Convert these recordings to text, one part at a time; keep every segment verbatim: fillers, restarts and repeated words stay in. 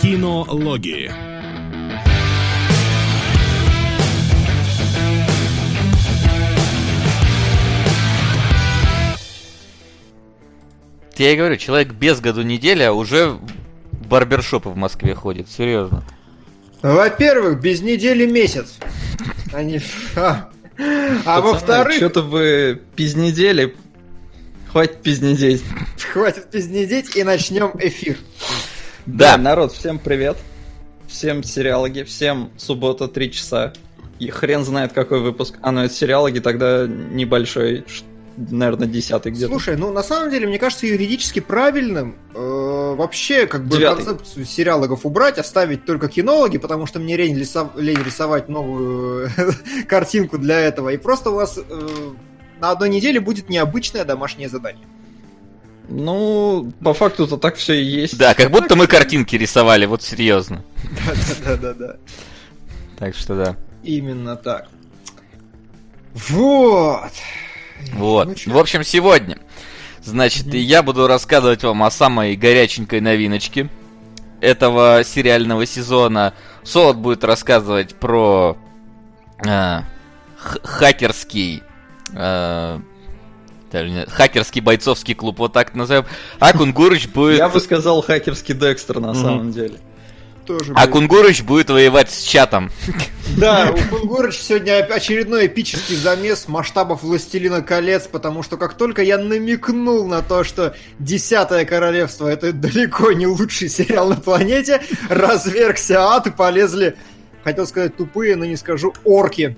Кинологии. Я и говорю, человек без году неделя уже в барбершопы в Москве ходит, серьезно. Во-первых, без недели месяц. Они... А, а во-вторых... Что-то вы пизднедели. Хватит пизднедеть. Хватит пизднедеть и начнем эфир. Да. да, народ, всем привет. Всем сериалоги, всем суббота, три часа. И хрен знает какой выпуск. А, ну это сериалоги, тогда небольшой, наверное, десятый где-то. Слушай, ну на самом деле, мне кажется, юридически правильным э, вообще как бы Девятый. Концепцию сериалогов убрать, оставить только кинологи, потому что мне лень, лесо... лень рисовать новую картинку для этого. И просто у вас э, на одной неделе будет необычное домашнее задание. Ну, по факту-то так все и есть. Да, как будто мы картинки рисовали, вот серьезно. Да-да-да-да. Так что да. Именно так. Вот. Вот. Ну, в общем, сегодня, значит, mm-hmm. я буду рассказывать вам о самой горяченькой новиночке этого сериального сезона. Солод будет рассказывать про э, х- хакерский... Э, хакерский бойцовский клуб, вот так назовем. А Кунгурыч будет... Я бы сказал хакерский Декстер на самом деле. Тоже а Кунгурыч будет воевать с чатом. Да, у Кунгурыч сегодня очередной эпический замес масштабов «Властелина колец», потому что как только я намекнул на то, что «Десятое королевство» — это далеко не лучший сериал на планете, развергся ад и полезли, хотел сказать тупые, но не скажу, орки.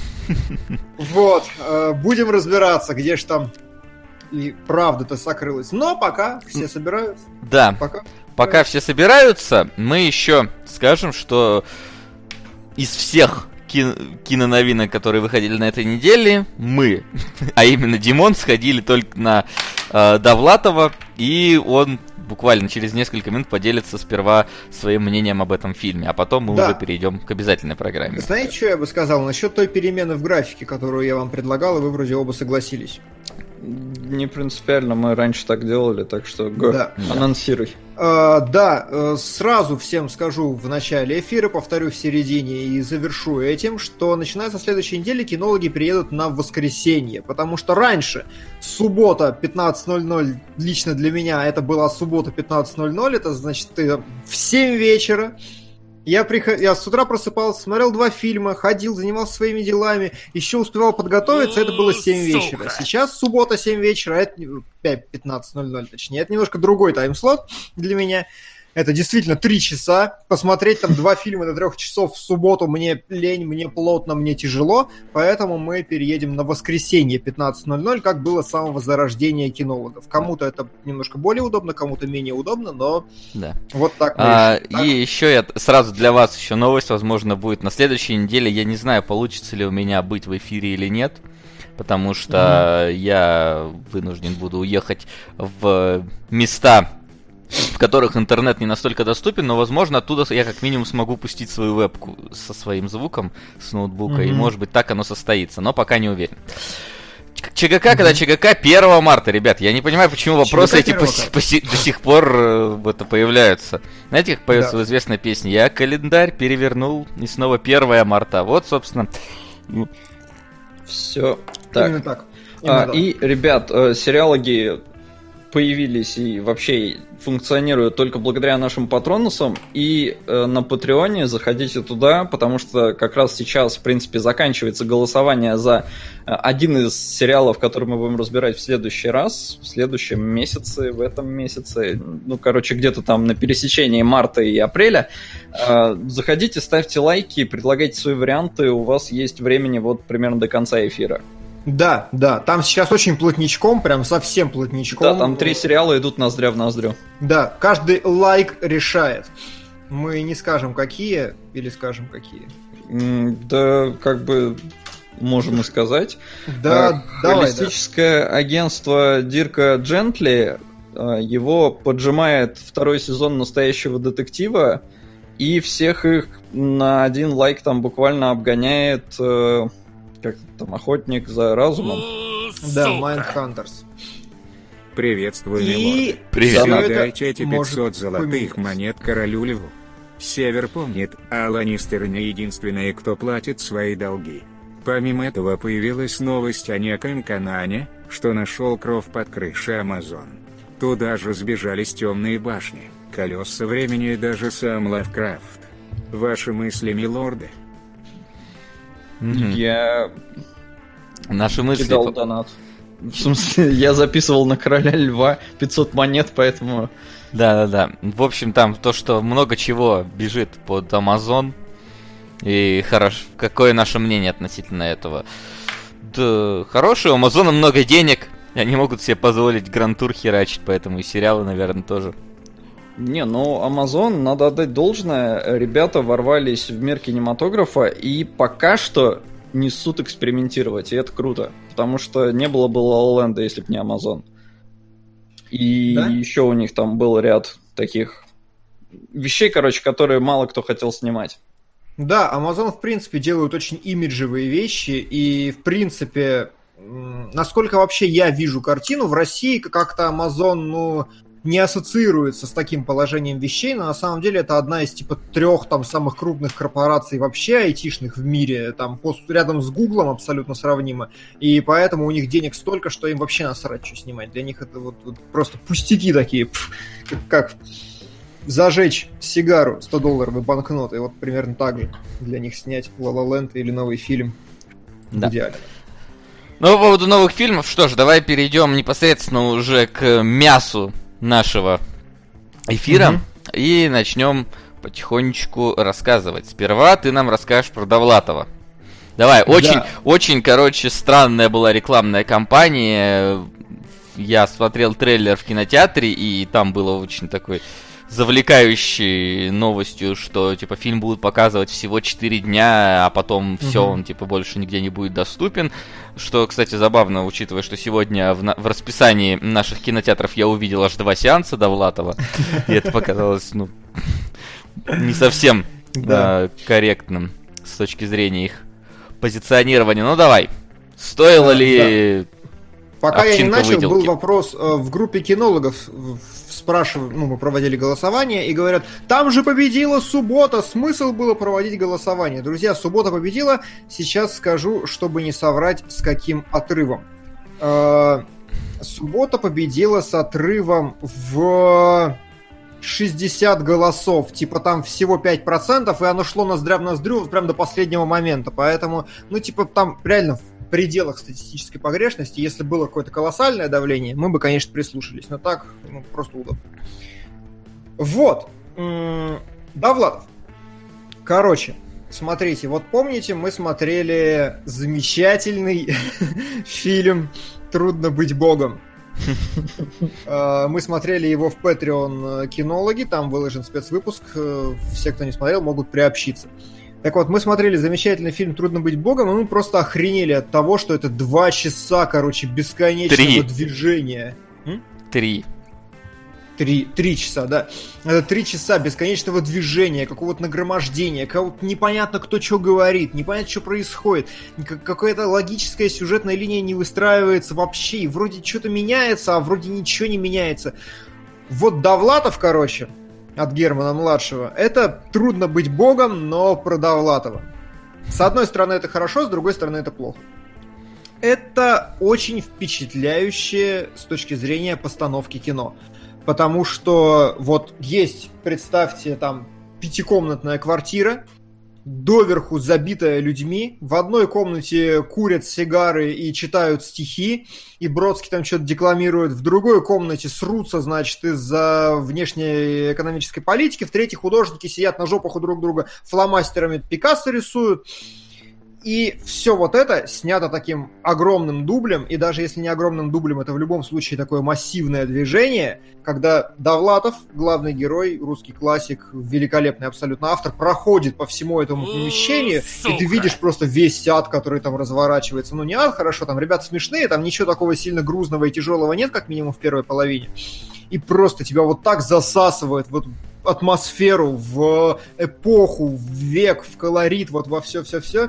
Вот, будем разбираться, где ж там и правда-то сокрылась. Но пока все собираются. Да, пока, пока все собираются, мы еще скажем, что из всех кино- киноновинок, которые выходили на этой неделе, мы, а именно Димон, сходили только на э, Довлатова, и он буквально через несколько минут поделится сперва своим мнением об этом фильме, а потом мы да. уже перейдем к обязательной программе. Знаете, что я бы сказал насчет той перемены в графике, которую я вам предлагал, и вы вроде оба согласились? Не принципиально, мы раньше так делали, так что го, да. анонсируй. А, да, сразу всем скажу в начале эфира, повторю в середине и завершу этим, что начиная со следующей недели кинологи приедут на воскресенье, потому что раньше суббота пятнадцать ноль ноль лично для меня это была суббота пятнадцать ноль ноль, это значит в семь вечера. Я, приход... я с утра просыпался, смотрел два фильма, ходил, занимался своими делами, еще успевал подготовиться, это было семь вечера. Сейчас суббота семь вечера, это пятнадцать ноль ноль точнее, это немножко другой таймслот для меня. Это действительно три часа. Посмотреть там два фильма до трех часов в субботу мне лень, мне плотно, мне тяжело. Поэтому мы переедем на воскресенье пятнадцать ноль ноль, как было с самого зарождения кинологов. Кому-то это немножко более удобно, кому-то менее удобно, но да. вот так. А, так. И еще я сразу для вас еще новость, возможно, будет на следующей неделе. Я не знаю, получится ли у меня быть в эфире или нет. Потому что mm-hmm. я вынужден буду уехать в места, в которых интернет не настолько доступен, но, возможно, оттуда я как минимум смогу пустить свою вебку со своим звуком с ноутбука, mm-hmm. и, может быть, так оно состоится, но пока не уверен. ЧГК, mm-hmm. когда ЧГК первого марта, ребят, я не понимаю, почему вопросы эти по, по, до сих пор э, это появляются. Знаете, как поется да. в известной песне? Я календарь перевернул, и снова первого марта. Вот, собственно. Все так. Именно так. Именно а, так. И, ребят, э, сериалоги появились и вообще функционируют только благодаря нашим патронусам. И э, на Патреоне заходите туда, потому что как раз сейчас, в принципе, заканчивается голосование за э, один из сериалов, который мы будем разбирать в следующий раз, в следующем месяце, в этом месяце. Ну, короче, где-то там на пересечении марта и апреля. Э, заходите, ставьте лайки, предлагайте свои варианты. У вас есть времени вот примерно до конца эфира. Да, да, там сейчас очень плотничком, прям совсем плотничком. Да, там три сериала идут ноздря в ноздрю. Да, каждый лайк решает. Мы не скажем какие, или скажем какие? Да, как бы можем и сказать. Да, давай, холистическое да. агентство Дирка Джентли, его поджимает второй сезон «Настоящего детектива», и всех их на один лайк там буквально обгоняет... Как там, охотник за разумом? Да, Mindhunters. Приветствую, и... милорды. Привет. Передайте эти пятьсот золотых монет королю Льву. Север помнит, а Ланнистеры не единственные, кто платит свои долги. Помимо этого появилась новость о некоем Канане, что нашел кров под крышей Амазон. Туда же сбежались темные башни, колеса времени и даже сам Лавкрафт. Ваши мысли, милорды? Я... Наши мысли... Кидал донат. В смысле, я записывал на Короля Льва пятьсот монет, поэтому... Да-да-да. В общем, там то, что много чего бежит под Amazon. И хорошо, какое наше мнение относительно этого? Да, хорошее, у Амазона много денег. Они могут себе позволить гранд-тур херачить, поэтому и сериалы, наверное, тоже. Не, ну, Amazon, надо отдать должное. Ребята ворвались в мир кинематографа и пока что несут экспериментировать, и это круто. Потому что не было бы La La Land, если бы не Amazon. И да? Еще у них там был ряд таких вещей, короче, которые мало кто хотел снимать. Да, Amazon, в принципе, делают очень имиджевые вещи, и, в принципе, насколько вообще я вижу картину, в России как-то Amazon, ну, не ассоциируется с таким положением вещей, но на самом деле это одна из, типа, трех там самых крупных корпораций вообще айтишных в мире, там, рядом с Гуглом абсолютно сравнимо, и поэтому у них денег столько, что им вообще насрать, что снимать. Для них это вот, вот просто пустяки такие, пф, как... как зажечь сигару сто долларовой банкноты, вот примерно так же для них снять La La Land или новый фильм. Да. Идеально. Ну, по поводу новых фильмов, что ж, давай перейдем непосредственно уже к мясу нашего эфира mm-hmm. и начнем потихонечку рассказывать. Сперва ты нам расскажешь про Довлатова. Давай, очень, да. очень, короче, странная была рекламная кампания. Я смотрел трейлер в кинотеатре, и там было очень такой... завлекающей новостью, что типа фильм будут показывать всего четыре дня, а потом угу. все, он типа больше нигде не будет доступен. Что, кстати, забавно, учитывая, что сегодня в, на- в расписании наших кинотеатров я увидел аж два сеанса Довлатова, и это показалось, ну, не совсем корректным с точки зрения их позиционирования. Ну давай, стоило ли... Пока я не начал, был вопрос в группе кинологов, спрашивали, ну, мы проводили голосование, и говорят, там же победила суббота, смысл было проводить голосование. Друзья, суббота победила, сейчас скажу, чтобы не соврать, с каким отрывом. Суббота победила с отрывом в шестьдесят голосов, типа там всего пять процентов, и оно шло ноздря в ноздрю вот прям до последнего момента, поэтому, ну, типа там реально... в пределах статистической погрешности. Если было какое-то колоссальное давление, мы бы, конечно, прислушались. Но так, ну, просто удобно. Вот. Довлатов. Короче, смотрите, вот помните, мы смотрели замечательный фильм «Трудно быть богом». Мы смотрели его в Patreon кинологи, там выложен спецвыпуск. Все, кто не смотрел, могут приобщиться. Так вот, мы смотрели замечательный фильм «Трудно быть богом», и мы просто охренели от того, что это два часа, короче, бесконечного Три. движения. М? Три. Три, три часа, да. Это три часа бесконечного движения, какого-то нагромождения, какого-то непонятно, кто что говорит, непонятно, что происходит. Какая-то логическая сюжетная линия не выстраивается вообще, и вроде что-то меняется, а вроде ничего не меняется. Вот Довлатов, короче... от Германа-младшего. Это «Трудно быть богом», но про Довлатова. С одной стороны это хорошо, с другой стороны это плохо. Это очень впечатляющее с точки зрения постановки кино. Потому что вот есть, представьте, там пятикомнатная квартира, доверху забитая людьми, в одной комнате курят сигары и читают стихи, и Бродский там что-то декламирует, в другой комнате срутся, значит, из-за внешней экономической политики, в третьей художники сидят на жопах у друг друга, фломастерами Пикассо рисуют, и все вот это снято таким огромным дублем, и даже если не огромным дублем, это в любом случае такое массивное движение, когда Довлатов, главный герой, русский классик, великолепный абсолютно автор, проходит по всему этому помещению, Сука. и ты видишь просто весь ад, который там разворачивается. Ну, не ад, хорошо, там ребята смешные, там ничего такого сильно грузного и тяжелого нет, как минимум в первой половине. И просто тебя вот так засасывает вот атмосферу, в эпоху, в век, в колорит, вот во все-все-все.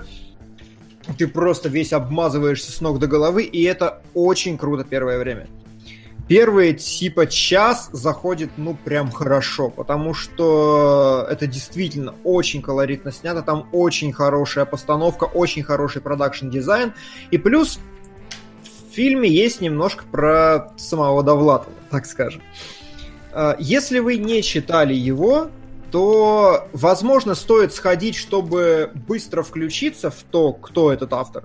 Ты просто весь обмазываешься с ног до головы, и это очень круто первое время. первый типа час заходит, ну, прям хорошо, потому что это действительно очень колоритно снято, там очень хорошая постановка, очень хороший продакшн-дизайн, и плюс в фильме есть немножко про самого Довлатова, так скажем. Если вы не читали его, то, возможно, стоит сходить, чтобы быстро включиться в то, кто этот автор,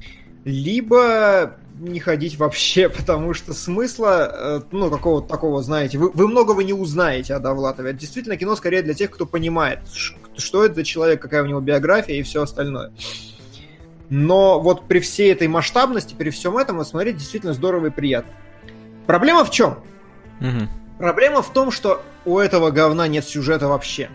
либо не ходить вообще, потому что смысла, ну, какого-то такого, знаете, вы, вы многого не узнаете о Довлатове. Это действительно кино скорее для тех, кто понимает, что это за человек, какая у него биография и все остальное. Но вот при всей этой масштабности, при всем этом, смотреть действительно здорово и приятно. Проблема в чем? Угу. Проблема в том, что у этого говна нет сюжета вообще.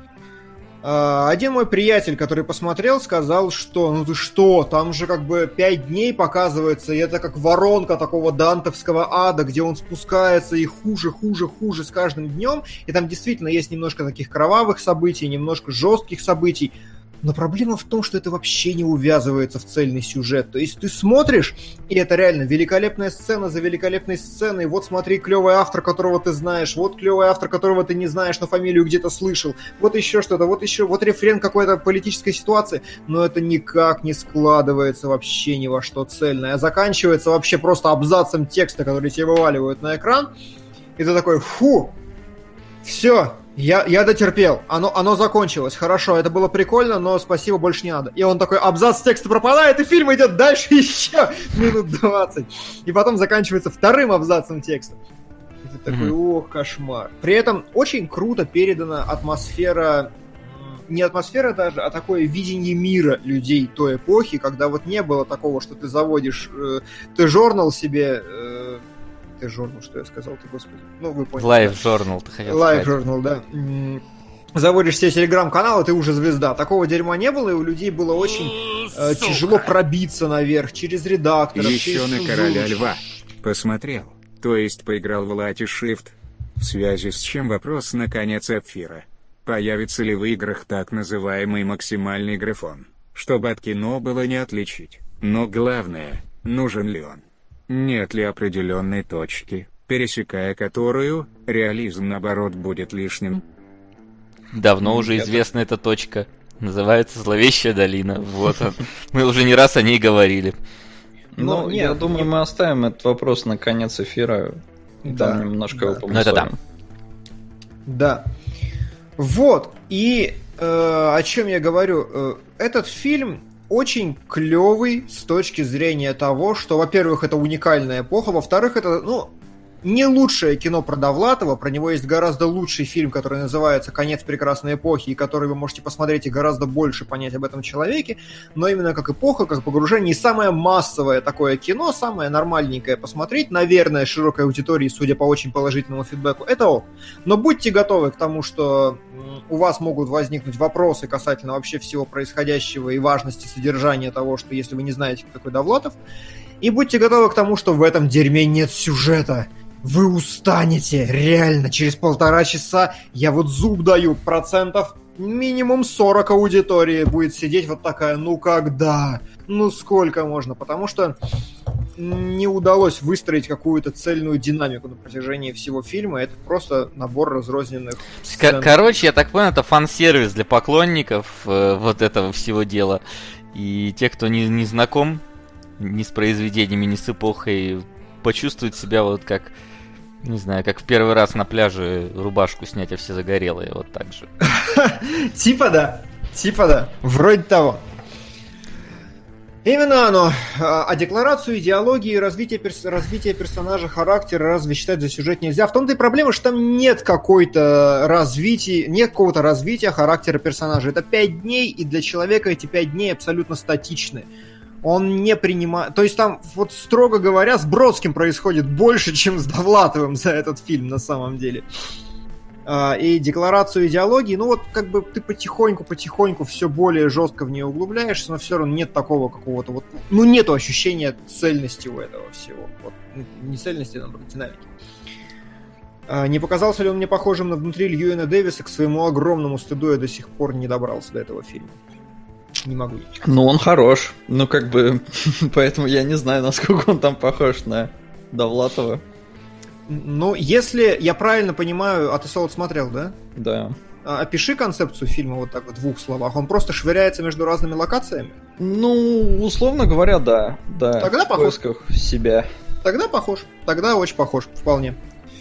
Один мой приятель, который посмотрел, сказал, что ну ты что, там же как бы пять дней показывается, и это как воронка такого дантовского ада, где он спускается и хуже, хуже, хуже с каждым днем, и там действительно есть немножко таких кровавых событий, немножко жестких событий, но проблема в том, что это вообще не увязывается в цельный сюжет. То есть ты смотришь, и это реально великолепная сцена за великолепной сценой. Вот смотри, клевый автор, которого ты знаешь. Вот клевый автор, которого ты не знаешь, но фамилию где-то слышал. Вот еще что-то, вот еще, вот рефрен какой-то политической ситуации. Но это никак не складывается вообще ни во что цельное. А заканчивается вообще просто абзацем текста, который тебе вываливают на экран. И ты такой, фу, все. Я, я дотерпел, оно, оно закончилось, хорошо, это было прикольно, но спасибо, больше не надо. И он такой, абзац текста пропадает, и фильм идет дальше еще минут двадцать. И потом заканчивается вторым абзацем текста. И ты такой, ох, кошмар. При этом очень круто передана атмосфера, не атмосфера даже, а такое видение мира людей той эпохи, когда вот не было такого, что ты заводишь, э, ты журнал себе... Э, журнал, что я сказал-то, господи. Ну, вы поняли. Live Journal, ты хотел сказать. Live Journal, да. Заводишь себе телеграм-канал, и ты уже звезда. Такого дерьма не было, и у людей было очень э, тяжело пробиться наверх, через редакторов. Еще через на сузу. Короля Льва посмотрел, то есть поиграл в Лати Shift, в связи с чем вопрос на конец эфира. Появится ли в играх так называемый максимальный графон, чтобы от кино было не отличить? Но главное, нужен ли он? Нет ли определенной точки, пересекая которую реализм, наоборот, будет лишним? Давно уже известна эта точка. Называется Зловещая долина. Вот он. Мы уже не раз о ней говорили. Ну, нет, я думаю, нет. мы оставим этот вопрос на конец эфира. Да, Там немножко да. его Ну это да. Да. Вот. И э, о чем я говорю? Э, этот фильм очень клевый с точки зрения того, что, во-первых, это уникальная эпоха, во-вторых, это, ну, не лучшее кино про Довлатова, про него есть гораздо лучший фильм, который называется «Конец прекрасной эпохи», и который вы можете посмотреть и гораздо больше понять об этом человеке, но именно как эпоха, как погружение, и самое массовое такое кино, самое нормальненькое посмотреть, наверное, широкой аудитории, судя по очень положительному фидбэку, это ок. Но будьте готовы к тому, что у вас могут возникнуть вопросы касательно вообще всего происходящего и важности содержания того, что если вы не знаете, кто такой Довлатов, и будьте готовы к тому, что в этом дерьме нет сюжета. Вы устанете, реально, через полтора часа, я вот зуб даю, процентов минимум сорок аудитории будет сидеть вот такая, ну когда, ну сколько можно, потому что не удалось выстроить какую-то цельную динамику на протяжении всего фильма, это просто набор разрозненных сцен. Короче, я так понял, это фан-сервис для поклонников э, вот этого всего дела, и те, кто не, не знаком ни с произведениями, ни с эпохой, почувствуют себя вот как, не знаю, как в первый раз на пляже рубашку снять, а все загорелые, вот так же. Типа да, типа да, вроде того. Именно оно. А декларацию идеологии и развитие, перс- развитие персонажа, характера разве считать за сюжет нельзя? В том-то и проблема, что там нет какой-то развития, нет какого-то развития характера персонажа. Это пять дней, и для человека эти пять дней абсолютно статичны. Он не принимает... То есть там, вот строго говоря, с Бродским происходит больше, чем с Довлатовым за этот фильм на самом деле. И декларацию идеологии, ну вот как бы ты потихоньку-потихоньку все более жестко в нее углубляешься, но все равно нет такого какого-то вот... Ну нету ощущения цельности у этого всего. Вот, не цельности, а наоборот, динамики. Не показался ли он мне похожим на внутри Льюина Дэвиса? К своему огромному стыду я до сих пор не добрался до этого фильма. Не могу. Ну, он хорош. Ну, как бы, поэтому я не знаю, насколько он там похож на Довлатова. Ну, если я правильно понимаю, а ты Солод смотрел, да? Да. Опиши концепцию фильма вот так в двух словах. Он просто швыряется между разными локациями? Ну, условно говоря, да. да. Тогда в похож. поисках себя. Тогда похож. Тогда очень похож, вполне.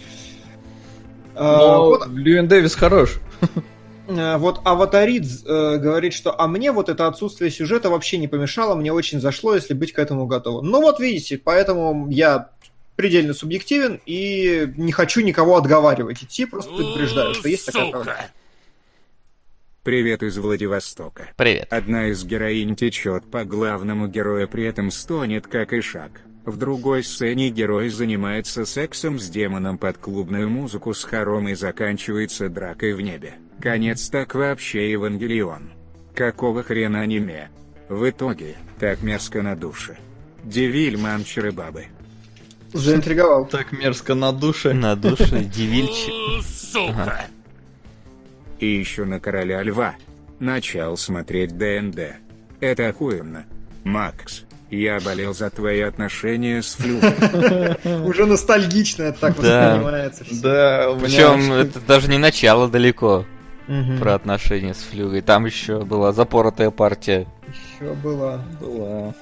Но а, вот, Льюин Дэвис хорош. Вот Аватаридз э, говорит, что а мне вот это отсутствие сюжета вообще не помешало, мне очень зашло, если быть к этому готовым. Ну вот видите, поэтому я предельно субъективен и не хочу никого отговаривать идти, просто предупреждаю, что есть такая правда. Привет из Владивостока. Привет. Одна из героинь течет по главному герою, при этом стонет как ишак. В другой сцене герой занимается сексом с демоном под клубную музыку с хором и заканчивается дракой в небе. Конец так вообще Евангелион. Какого хрена аниме? В итоге, так мерзко на душе. Девиль, манчеры, бабы. Заинтриговал. Так мерзко на душе. На душе девильчик. Сука! И еще на Короля Льва. Начал смотреть ДНД. Это охуенно. Макс, я болел за твои отношения с Флюгой. Уже ностальгично так воспринимается. Да, причем это даже не начало далеко. Про отношения с Флюгой. Там еще была запоротая партия. Еще была. Была.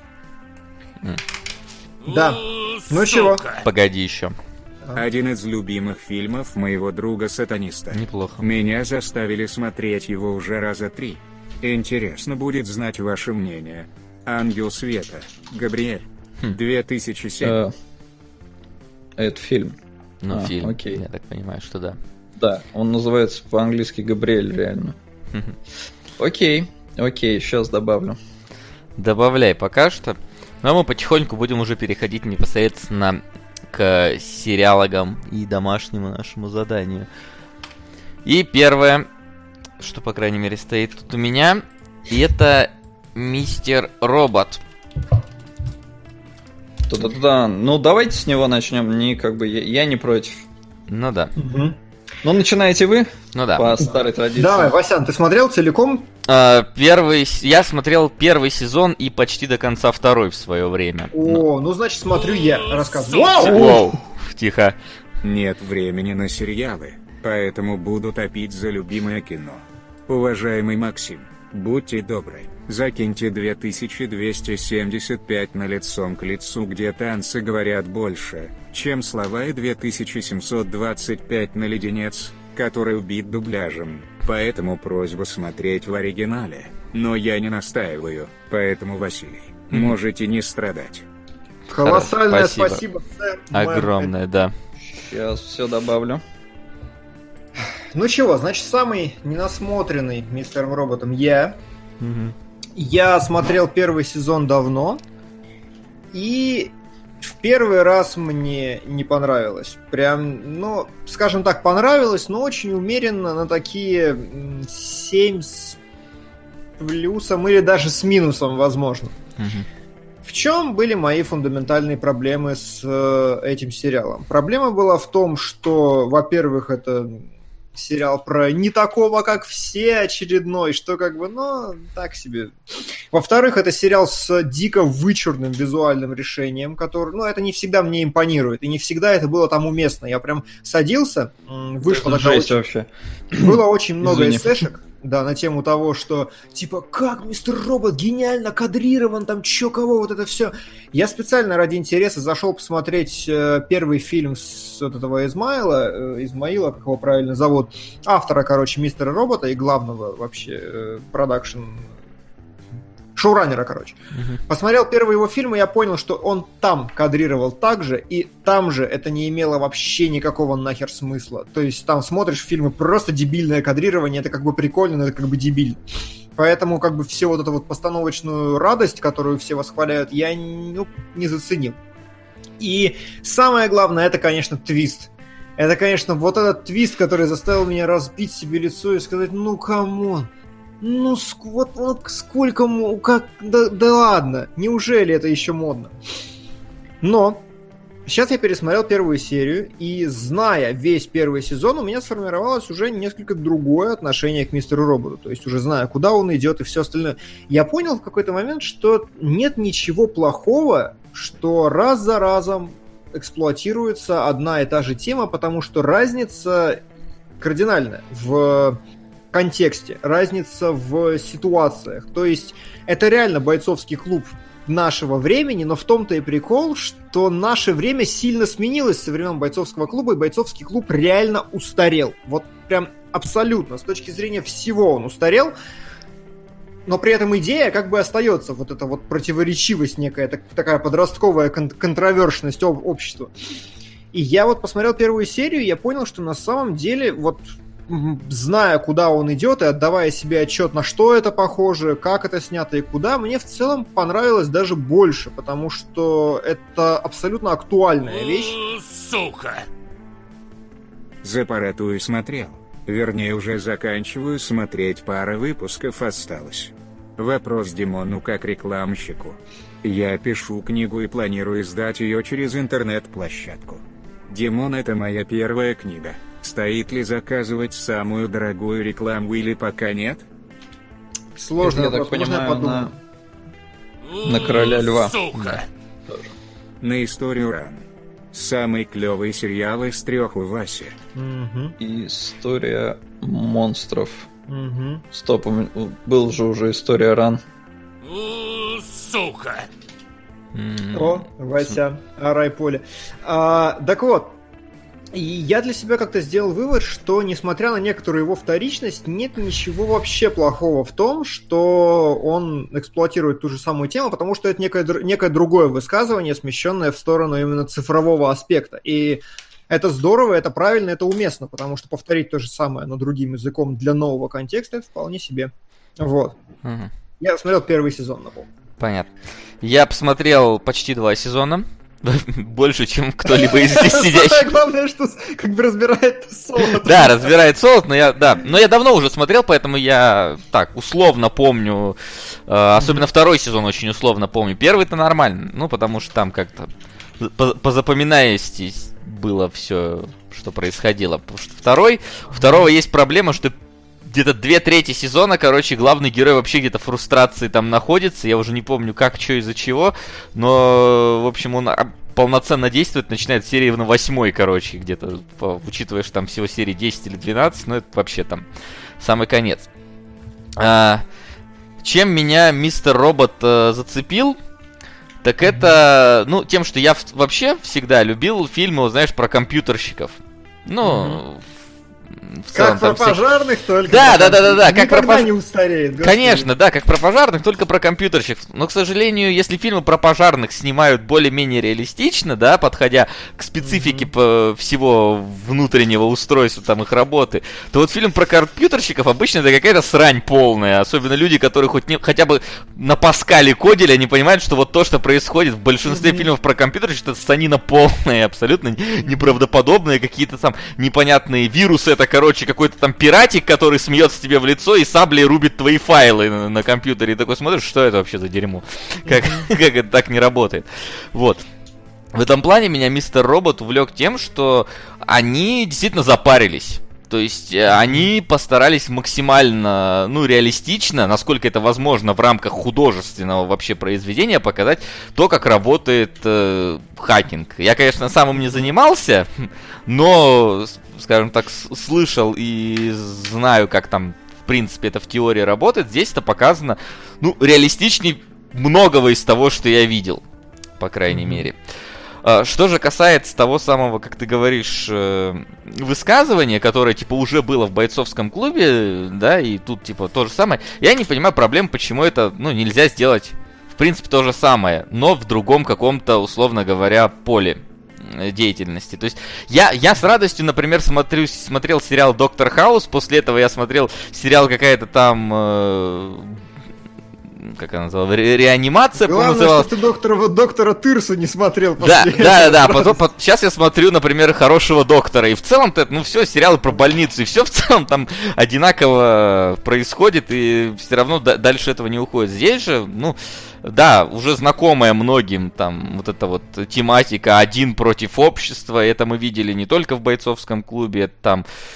Да. Ну чего? Погоди еще. Один из любимых фильмов моего друга-сатаниста. Неплохо. Меня заставили смотреть его уже раза три. Интересно будет знать ваше мнение. «Ангел света», Габриэль, хм. две тысячи семь. А, это фильм. Ну, а, фильм, окей. я так понимаю, что да. Да, он называется по-английски «Габриэль», реально. Окей, окей, сейчас добавлю. Добавляй пока что. Но мы потихоньку будем уже переходить непосредственно к сериалогам и домашнему нашему заданию. И первое, что, по крайней мере, стоит тут у меня, это Мистер Робот. Да-да-да, ну давайте с него начнем, не, как бы, я, я не против. Ну да. Угу. Ну, начинаете вы? Ну да. По старой традиции. Давай, Васян, ты смотрел целиком? А, первый, я смотрел первый сезон и почти до конца второй в свое время. О, ну, ну значит смотрю я, рассказываю. Вау! Вау! Тихо. Нет времени на сериалы, поэтому буду топить за любимое кино. Уважаемый Максим, будьте добры, закиньте две тысячи двести семьдесят пять на лицом к лицу, где танцы говорят больше, чем слова, и две тысячи семьсот двадцать пять на леденец, который убит дубляжем, поэтому просьба смотреть в оригинале, но я не настаиваю, поэтому, Василий, mm-hmm. можете не страдать. Колоссальное спасибо, спасибо сэр. Огромное, да. Сейчас все добавлю. Ну чего, значит, самый ненасмотренный мистером Роботом я. Угу. Я смотрел первый сезон давно, и в первый раз мне не понравилось. Прям, ну, скажем так, понравилось, но очень умеренно, на такие семь с плюсом или даже с минусом, возможно. Угу. В чем были мои фундаментальные проблемы с э, этим сериалом? Проблема была в том, что, во-первых, это сериал про не такого, как все, очередной, что как бы, ну, так себе. Во-вторых, это сериал с дико вычурным визуальным решением, который, ну, это не всегда мне импонирует, и не всегда это было там уместно. Я прям садился, вышло такая жесть очень... вообще. Было очень много Извини. эсэшек, да, на тему того, что, типа, как мистер Робот гениально кадрирован, там, чё, кого, вот это все. Я специально ради интереса зашел посмотреть э, первый фильм с вот этого Измаила, э, Измаила, как его правильно зовут, автора, короче, мистера Робота и главного вообще продакшн... Э, шоураннера, короче. Uh-huh. Посмотрел первый его фильм, и я понял, что он там кадрировал так же, и там же это не имело вообще никакого нахер смысла. То есть там смотришь фильмы, просто дебильное кадрирование, это как бы прикольно, но это как бы дебильно. Поэтому как бы все вот эту вот постановочную радость, которую все восхваляют, я ну, не заценил. И самое главное, это, конечно, твист. Это, конечно, вот этот твист, который заставил меня разбить себе лицо и сказать, ну, камон. Ну, ск- вот, вот сколько, как, да, да ладно, неужели это еще модно? Но сейчас я пересмотрел первую серию, и зная весь первый сезон, у меня сформировалось уже несколько другое отношение к мистеру Роботу. То есть уже зная, куда он идет и все остальное. Я понял в какой-то момент, что нет ничего плохого, что раз за разом эксплуатируется одна и та же тема, потому что разница кардинальная в контексте, разница в ситуациях. То есть это реально бойцовский клуб нашего времени, но в том-то и прикол, что наше время сильно сменилось со времен бойцовского клуба, и бойцовский клуб реально устарел. Вот прям абсолютно, с точки зрения всего он устарел, но при этом идея как бы остается, вот эта вот противоречивость некая, так, такая подростковая кон- контровершность об- общества. И я вот посмотрел первую серию, и я понял, что на самом деле вот зная, куда он идет, и отдавая себе отчет, на что это похоже, как это снято и куда, мне в целом понравилось даже больше, потому что это абсолютно актуальная вещь. Сука! Запаратую смотрел. Вернее, уже заканчиваю смотреть, пара выпусков осталось. Вопрос Димону как рекламщику. Я пишу книгу и планирую издать ее через интернет-площадку. Димон, это моя первая книга. Стоит ли заказывать самую дорогую рекламу или пока нет? Сложно, я так понимаю, на... на Короля Льва. Сука! Да. На историю ран. Самый клевый сериал из трех у Васи. Угу. История монстров. Угу. Стоп, был же уже история ран. Сука! О, Вася, орай поле. А, так вот, и я для себя как-то сделал вывод, что, несмотря на некоторую его вторичность, нет ничего вообще плохого в том, что он эксплуатирует ту же самую тему, потому что это некое, некое другое высказывание, смещенное в сторону именно цифрового аспекта. И это здорово, это правильно, это уместно, потому что повторить то же самое, но другим языком для нового контекста, это вполне себе. Вот. Угу. Я смотрел первый сезон, напомню. Понятно. Я посмотрел почти два сезона. Больше, чем кто-либо из здесь сидящих. Самое главное, что как бы разбирает солод. Да, разбирает солод, но я, да, но я давно уже смотрел, поэтому я так условно помню, э, особенно второй сезон очень условно помню. Первый-то нормально, ну потому что там как-то по, по запоминаемости было все, что происходило. Потому что второй, у второго есть проблема, что где-то две трети сезона, короче, главный герой вообще где-то в фрустрации там находится. Я уже не помню, как, что, из-за чего. Но, в общем, он полноценно действует, начинает с серии на восьмой, короче, где-то, учитывая, что там всего серии десять или двенадцать, но это вообще там самый конец. А, чем меня мистер Робот а, зацепил, так это, ну, тем, что я в- вообще всегда любил фильмы, знаешь, про компьютерщиков. Ну... В целом, Как про там пожарных, только... Да, да, да, да, да, как про Никогда пож- не устареет. господи. Конечно, да, как про пожарных, только про компьютерщиков. Но, к сожалению, если фильмы про пожарных снимают более-менее реалистично, да, подходя к специфике mm-hmm. всего внутреннего устройства там их работы, то вот фильм про компьютерщиков обычно это какая-то срань полная. Особенно люди, которые хоть не, хотя бы на Паскале кодили, они понимают, что вот то, что происходит в большинстве mm-hmm. фильмов про компьютерщиков, это станина полная, абсолютно неправдоподобные, какие-то там непонятные вирусы, это, короче, какой-то там пиратик, который смеется тебе в лицо и саблей рубит твои файлы на, на компьютере. И такой смотришь, что это вообще за дерьмо? Как, как это так не работает? Вот. В этом плане меня мистер Робот увлек тем, что они действительно запарились. То есть они постарались максимально, ну, реалистично, насколько это возможно в рамках художественного вообще произведения, показать то, как работает э, хакинг. Я, конечно, сам им не занимался, но, скажем так, слышал и знаю, как там, в принципе, это в теории работает. Здесь это показано, ну, реалистичнее многого из того, что я видел, по крайней mm-hmm. мере. Что же касается того самого, как ты говоришь, высказывания, которое, типа, уже было в бойцовском клубе, да, и тут, типа, то же самое, я не понимаю проблем, почему это, ну, нельзя сделать, в принципе, то же самое, но в другом каком-то, условно говоря, поле деятельности. То есть я, я с радостью, например, смотрю, смотрел сериал «Доктор Хаус», после этого я смотрел сериал какая-то там... Э- как она называлась, Ре- реанимация, Главное, называлась. что ты доктора, доктора Тырсу не смотрел. Да, да, да, потом, по, сейчас я смотрю, например, «Хорошего доктора», и в целом-то, ну, все, сериалы про больницу, и все в целом там одинаково происходит, и все равно д- дальше этого не уходит. Здесь же, ну, да, уже знакомая многим там вот эта вот тематика «один против общества», это мы видели не только в бойцовском клубе, это там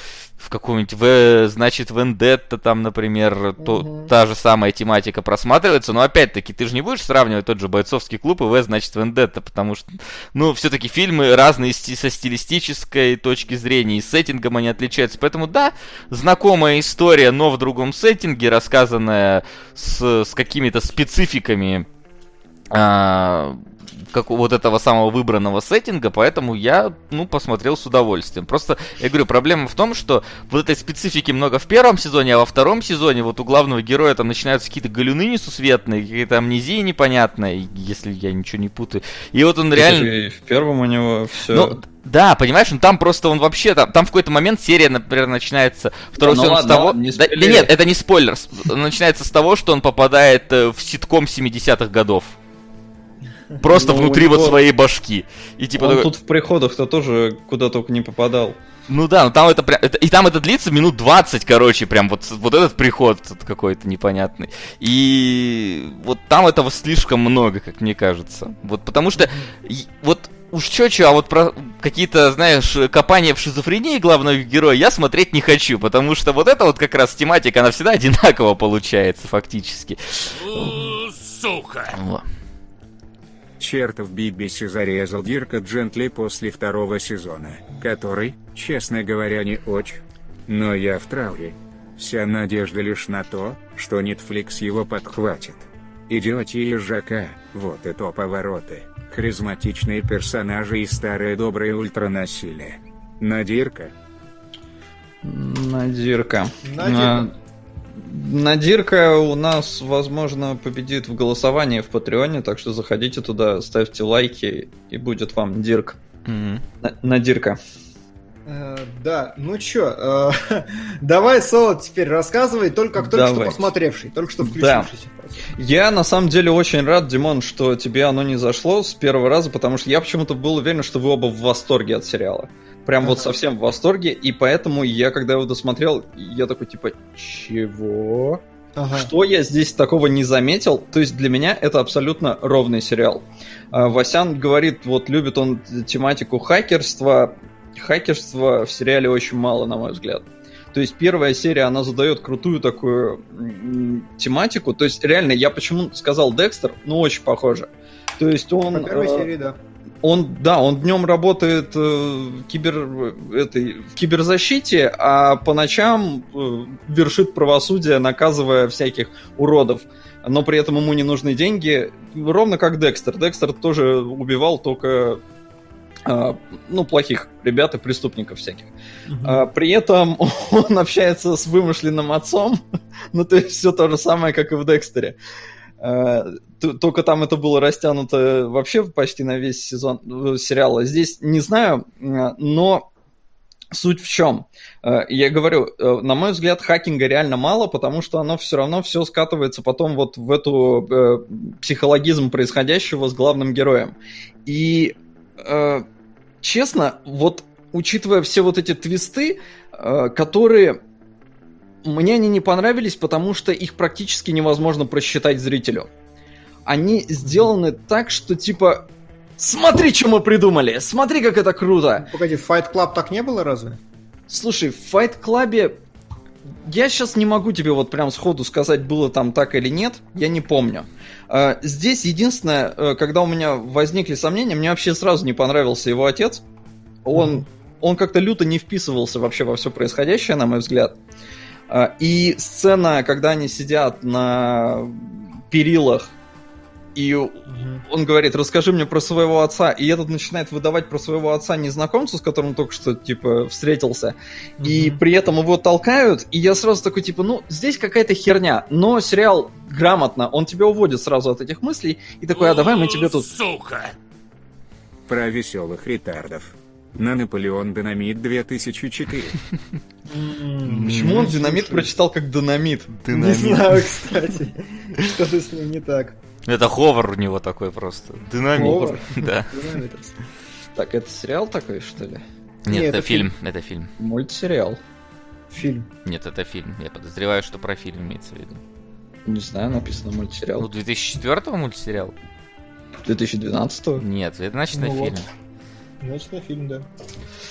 в каком-нибудь, в, значит, Вендетта там, например, то, угу. та же самая тематика просматривается, но опять-таки ты же не будешь сравнивать тот же бойцовский клуб и В, значит, Вендетта, потому что, ну, все-таки фильмы разные со стилистической точки зрения, и сеттингом они отличаются, поэтому, да, знакомая история, но в другом сеттинге, рассказанная с, с какими-то спецификами а, как вот этого самого выбранного сеттинга, поэтому я, ну, посмотрел с удовольствием. Просто, я говорю, проблема в том, что вот этой специфики много в первом сезоне, а во втором сезоне вот у главного героя там начинаются какие-то галюны несусветные, какие-то амнезии непонятные, если я ничего не путаю. И вот он реально... И в первом у него все... Ну, да, понимаешь, ну там просто он вообще, там, там в какой-то момент серия, например, начинается второй да, сезон ну, с того... Ладно, да, да нет, это не спойлер, начинается с того, что он попадает в ситком семидесятых годов. Просто ну, внутри вот своей башки. И типа он такой... тут в приходах-то тоже куда только не попадал. Ну да, но там это прям... Это, и там это длится минут двадцать, короче, прям вот, вот этот приход какой-то непонятный. И вот там этого слишком много, как мне кажется. Вот потому что... Вот уж чё-чё, а вот про какие-то, знаешь, копания в шизофрении главного героя я смотреть не хочу, потому что вот эта вот как раз тематика, она всегда одинаково получается, фактически. Сука! Вот. Чертов би би си зарезал Дирка Джентли после второго сезона, который, честно говоря, не очень. Но я в трауре. Вся надежда лишь на то, что Netflix его подхватит. Идиотия Жака, вот и то повороты, харизматичные персонажи и старое доброе ультранасилие. Надирка? Надирка. Надирка. Надирка у нас, возможно, победит в голосовании в Патреоне, так что заходите туда, ставьте лайки, и будет вам Дирк. Mm-hmm. Надирка. Uh, да, ну чё, uh, давай, Солод, теперь рассказывай, только как только давай. Что посмотревший, только что включившийся. Да. Я на самом деле очень рад, Димон, что тебе оно не зашло с первого раза, потому что я почему-то был уверен, что вы оба в восторге от сериала. Прям ага. вот совсем в восторге, и поэтому я, когда его досмотрел, я такой типа, чего? Ага. Что я здесь такого не заметил? То есть для меня это абсолютно ровный сериал. Васян говорит, вот любит он тематику хакерства. Хакерства в сериале очень мало, на мой взгляд. То есть первая серия, она задает крутую такую м- тематику. То есть реально, я почему сказал Декстер, ну очень похоже. То есть он... По первой э- серии, да. Он, да, он днем работает э, кибер, этой, в киберзащите, а по ночам э, вершит правосудие, наказывая всяких уродов. Но при этом ему не нужны деньги, ровно как Декстер. Декстер тоже убивал только э, ну, плохих ребят и преступников всяких. Mm-hmm. А, при этом он общается с вымышленным отцом, ну то есть все то же самое, как и в Декстере. Только там это было растянуто вообще почти на весь сезон сериала. Здесь не знаю, но суть в чем? Я говорю, на мой взгляд, хакинга реально мало, потому что оно все равно все скатывается потом вот в эту э, психологизм происходящего с главным героем. И э, честно, вот учитывая все вот эти твисты, э, которые... Мне они не понравились, потому что их практически невозможно просчитать зрителю. Они сделаны так, что типа... Смотри, что мы придумали! Смотри, как это круто! Погоди, в Fight Club так не было разве? Слушай, в Fight Club... Я сейчас не могу тебе вот прям сходу сказать, было там так или нет. Я не помню. Здесь единственное, когда у меня возникли сомнения, мне вообще сразу не понравился его отец. Он, mm-hmm. он как-то люто не вписывался вообще во все происходящее, на мой взгляд. И сцена, когда они сидят на перилах, и угу. он говорит, расскажи мне про своего отца, и этот начинает выдавать про своего отца незнакомцу, с которым только что, типа, встретился, угу. и при этом его толкают, и я сразу такой, типа, ну, здесь какая-то херня, но сериал грамотно, он тебя уводит сразу от этих мыслей, и такой, а давай мы тебе тут... Сука! Про веселых ретардов. На Наполеон Динамит две тысячи четыре. Почему он динамит прочитал как динамит? Не знаю, кстати. Что-то с ним не так. Это ховар у него такой просто. Динамит. Да. Так, это сериал такой, что ли? Нет, это фильм. Это фильм. Мультсериал. Фильм. Нет, это фильм. Я подозреваю, что про фильм имеется в виду. Не знаю, написано мультсериал. Ну, две тысячи четвёртого мультсериал? две тысячи двенадцатого? Нет, это значит на фильм. Значит, на фильм, да.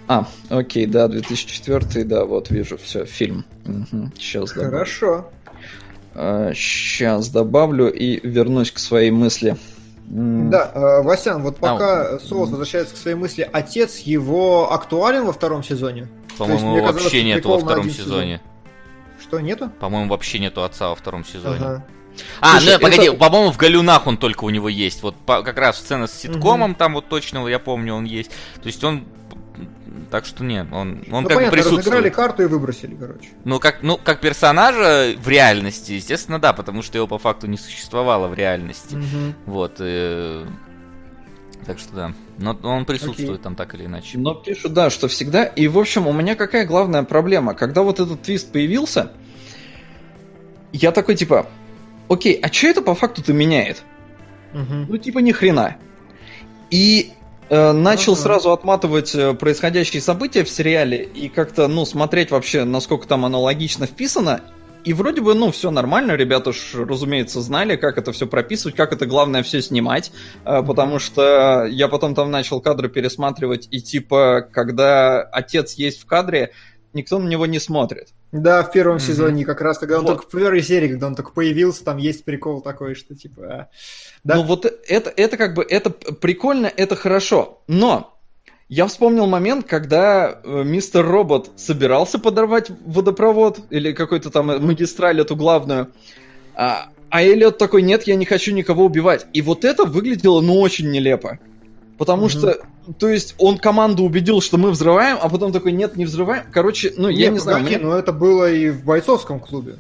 А, окей, да, две тысячи четвёртый, да, вот вижу, все, фильм. Угу, сейчас добавлю. Хорошо. А, сейчас добавлю и вернусь к своей мысли. Да, э, Васян, вот пока Соус возвращается к своей мысли, отец его актуален во втором сезоне? По-моему, его вообще нету во втором сезоне. Что, нету? По-моему, вообще нету отца во втором сезоне. Ага. А, Слушай, ну, погоди, это... по-моему, в «Галюнах» он только у него есть. Вот по, как раз сцена с ситкомом, угу. Там вот точно, я помню, он есть. То есть он... Так что нет, он, он ну, как понятно, бы присутствует. Разыграли карту и выбросили, короче. Ну как, ну, как персонажа в реальности, естественно, да, потому что его по факту не существовало в реальности. Угу. Вот. И... Так что да. Но он присутствует okay. там так или иначе. Но пишут, да, что всегда. И, в общем, у меня какая главная проблема? Когда вот этот твист появился, я такой, типа, окей, а что это по факту-то меняет? Uh-huh. Ну, типа, ни хрена. И э, начал uh-huh. сразу отматывать происходящие события в сериале и как-то, ну, смотреть вообще, насколько там оно логично вписано. И вроде бы, ну, все нормально, ребята ж, разумеется, знали, как это все прописывать, как это главное все снимать, mm-hmm. потому что я потом там начал кадры пересматривать, и типа, когда отец есть в кадре, никто на него не смотрит. Да, в первом mm-hmm. сезоне, как раз, когда он вот. только в первой серии, когда он только появился, там есть прикол такой, что типа... А... Да. Ну вот это, это как бы, это прикольно, это хорошо, но... Я вспомнил момент, когда э, мистер Робот собирался подорвать водопровод или какой-то там магистраль эту главную, а, а Эллиот такой, нет, я не хочу никого убивать. И вот это выглядело, ну, очень нелепо. Потому mm-hmm. что, то есть, он команду убедил, что мы взрываем, а потом такой, нет, не взрываем. Короче, ну, нет, я не погоди, знаю. Мне... но это было и в бойцовском клубе.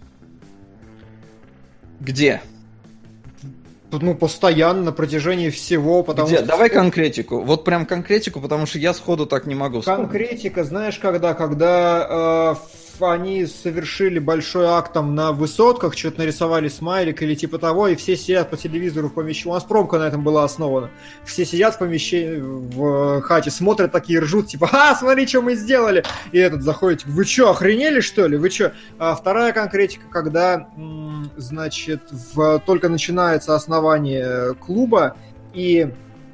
Где? Ну, постоянно, на протяжении всего, потому Где? что... Давай конкретику. Вот прям конкретику, потому что я сходу так не могу вспомнить. Конкретика, знаешь, когда? Когда э, они совершили большой акт там на высотках, что-то нарисовали смайлик или типа того, и все сидят по телевизору в помещении. У нас промка на этом была основана. Все сидят в помещении, в хате, смотрят такие, ржут, типа, а, смотри, что мы сделали. И этот заходит, типа, вы что, охренели, что ли? Вы что? А вторая конкретика, когда, м- значит, в, только начинается основание клуба, и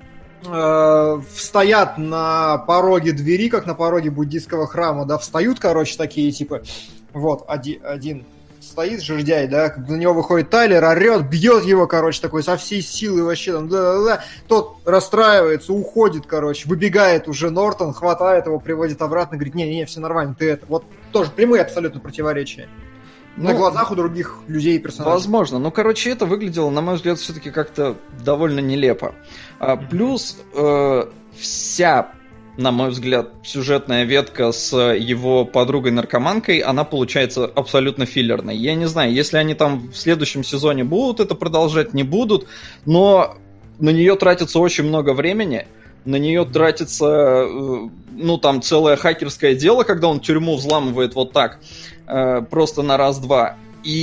э, стоят на пороге двери, как на пороге буддийского храма, да, встают, короче, такие, типа, вот, один, один стоит жердяй, да, на него выходит Тайлер, орет, бьет его, короче, такой со всей силы вообще, там, да-да-да, тот расстраивается, уходит, короче, выбегает уже Нортон, хватает его, приводит обратно, говорит, не-не-не, все нормально, ты это, вот, тоже прямые абсолютно противоречия. На ну, глазах у других людей и персонажей. Возможно. Ну, короче, это выглядело, на мой взгляд, все-таки как-то довольно нелепо. А, плюс э, вся, на мой взгляд, сюжетная ветка с его подругой-наркоманкой, она получается абсолютно филлерной. Я не знаю, если они там в следующем сезоне будут это продолжать, не будут, но на нее тратится очень много времени. На нее тратится, ну, там, целое хакерское дело, когда он тюрьму взламывает вот так, просто на раз-два.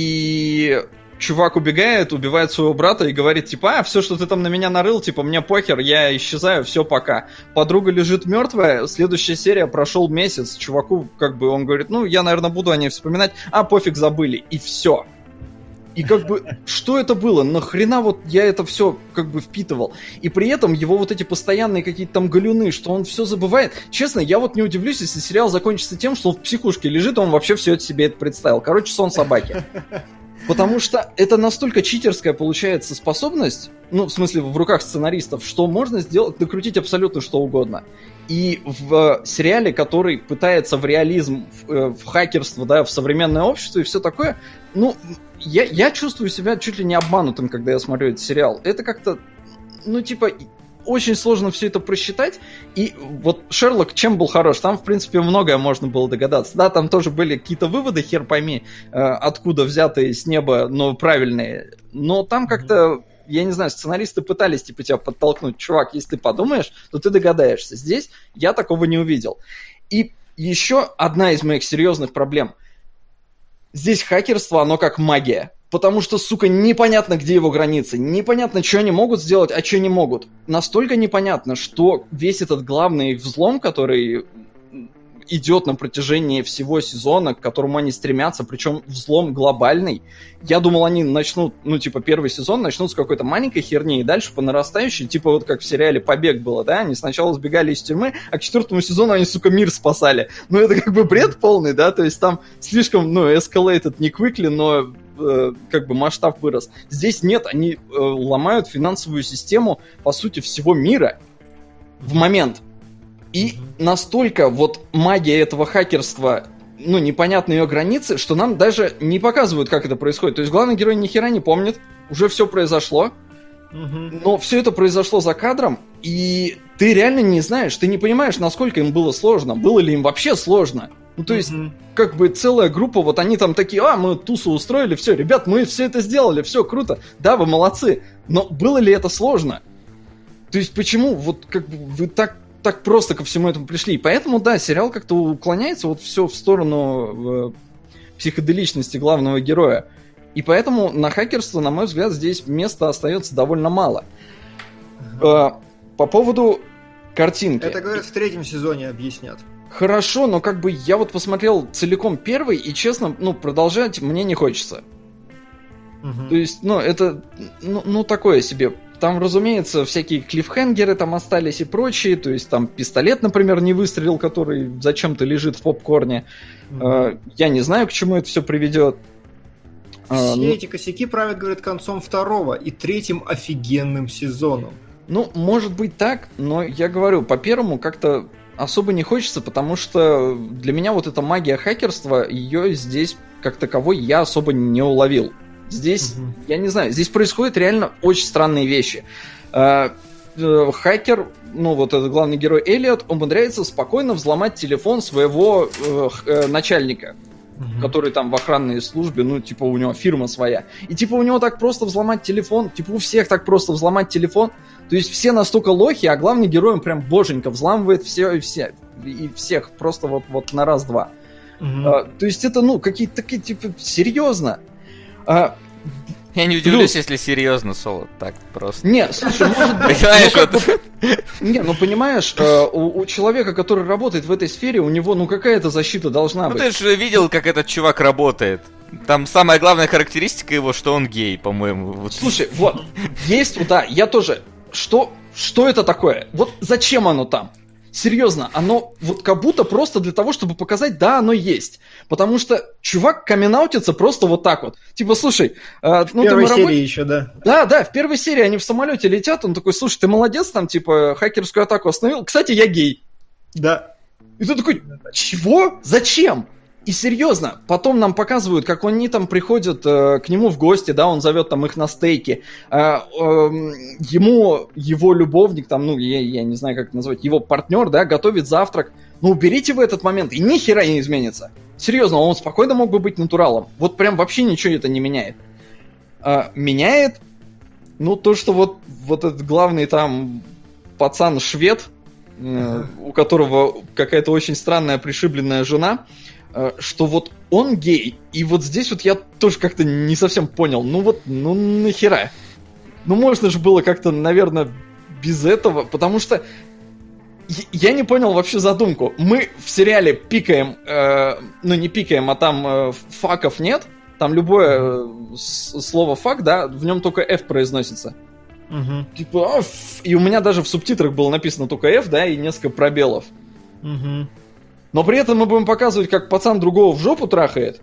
И чувак убегает, убивает своего брата и говорит, типа, а, все, что ты там на меня нарыл, типа, мне похер, я исчезаю, все, пока. Подруга лежит мертвая, следующая серия, прошел месяц, чуваку, как бы, он говорит, ну, я, наверное, буду о ней вспоминать, а, пофиг, забыли, и все. И как бы, что это было? Нахрена вот я это все как бы впитывал? И при этом его вот эти постоянные какие-то там галюны, что он все забывает. Честно, я вот не удивлюсь, если сериал закончится тем, что он в психушке лежит, он вообще все это себе это представил. Короче, сон собаки. Потому что это настолько читерская получается способность, ну, в смысле, в руках сценаристов, что можно сделать, накрутить абсолютно что угодно. И в сериале, который пытается в реализм, в, в хакерство, да, в современное общество и все такое, ну, я, я чувствую себя чуть ли не обманутым, когда я смотрю этот сериал. Это как-то, ну, типа, очень сложно все это просчитать. И вот Шерлок чем был хорош? Там, в принципе, многое можно было догадаться. Да, там тоже были какие-то выводы, хер пойми, откуда взятые с неба, но правильные. Но там как-то, я не знаю, сценаристы пытались типа тебя подтолкнуть. Чувак, если ты подумаешь, то ты догадаешься. Здесь я такого не увидел. И еще одна из моих серьезных проблем. Здесь хакерство, оно как магия. Потому что, сука, непонятно, где его границы. Непонятно, что они могут сделать, а что не могут. Настолько непонятно, что весь этот главный взлом, который идет на протяжении всего сезона, к которому они стремятся, причем взлом глобальный. Я думал, они начнут, ну, типа, первый сезон начнут с какой-то маленькой херни и дальше по нарастающей, типа вот как в сериале «Побег» было, да, они сначала сбегали из тюрьмы, а к четвертому сезону они, сука, мир спасали. Ну, это как бы бред полный, да, то есть там слишком, ну, escalated не quickly, но э, как бы масштаб вырос. Здесь нет, они э, ломают финансовую систему, по сути, всего мира в момент. И настолько вот магия этого хакерства, ну, непонятны ее границы, что нам даже не показывают, как это происходит. То есть главный герой ни хера не помнит, уже все произошло, угу. но все это произошло за кадром, и ты реально не знаешь, ты не понимаешь, насколько им было сложно, было ли им вообще сложно. Ну, то есть, угу. как бы целая группа, вот они там такие, а, мы тусу устроили, все, ребят, мы все это сделали, все, круто, да, вы молодцы, но было ли это сложно? То есть, почему вот как бы вы так так просто ко всему этому пришли. Поэтому, да, сериал как-то уклоняется вот все в сторону э, психоделичности главного героя. И поэтому на хакерство, на мой взгляд, здесь места остается довольно мало. Ага. Э, по поводу картинки. Это, говорят, в третьем сезоне объяснят. Хорошо, но как бы я вот посмотрел целиком первый, и, честно, ну, продолжать мне не хочется. Угу. То есть, ну, это, ну, ну, такое себе. Там, разумеется, всякие клиффхенгеры там остались и прочие, то есть там пистолет, например, не выстрелил, который зачем-то лежит в попкорне. Mm-hmm. Я не знаю, к чему это все приведет. Все ну... эти косяки правят, говорят, концом второго и третьим офигенным сезоном. Ну, может быть так, но я говорю, по первому как-то особо не хочется, потому что для меня вот эта магия хакерства, ее здесь как таковой я особо не уловил. Здесь, угу. я не знаю, здесь происходят реально очень странные вещи. Э, э, хакер, ну вот этот главный герой Эллиот, умудряется спокойно взломать телефон своего э, э, начальника, угу. который там в охранной службе, ну типа у него фирма своя. И типа у него так просто взломать телефон, типа у всех так просто взломать телефон. То есть все настолько лохи, а главный герой прям боженька взламывает все и все. И всех просто вот, вот на раз-два. Угу. Э, то есть это, ну, какие-то такие, типа, серьезно. А, я не удивлюсь, плюс... если серьезно, Соло, так просто. Не, слушай, может быть... Понимаешь, ну, вот... Не, ну понимаешь, э, у, у человека, который работает в этой сфере, у него, ну, какая-то защита должна ну, быть. Ну, ты же видел, как этот чувак работает. Там самая главная характеристика его, что он гей, по-моему. Вот. Слушай, вот, есть, да, я тоже... Что, что это такое? Вот зачем оно там? Серьезно, оно вот как будто просто для того, чтобы показать, да, оно есть. Потому что чувак камин-аутится просто вот так вот. Типа, слушай... Э, в ну, первой ты серии работ... еще, да. Да, да, в первой серии они в самолете летят, он такой, слушай, ты молодец, там, типа, хакерскую атаку остановил. Кстати, я гей. Да. И ты такой, чего? Зачем? И серьезно, потом нам показывают, как они там приходят э, к нему в гости, да, он зовет там их на стейки. Э, э, ему его любовник, там, ну, я, я не знаю, как это назвать, его партнер, да, готовит завтрак. Ну, уберите в этот момент, и ни хера не изменится. Серьезно, он спокойно мог бы быть натуралом. Вот прям вообще ничего это не меняет. Э, меняет, ну, то, что вот, вот этот главный там пацан-швед, э, uh-huh. у которого какая-то очень странная пришибленная жена, что вот он гей, и вот здесь вот я тоже как-то не совсем понял, ну вот, ну нахера? Ну можно же было как-то, наверное, без этого, потому что я не понял вообще задумку. Мы в сериале пикаем, э, ну не пикаем, а там э, факов нет, там любое э, слово фак, да, в нем только F произносится. Угу. Типа, а, и у меня даже в субтитрах было написано только F, да, и несколько пробелов. Угу. Но при этом мы будем показывать, как пацан другого в жопу трахает.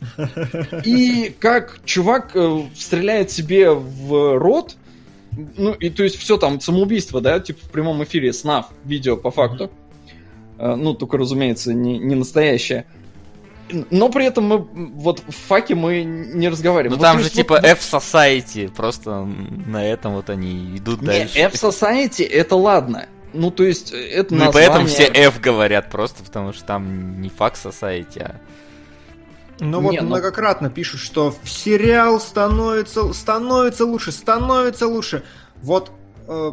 И как чувак э, стреляет себе в рот. Ну, и то есть все там самоубийство, да, типа в прямом эфире, снав, видео по факту. Э, ну, только, разумеется, не, не настоящее. Но при этом мы вот в факе мы не разговариваем. Ну вот, там же вот, типа вот... F-Society, просто на этом вот они идут не, дальше. F-Society это ладно. Ну, то есть, это ну, название... и поэтому все F говорят просто, потому что там не Fuck Society, а... Ну вот не, многократно ну... пишут, что сериал становится, становится лучше, становится лучше. Вот э,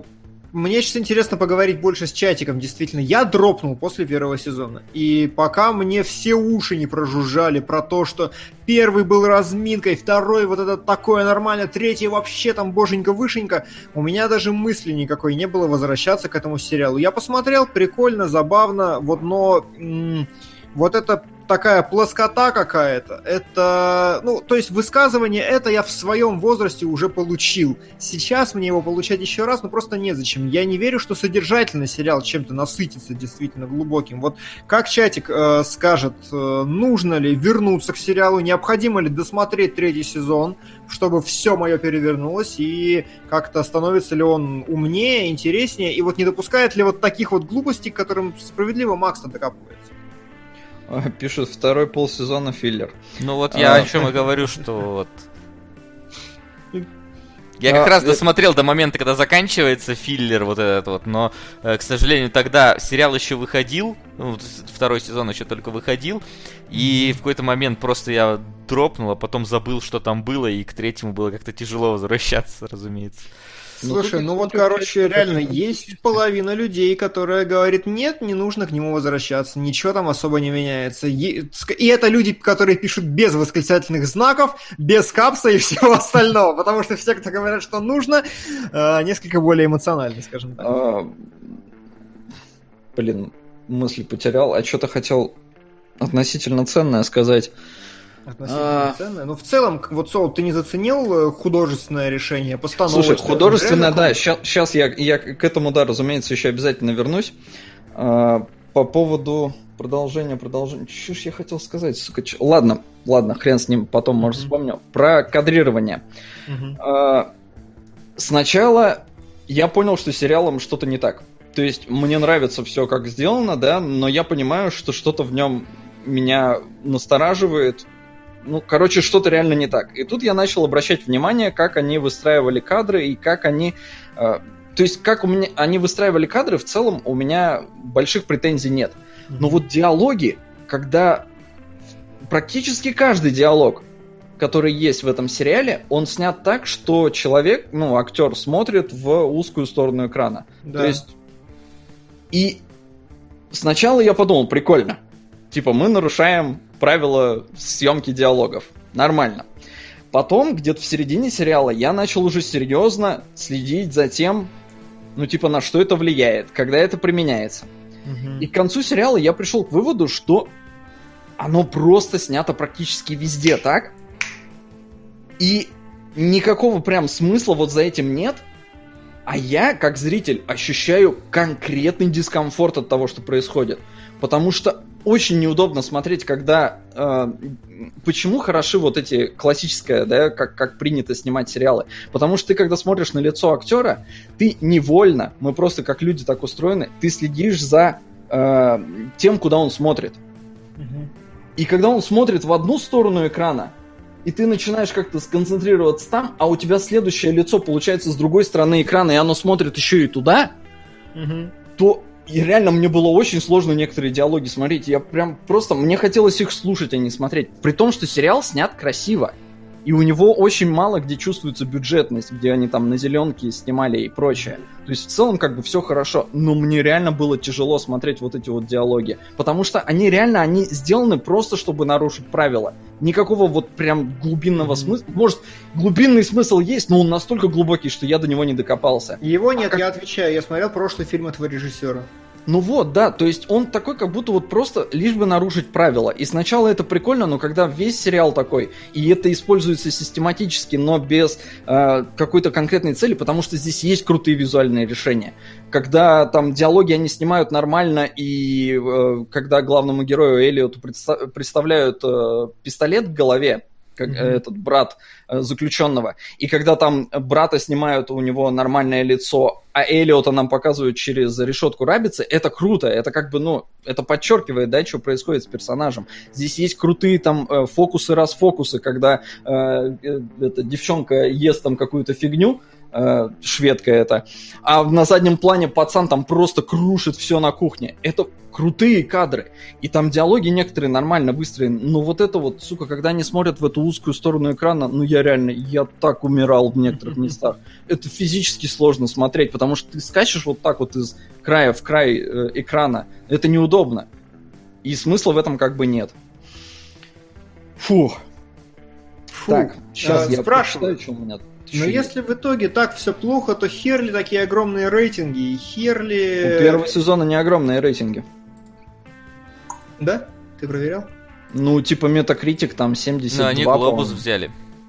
мне сейчас интересно поговорить больше с чатиком, действительно. Я дропнул после первого сезона. И пока мне все уши не прожужжали про то, что первый был разминкой, второй вот это такое нормально, третий вообще там боженька-вышенька, у меня даже мысли никакой не было возвращаться к этому сериалу. Я посмотрел, прикольно, забавно, вот, но м- вот это такая плоскота какая-то, это, ну, то есть высказывание это я в своем возрасте уже получил. Сейчас мне его получать еще раз, ну, просто незачем. Я не верю, что содержательный сериал чем-то насытится действительно глубоким. Вот как чатик э, скажет, э, нужно ли вернуться к сериалу, необходимо ли досмотреть третий сезон, чтобы все мое перевернулось, и как-то становится ли он умнее, интереснее, и вот не допускает ли вот таких вот глупостей, к которым справедливо Макс докапывается. Пишут, второй полсезона филлер. Ну вот я а, о чем и говорю, что вот... Я как а, раз досмотрел до момента, когда заканчивается филлер вот этот вот, но, к сожалению, тогда сериал еще выходил, ну, второй сезон еще только выходил, и в какой-то момент просто я дропнул, а потом забыл, что там было, и к третьему было как-то тяжело возвращаться, разумеется. Слушай, ну, ну вот, короче, реально есть половина людей, которая говорит, нет, не нужно к нему возвращаться, ничего там особо не меняется. И это люди, которые пишут без восклицательных знаков, без капса и всего остального, потому что все, кто говорят, что нужно, несколько более эмоциональны, скажем так. А, блин, мысль потерял, а что-то хотел относительно ценное сказать. Относительно а... ценное. Но в целом, вот, Сол, ты не заценил художественное решение, постановочное? Слушай, художественное, да, сейчас, сейчас я, я к этому, да, разумеется, еще обязательно вернусь. А, по поводу продолжения, продолжения, что ж я хотел сказать, сука, ч... ладно, ладно, хрен с ним, потом, может, mm-hmm. вспомню. Про кадрирование. Mm-hmm. А, сначала я понял, что с сериалом что-то не так. То есть, мне нравится все, как сделано, да, но я понимаю, что что-то в нем меня настораживает. Ну, короче, что-то реально не так. И тут я начал обращать внимание, как они выстраивали кадры и как они... Э, то есть, как у меня, они выстраивали кадры, в целом у меня больших претензий нет. Но вот диалоги, когда практически каждый диалог, который есть в этом сериале, он снят так, что человек, ну, актер смотрит в узкую сторону экрана. Да. То есть... И сначала я подумал, прикольно. Типа, мы нарушаем правила съемки диалогов. Нормально. Потом, где-то в середине сериала, я начал уже серьезно следить за тем, ну, типа, на что это влияет, когда это применяется. Угу. И к концу сериала я пришел к выводу, что оно просто снято практически везде так. И никакого прям смысла вот за этим нет. А я, как зритель, ощущаю конкретный дискомфорт от того, что происходит. Потому что очень неудобно смотреть, когда... Э, почему хороши вот эти классические, да, как, как принято снимать сериалы? Потому что ты, когда смотришь на лицо актера, ты невольно, мы просто как люди так устроены, ты следишь за э, тем, куда он смотрит. Угу. И когда он смотрит в одну сторону экрана, и ты начинаешь как-то сконцентрироваться там, а у тебя следующее лицо получается с другой стороны экрана, и оно смотрит еще и туда, угу. то... И реально мне было очень сложно некоторые диалоги смотреть. Я прям просто... Мне хотелось их слушать, а не смотреть. При том, что сериал снят красиво. И у него очень мало где чувствуется бюджетность, где они там на зеленке снимали и прочее. То есть в целом как бы все хорошо. Но мне реально было тяжело смотреть вот эти вот диалоги. Потому что они реально, они сделаны просто, чтобы нарушить правила. Никакого вот прям глубинного mm-hmm. смысла. Может, глубинный смысл есть, но он настолько глубокий, что я до него не докопался. Его нет, а как... я отвечаю. Я смотрел прошлый фильм этого режиссера. Ну вот, да, то есть он такой, как будто вот просто лишь бы нарушить правила. И сначала это прикольно, но когда весь сериал такой, и это используется систематически, но без э, какой-то конкретной цели, потому что здесь есть крутые визуальные решения. Когда там диалоги они снимают нормально, и э, когда главному герою Эллиоту предста- представляют э, пистолет к голове, как mm-hmm. этот брат э, заключенного. И когда там брата снимают, у него нормальное лицо, а Эллиота нам показывают через решетку рабицы, это круто. Это как бы, ну, это подчеркивает, да, что происходит с персонажем. Здесь есть крутые там э, фокусы-расфокусы, когда э, э, эта девчонка ест там какую-то фигню, э, шведка эта. А на заднем плане пацан там просто крушит все на кухне. Это крутые кадры. И там диалоги некоторые нормально выстроены. Но вот это вот, сука, когда они смотрят в эту узкую сторону экрана, ну я реально, я так умирал в некоторых местах. Это физически сложно смотреть, потому что ты скачешь вот так вот из края в край э, экрана. Это неудобно. И смысла в этом как бы нет. Фух. Фу. Так, сейчас а, я спрашиваю. прочитаю, что у меня. Но если в итоге так все плохо, то хер ли такие огромные рейтинги? И хер ли... У первого сезона не огромные рейтинги. Да? Ты проверял? Ну, типа Metacritic там семьдесят два. Ну, они Глобус взяли.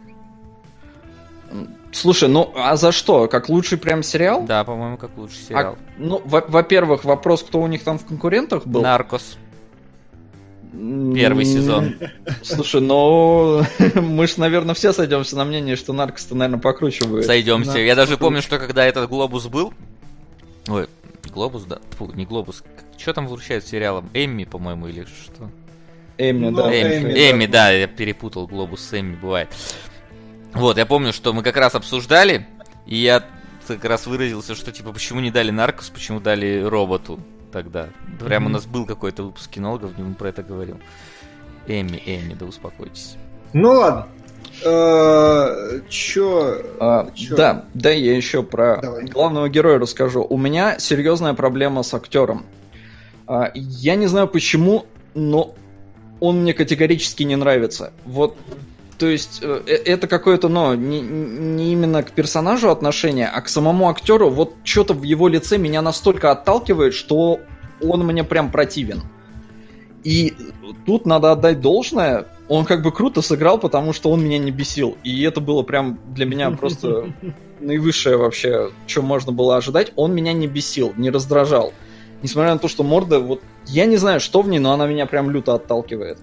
Слушай, ну а за что? Как лучший прям сериал? Да, по-моему, как лучший сериал. А, ну, во- во-первых, вопрос, кто у них там в конкурентах был? Наркос. Первый сезон. Слушай, ну мы ж, наверное, все сойдемся на мнении, что Наркос-то, наверное, покруче будет. Сойдемся. Да, Я даже покруче. помню, что когда этот Глобус был... Ой, Глобус, да? Фу, не Глобус. Что там вручают сериалом? Эмми, по-моему, или что? Эмми, Ну, да. Эмми, Эмми, Эмми, да. да, я перепутал Глобус с Эмми, бывает. Вот, я помню, что мы как раз обсуждали, и я как раз выразился, что типа, почему не дали Наркос, почему дали Роботу тогда. Прям Мгм. у нас был какой-то выпуск кинологов, где он про это говорил. Эмми, Эмми, да успокойтесь. Ну ладно. Э, Чё... А, чё? да, да, я еще про Давай. главного героя расскажу. У меня серьезная проблема с актером. А, я не знаю почему, но он мне категорически не нравится. Вот, то есть, э, это какое-то, ну, не, не именно к персонажу отношение, а к самому актеру. Вот что-то в его лице меня настолько отталкивает, что он мне прям противен. И тут надо отдать должное. Он как бы круто сыграл, потому что он меня не бесил. И это было прям для меня просто наивысшее вообще, что можно было ожидать. Он меня не бесил, не раздражал. Несмотря на то, что морда, вот я не знаю, что в ней, но она меня прям люто отталкивает.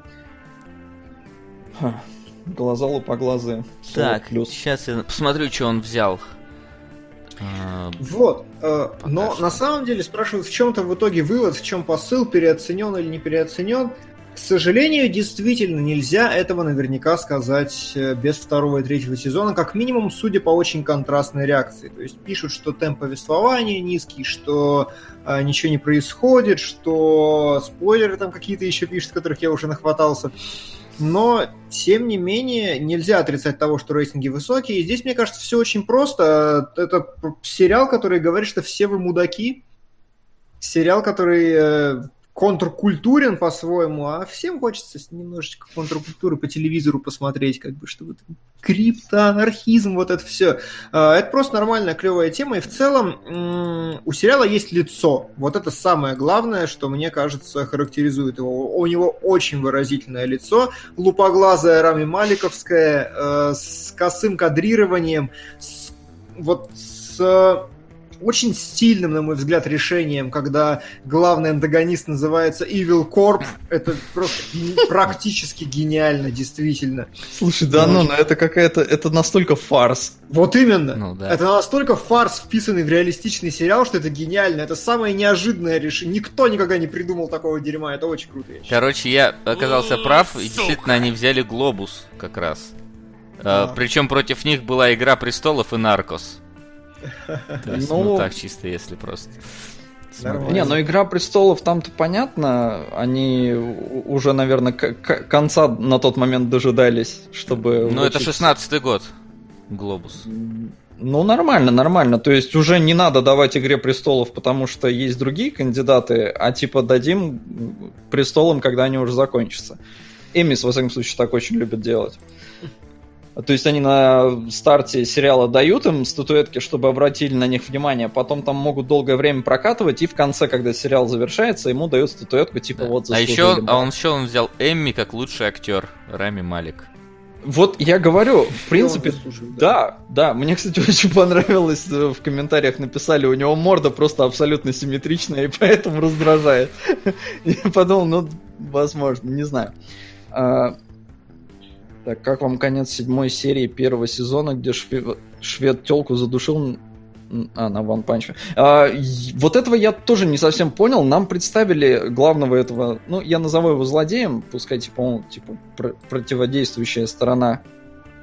Ха. Глаза лупоглазые. Так, плюс. сейчас я посмотрю, что он взял. А, Вот. э, Но что. на самом деле спрашивают, в чем-то в итоге вывод, в чем посыл, переоценен или не переоценен. К сожалению, действительно нельзя этого наверняка сказать э, без второго и третьего сезона, как минимум, судя по очень контрастной реакции. То есть пишут, что темп повествования низкий, что э, ничего не происходит, что спойлеры там какие-то еще пишут, которых я уже нахватался. Но, тем не менее, нельзя отрицать того, что рейтинги высокие. И здесь, мне кажется, все очень просто. Это сериал, который говорит, что все вы мудаки. Сериал, который э, контркультурен по-своему, а всем хочется немножечко контркультуры по телевизору посмотреть, как бы, чтобы там крипто, анархизм, вот это все. Э, это просто нормальная, клевая тема. И в целом м- у сериала есть лицо. Вот это самое главное, что, мне кажется, характеризует его. У него очень выразительное лицо. Лупоглазая Рами Маликовская, э, с косым кадрированием, с, вот с... очень стильным, на мой взгляд, решением, когда главный антагонист называется Evil Corp. Это просто практически гениально, действительно. Слушай, да ну, но это какая-то, это настолько фарс. Вот именно. Ну да. Это настолько фарс, вписанный в реалистичный сериал, что это гениально. Это самое неожиданное решение. Никто никогда не придумал такого дерьма. Это очень круто. Я считаю. Короче, я оказался О, прав, и сука. действительно они взяли Глобус как раз. А. Причем против них была Игра престолов и Наркос. То есть, ну, Ну, так чисто, если просто. Нормально. смотреть. Не, ну Игра престолов там-то понятно, они у- уже, наверное, к- к- конца на тот момент дожидались, чтобы... Ну, это вручить. шестнадцатый год. Глобус. Ну, нормально, нормально. То есть уже не надо давать Игре престолов, потому что есть другие кандидаты, а типа дадим престолам, когда они уже закончатся. Эммис, во всяком случае, так очень любят делать. То есть они на старте сериала дают им статуэтки, чтобы обратили на них внимание, потом там могут долгое время прокатывать, и в конце, когда сериал завершается, ему дают статуэтку, типа Да. вот а заслужили. еще, да. а он еще он взял Эмми как лучший актер. Рами Малик. Вот я говорю, в принципе, заслужил, да, да. Мне, кстати, очень понравилось, в комментариях написали, у него морда просто абсолютно симметричная, и поэтому раздражает. Я подумал, ну, возможно, не знаю. А, так, как вам конец седьмой серии первого сезона, где шве- швед тёлку задушил... А, на One Punch Man. А, и- вот этого я тоже не совсем понял. Нам представили главного этого... Ну, я назову его злодеем, пускай, типа, он, типа, пр- противодействующая сторона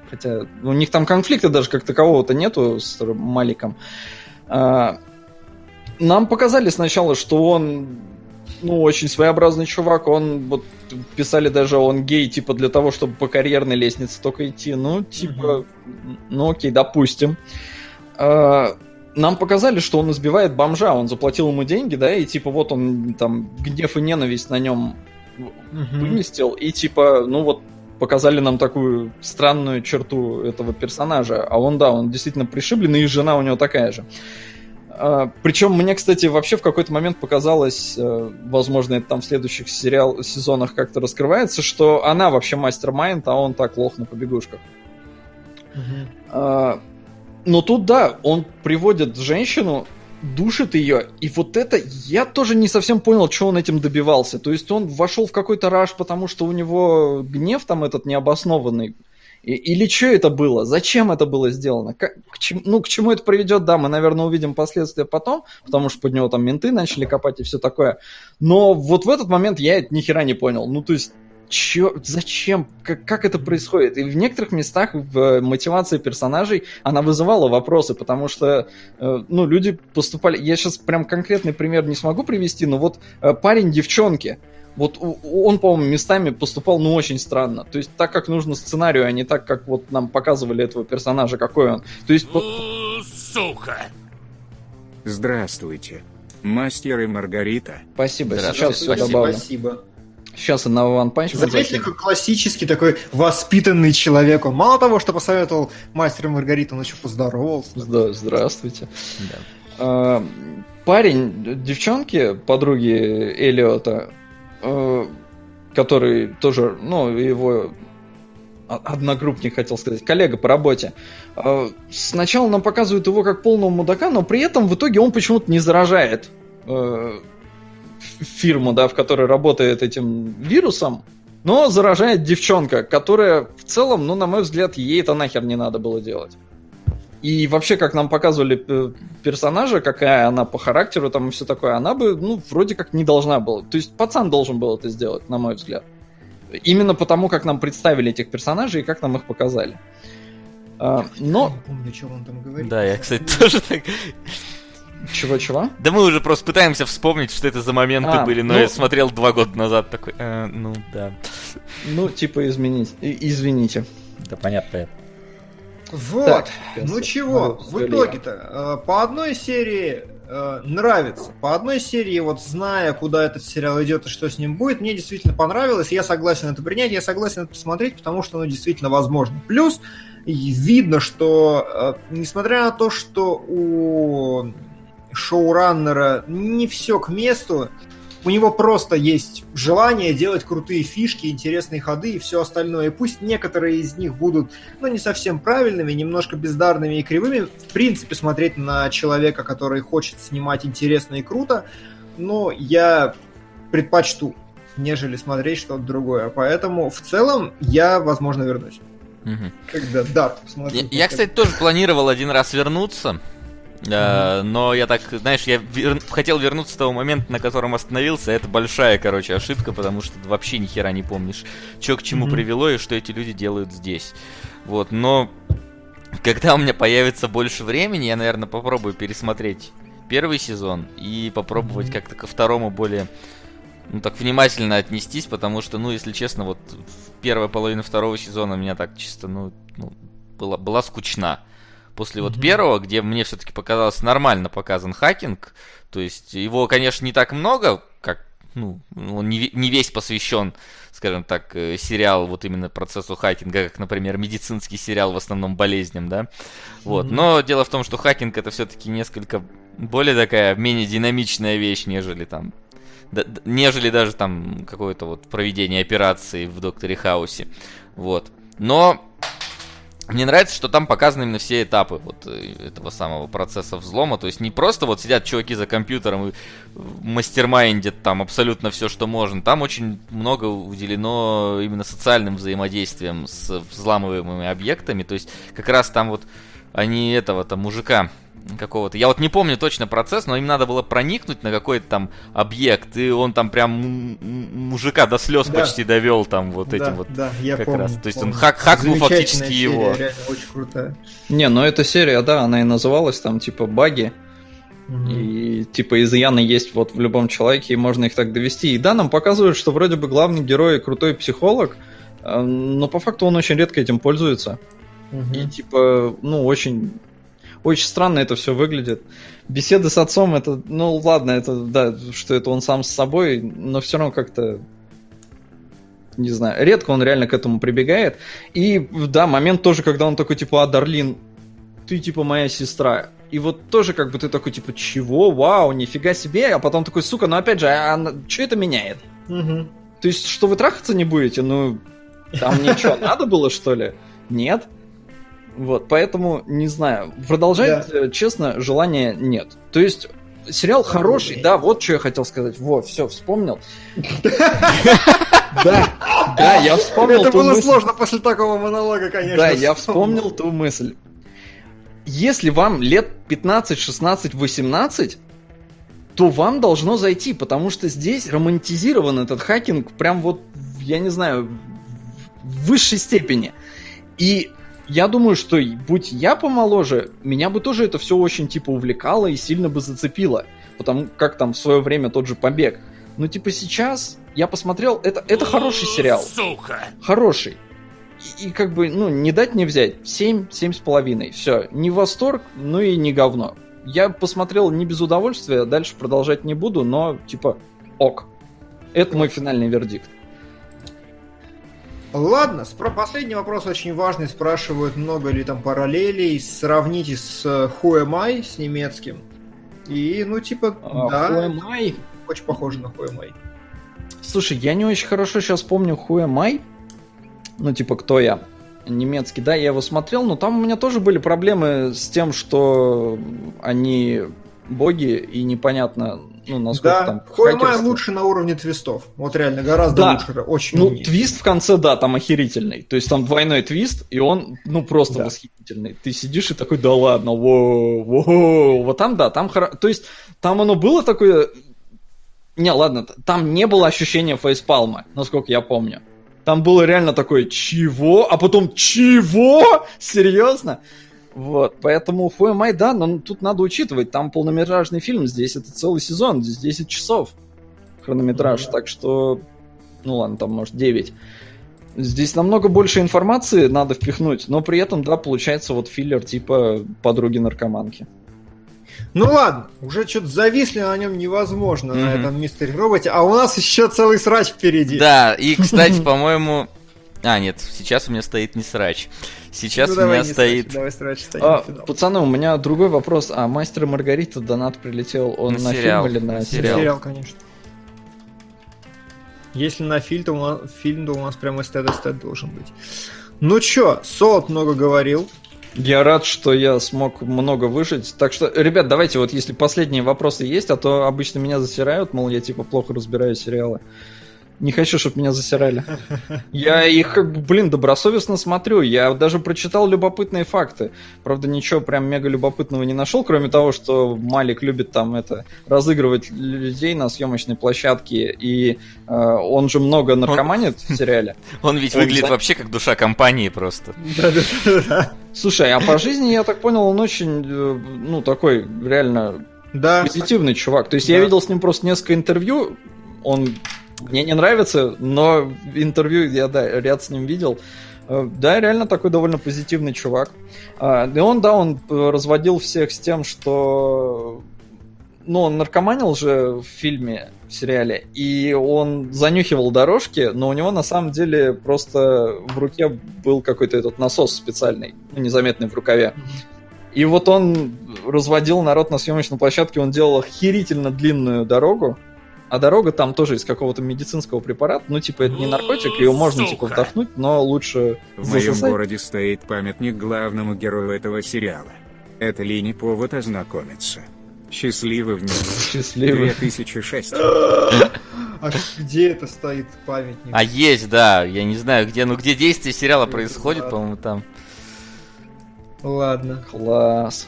Хотя у них там конфликта даже как такового-то нету с Маликом. А, нам показали сначала, что он, ну, очень своеобразный чувак. Он, вот, писали даже, он гей, типа, для того, чтобы по карьерной лестнице только идти. Ну, типа, mm-hmm. ну, окей, допустим. А, нам показали, что он избивает бомжа. Он заплатил ему деньги, да, и, типа, вот он, там, гнев и ненависть на нем mm-hmm. выместил. И, типа, ну, вот, показали нам такую странную черту этого персонажа. А он, да, он действительно пришибленный, и жена у него такая же. А, причем мне, кстати, вообще в какой-то момент показалось, возможно, это там в следующих сериал, сезонах как-то раскрывается, что она вообще мастер-майнд, а он так лох на побегушках. Mm-hmm. А, но тут, да, он приводит женщину, душит ее, и вот это я тоже не совсем понял, что он этим добивался. То есть он вошел в какой-то раж, потому что у него гнев там этот необоснованный. И, или что это было? Зачем это было сделано? Как, к чему, ну, к чему это приведет, да, мы, наверное, увидим последствия потом, потому что под него там менты начали копать и все такое. Но вот в этот момент я это ни хера не понял. Ну, то есть, чё, зачем? Как, как это происходит? И в некоторых местах в мотивации персонажей она вызывала вопросы, потому что, э, ну, люди поступали... Я сейчас прям конкретный пример не смогу привести, но вот э, парень девчонки, вот он, по-моему, местами поступал, ну, очень странно. То есть так, как нужно сценарию, а не так, как вот нам показывали этого персонажа, какой он. То есть... Сука! Здравствуйте, мастер и Маргарита. Спасибо, сейчас все добавлю. Спасибо. Сейчас и на One Punch Man. Заметьте, какой классический такой воспитанный человек. Он мало того, что посоветовал мастер и Маргариту, он еще поздоровался. Да, здравствуйте. Да. А, парень девчонки, подруги Эллиота, который тоже, ну, его одногруппник, хотел сказать, коллега по работе. Сначала нам показывают его как полного мудака, но при этом в итоге он почему-то не заражает фирму, да, в которой работает этим вирусом, но заражает девчонка, которая в целом, ну, на мой взгляд, ей это нахер не надо было делать. И вообще, как нам показывали персонажа, какая она по характеру там и все такое, она бы, ну, вроде как не должна была. То есть пацан должен был это сделать, на мой взгляд. Именно потому, как нам представили этих персонажей и как нам их показали. А, но... Я не помню, что он там говорит. Да, я, кстати, тоже так... Чего-чего? Да мы уже просто пытаемся вспомнить, что это за моменты а, были, но ну... я смотрел два года назад такой, э, ну да. Ну, типа, изменить, извините. Да, понятно это. Вот, так, ну чего, в итоге-то, э, по одной серии э, нравится, по одной серии, вот зная, куда этот сериал идет и что с ним будет, мне действительно понравилось, я согласен это принять, я согласен это посмотреть, потому что оно действительно возможно. Плюс, видно, что, э, несмотря на то, что у шоураннера не все к месту, у него просто есть желание делать крутые фишки, интересные ходы и все остальное. И пусть некоторые из них будут, ну, не совсем правильными, немножко бездарными и кривыми, в принципе, смотреть на человека, который хочет снимать интересно и круто, но я предпочту, нежели смотреть что-то другое. Поэтому, в целом, я, возможно, вернусь. Угу. Когда Дарк посмотрю. Я, я, кстати, тоже планировал один раз вернуться. Uh, но я так, знаешь, я вер... хотел вернуться с того момента, на котором остановился. Это большая, короче, ошибка, потому что ты вообще ни хера не помнишь, что к чему mm-hmm. привело и что эти люди делают здесь. Вот, но когда у меня появится больше времени, я, наверное, попробую пересмотреть первый сезон и попробовать mm-hmm. как-то ко второму более, ну, так внимательно отнестись, потому что, ну, если честно, вот первая половина второго сезона меня так чисто, ну, ну была, была скучна. После вот mm-hmm. первого, где мне все-таки показалось нормально показан хакинг, то есть его, конечно, не так много, как, ну, он не, не весь посвящен, скажем так, сериал вот именно процессу хакинга, как, например, медицинский сериал в основном болезням, да, вот, mm-hmm. но дело в том, что хакинг это все-таки несколько более такая, менее динамичная вещь, нежели там, да, нежели даже там какое-то вот проведение операции в Докторе Хаусе, вот, но... Мне нравится, что там показаны именно все этапы вот этого самого процесса взлома. То есть не просто вот сидят чуваки за компьютером и мастермайндят там абсолютно все, что можно. Там очень много уделено именно социальным взаимодействием с взламываемыми объектами. То есть как раз там вот а не этого-то мужика какого-то. Я вот не помню точно процесс, но им надо было проникнуть на какой-то там объект, и он там прям мужика до слез да. почти довел там вот да, этим вот. Да, я как помню. Раз. То есть помню. он хак, хакнул фактически серия, его. Реально очень крутая. Не, ну эта серия, да, она и называлась там типа баги. Mm-hmm. И типа изъяны есть вот в любом человеке, и можно их так довести. И да, нам показывают, что вроде бы главный герой крутой психолог, но по факту он очень редко этим пользуется. Mm-hmm. И типа, ну, очень... Очень странно это все выглядит. Беседы с отцом, это, ну ладно, это да, что это он сам с собой, но все равно как-то, не знаю, редко он реально к этому прибегает. И да, момент тоже, когда он такой, типа, а, Дарлин, ты типа моя сестра. И вот тоже как бы ты такой, типа, чего? Вау, нифига себе. А потом такой, сука, ну опять же, а что это меняет? Угу. То есть, что вы трахаться не будете? Ну, там ничего надо было, что ли? Нет. Вот, поэтому, не знаю, продолжать, да. честно, желания нет. То есть, сериал хороший, Ой. да, вот что я хотел сказать. Во, все, вспомнил. Да, да, я вспомнил. Это было сложно после такого монолога, конечно. Да, я вспомнил ту мысль. Если вам лет пятнадцать, шестнадцать, восемнадцать, то вам должно зайти, потому что здесь романтизирован этот хакинг прям вот, я не знаю, в высшей степени. И я думаю, что будь я помоложе, меня бы тоже это все очень типа увлекало и сильно бы зацепило. Потому как там в свое время тот же «Побег». Но типа сейчас я посмотрел, это, это хороший сериал. Сука! Хороший. И, и как бы, ну, не дать не взять. семь, семь с половиной. Все. Не восторг, ну и не говно. Я посмотрел не без удовольствия, дальше продолжать не буду, но типа ок. Это мой финальный вердикт. Ладно, спро- последний вопрос очень важный. Спрашивают, много ли там параллелей. Сравните с Who Am I, с немецким. И, ну, типа, а, да. Who Am I? Очень похоже на Who Am I. Слушай, я не очень хорошо сейчас помню Who Am I. Ну, типа, кто я? Немецкий, да, я его смотрел, но там у меня тоже были проблемы с тем, что они боги, и непонятно, ну, насколько да. там Who Am I лучше на уровне твистов. Вот реально, гораздо да. лучше. Очень ну, умнее. Твист в конце, да, там охерительный. То есть там двойной твист, и он, ну, просто да. восхитительный. Ты сидишь и такой, да ладно, воу, воу. Вот там, да, там хорошо. То есть там оно было такое... Не, ладно, там не было ощущения фейспалма, насколько я помню. Там было реально такое, чего? А потом, чего? Серьезно? Вот, поэтому Who Am I, да, но тут надо учитывать, там полнометражный фильм, здесь это целый сезон, здесь десять часов хронометраж, mm-hmm. так что, ну ладно, там может девять. Здесь намного больше информации надо впихнуть, но при этом, да, получается вот филлер типа подруги-наркоманки. Ну ладно, уже что-то зависли на нем невозможно, mm-hmm. на этом мистере роботе, а у нас еще целый срач впереди. Да, и, кстати, по-моему... А, нет, сейчас у меня стоит не срач. Сейчас ну, у меня стоит... Срач, давай срач стоит. А, пацаны, у меня другой вопрос. А «Мастер и Маргарита» донат прилетел, он на, на сериал, фильм или на сериал? Сериал, конечно. Если на фильм, то у нас, фильм, то у нас прям эстет-эстет должен быть. Ну чё, Солод много говорил. Я рад, что я смог много выжить. Так что, ребят, давайте вот, если последние вопросы есть, а то обычно меня засирают, мол, я типа плохо разбираю сериалы. Не хочу, чтобы меня засирали. Я их, как бы, блин, добросовестно смотрю. Я даже прочитал любопытные факты. Правда, ничего прям мега любопытного не нашел, кроме того, что Малик любит там это разыгрывать людей на съемочной площадке, и э, он же много наркоманит в сериале. Он ведь выглядит вообще как душа компании просто. Да-да-да. Слушай, а по жизни, я так понял, он очень, ну, такой реально позитивный чувак. То есть я видел с ним просто несколько интервью, он... Мне не нравится, но интервью я, да, ряд с ним видел. Да, реально такой довольно позитивный чувак. И он, да, он разводил всех с тем, что... Ну, он наркоманил же в фильме, в сериале, и он занюхивал дорожки, но у него на самом деле просто в руке был какой-то этот насос специальный, незаметный в рукаве. И вот он разводил народ на съемочной площадке, он делал охерительно длинную дорогу, а дорога там тоже из какого-то медицинского препарата. Ну, типа, это не наркотик, его можно, Сука. типа, вдохнуть, но лучше В моем засосать. городе стоит памятник главному герою этого сериала. Это ли не повод ознакомиться? Счастливый в нем. Счастливый. две тысячи шестой. А где это стоит памятник? А есть, да, я не знаю, где, ну где действие сериала происходит, по-моему, там. Ладно. Класс.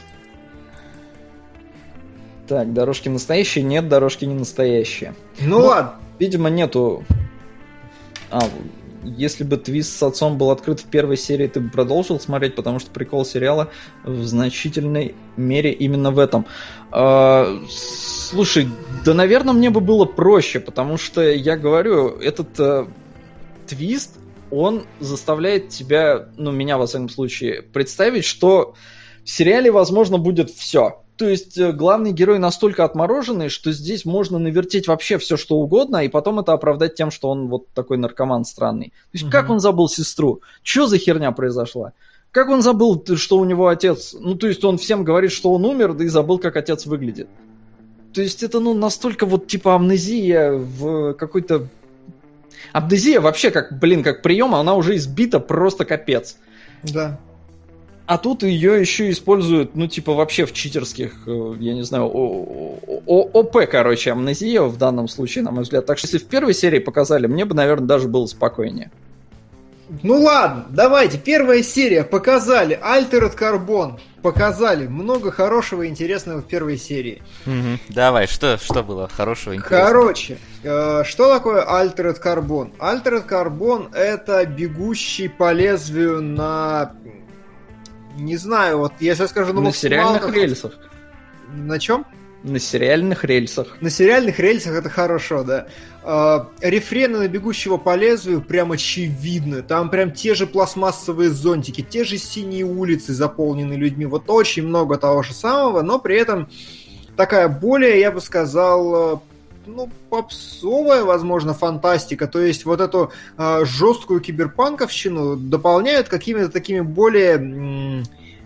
Так, дорожки настоящие? Нет, дорожки не настоящие. Ну, ну ладно. Видимо, нету... А, если бы твист с отцом был открыт в первой серии, ты бы продолжил смотреть, потому что прикол сериала в значительной мере именно в этом. А, слушай, да, наверное, мне бы было проще, потому что, я говорю, этот а, твист, он заставляет тебя, ну, меня, во всяком случае, представить, что в сериале, возможно, будет все. То есть главный герой настолько отмороженный, что здесь можно навертеть вообще все, что угодно, и потом это оправдать тем, что он вот такой наркоман странный. То есть угу. Как он забыл сестру? Что за херня произошла? Как он забыл, что у него отец... Ну, то есть он всем говорит, что он умер, да и забыл, как отец выглядит. То есть это, ну, настолько вот типа амнезия в какой-то... Амнезия вообще, как, блин, как прием, она уже избита просто капец. Да. А тут ее еще используют, ну, типа, вообще в читерских, я не знаю, ОП, короче, амнезия в данном случае, на мой взгляд. Так что, если в первой серии показали, мне бы, наверное, даже было спокойнее. Ну ладно, давайте, первая серия, показали Altered Carbon, показали много хорошего и интересного в первой серии. Угу. Давай, что, что было хорошего и интересного? Короче, э, что такое Altered Carbon? Altered Carbon — это бегущий по лезвию на... Не знаю, вот если я скажу... На сериальных рельсах. На чем? На сериальных рельсах. На сериальных рельсах это хорошо, да. Э, рефрены на бегущего по лезвию прям очевидны. Там прям те же пластмассовые зонтики, те же синие улицы, заполненные людьми. Вот очень много того же самого, но при этом такая более, я бы сказал... ну, попсовая, возможно, фантастика. То есть вот эту э, жесткую киберпанковщину дополняют какими-то такими более м-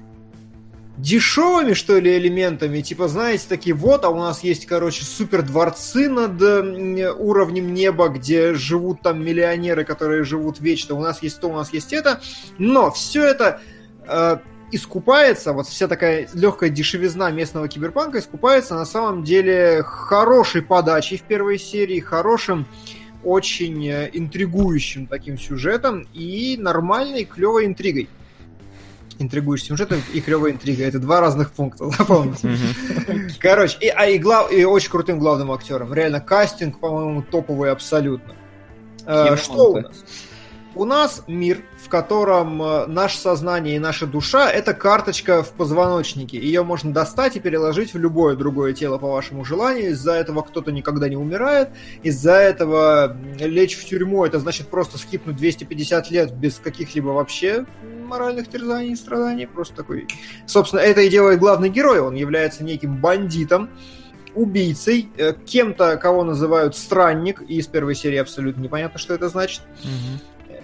дешевыми, что ли, элементами. Типа, знаете, такие, вот, а у нас есть, короче, супер дворцы над э, уровнем неба, где живут там миллионеры, которые живут вечно. У нас есть то, у нас есть это. Но все это... Э, искупается, вот вся такая легкая дешевизна местного киберпанка искупается на самом деле хорошей подачей в первой серии, хорошим, очень интригующим таким сюжетом и нормальной, клевой интригой. Интригующим сюжетом и клевой интригой — это два разных пункта, запомните. Короче, и, а, и, глав, и очень крутым главным актером. Реально, кастинг, по-моему, топовый абсолютно. А, что у нас? У нас мир, в котором наше сознание и наша душа — это карточка в позвоночнике. Ее можно достать и переложить в любое другое тело по вашему желанию. Из-за этого кто-то никогда не умирает. Из-за этого лечь в тюрьму — это значит просто скипнуть двести пятьдесят лет без каких-либо вообще моральных терзаний и страданий. Просто такой... Собственно, это и делает главный герой. Он является неким бандитом, убийцей, кем-то, кого называют странник. И из первой серии абсолютно непонятно, что это значит. Угу.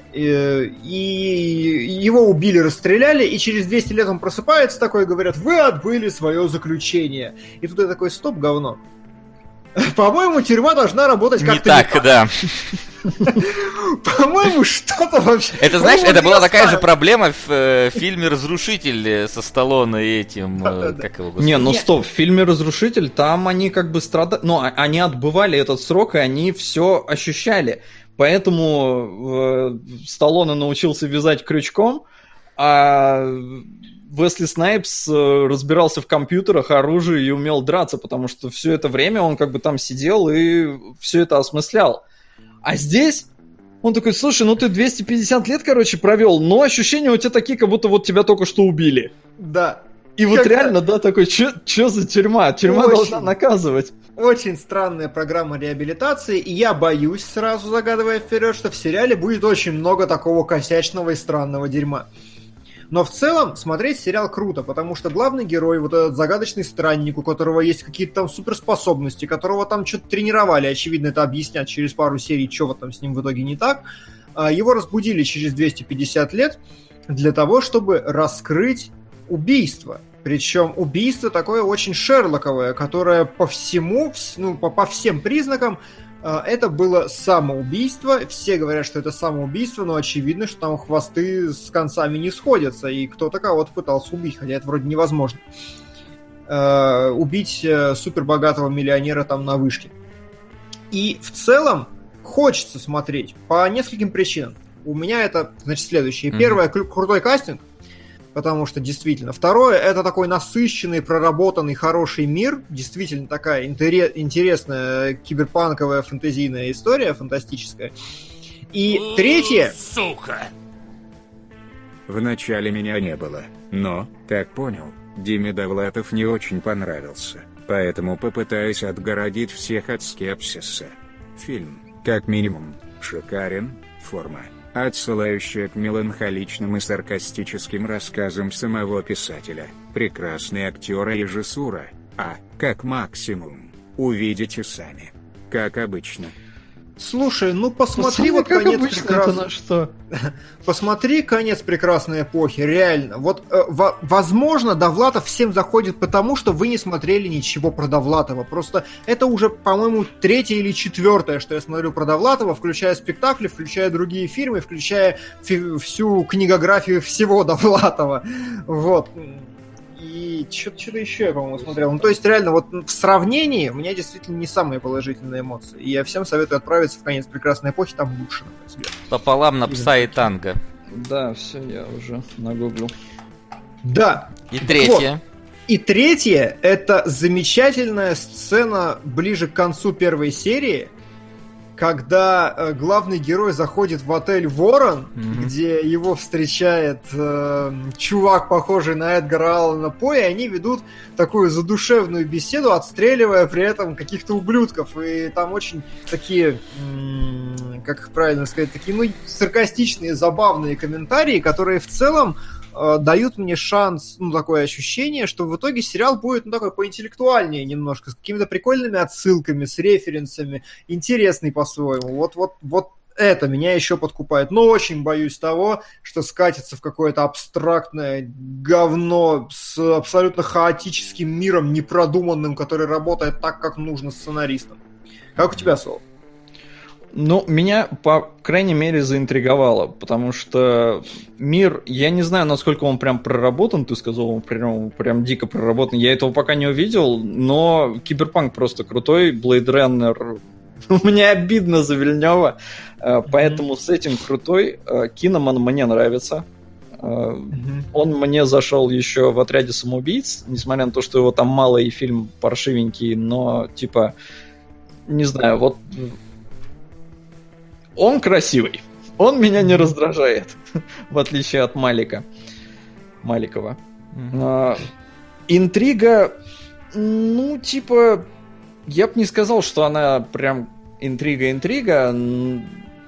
И его убили, расстреляли, и через двести лет он просыпается такой, и говорят: вы отбыли свое заключение. И тут я такой: стоп, говно. По-моему, тюрьма должна работать как-то не так. Не так, да. По-моему, что-то вообще... Это, знаешь, это была такая же проблема в фильме «Разрушитель» со Сталлоне и этим... Как его? Не, ну стоп, в фильме «Разрушитель» там они как бы страдали... Ну, они отбывали этот срок, и они все ощущали. Поэтому э, Сталлоне научился вязать крючком, а Уэсли Снайпс э, разбирался в компьютерах, оружии и умел драться, потому что все это время он как бы там сидел и все это осмыслял. А здесь он такой: слушай, ну ты двести пятьдесят лет, короче, провел, но ощущения у тебя такие, как будто вот тебя только что убили. Да. И вот реально, да, такой, что за тюрьма? Тюрьма очень, должна наказывать. Очень странная программа реабилитации, и я боюсь, сразу загадывая вперед, что в сериале будет очень много такого косячного и странного дерьма. Но в целом смотреть сериал круто, потому что главный герой, вот этот загадочный странник, у которого есть какие-то там суперспособности, которого там что-то тренировали, очевидно, это объяснят через пару серий, что вот там с ним в итоге не так, его разбудили через двести пятьдесят лет для того, чтобы раскрыть убийство. Причем убийство такое очень шерлоковое, которое по всему, ну, по, по всем признакам, э, это было самоубийство. Все говорят, что это самоубийство, но очевидно, что там хвосты с концами не сходятся, и кто-то кого-то пытался убить, хотя это вроде невозможно. Э, убить э, супербогатого миллионера там на вышке. И в целом хочется смотреть по нескольким причинам. У меня это, значит, следующее. Mm-hmm. Первое, кру- крутой кастинг. потому что действительно. Второе, это такой насыщенный, проработанный, хороший мир, действительно такая интерес, интересная киберпанковая фэнтезийная история, фантастическая. И третье... Сука! Вначале меня не было, но, так понял, Диме Довлатов не очень понравился, поэтому попытаюсь отгородить всех от скепсиса. Фильм, как минимум, шикарен, форма, отсылающая к меланхоличным и саркастическим рассказам самого писателя, прекрасные актеры и режиссура, а, как максимум, увидите сами. Как обычно. Слушай, ну посмотри Пацаны, вот как конец обычно, прекрасной... это на что? Посмотри конец прекрасной эпохи, реально. Вот, э, в- возможно, Довлатов всем заходит потому, что вы не смотрели ничего про Довлатова. Просто это уже, по-моему, третье или четвертое, что я смотрю про Довлатова, включая спектакли, включая другие фильмы, включая фи- всю книгографию всего Довлатова. Вот. И что-то еще я, по-моему, смотрел. Ну, то есть, реально, вот в сравнении у меня действительно не самые положительные эмоции. И я всем советую отправиться в конец прекрасной эпохи, там лучше, на мой взгляд. Пополам на пса и танго. Да, все, я уже нагуглил. Да. И третье. И третье, это замечательная сцена ближе к концу первой серии, когда э, главный герой заходит в отель Ворон, Мгм. где его встречает э, чувак, похожий на Эдгара Аллана По, и они ведут такую задушевную беседу, отстреливая при этом каких-то ублюдков. И там очень такие, м- как их правильно сказать, такие, ну, саркастичные, забавные комментарии, которые в целом э, дают мне шанс, ну, такое ощущение, что в итоге сериал будет, ну, такой поинтеллектуальнее немножко, с какими-то прикольными отсылками, с референсами, интересный по-своему. Вот, вот, вот это меня еще подкупает. Но очень боюсь того, что скатится в какое-то абстрактное говно с абсолютно хаотическим миром, непродуманным, который работает так, как нужно сценаристам. Как у тебя, Сол? Ну, меня, по крайней мере, заинтриговало, потому что мир, я не знаю, насколько он прям проработан, ты сказал, он прям, прям дико проработан, я этого пока не увидел, но Киберпанк просто крутой, Blade Runner, мне обидно за Вильнёва, поэтому сеттинг крутой, Киноман мне нравится. Он мне зашел еще в «Отряде самоубийц», несмотря на то, что его там мало и фильм паршивенький, но, типа, не знаю, вот... Он красивый. Он меня не раздражает, в отличие от Малика. Маликова. Мгм. А, интрига, ну, типа, я бы не сказал, что она прям интрига-интрига, н-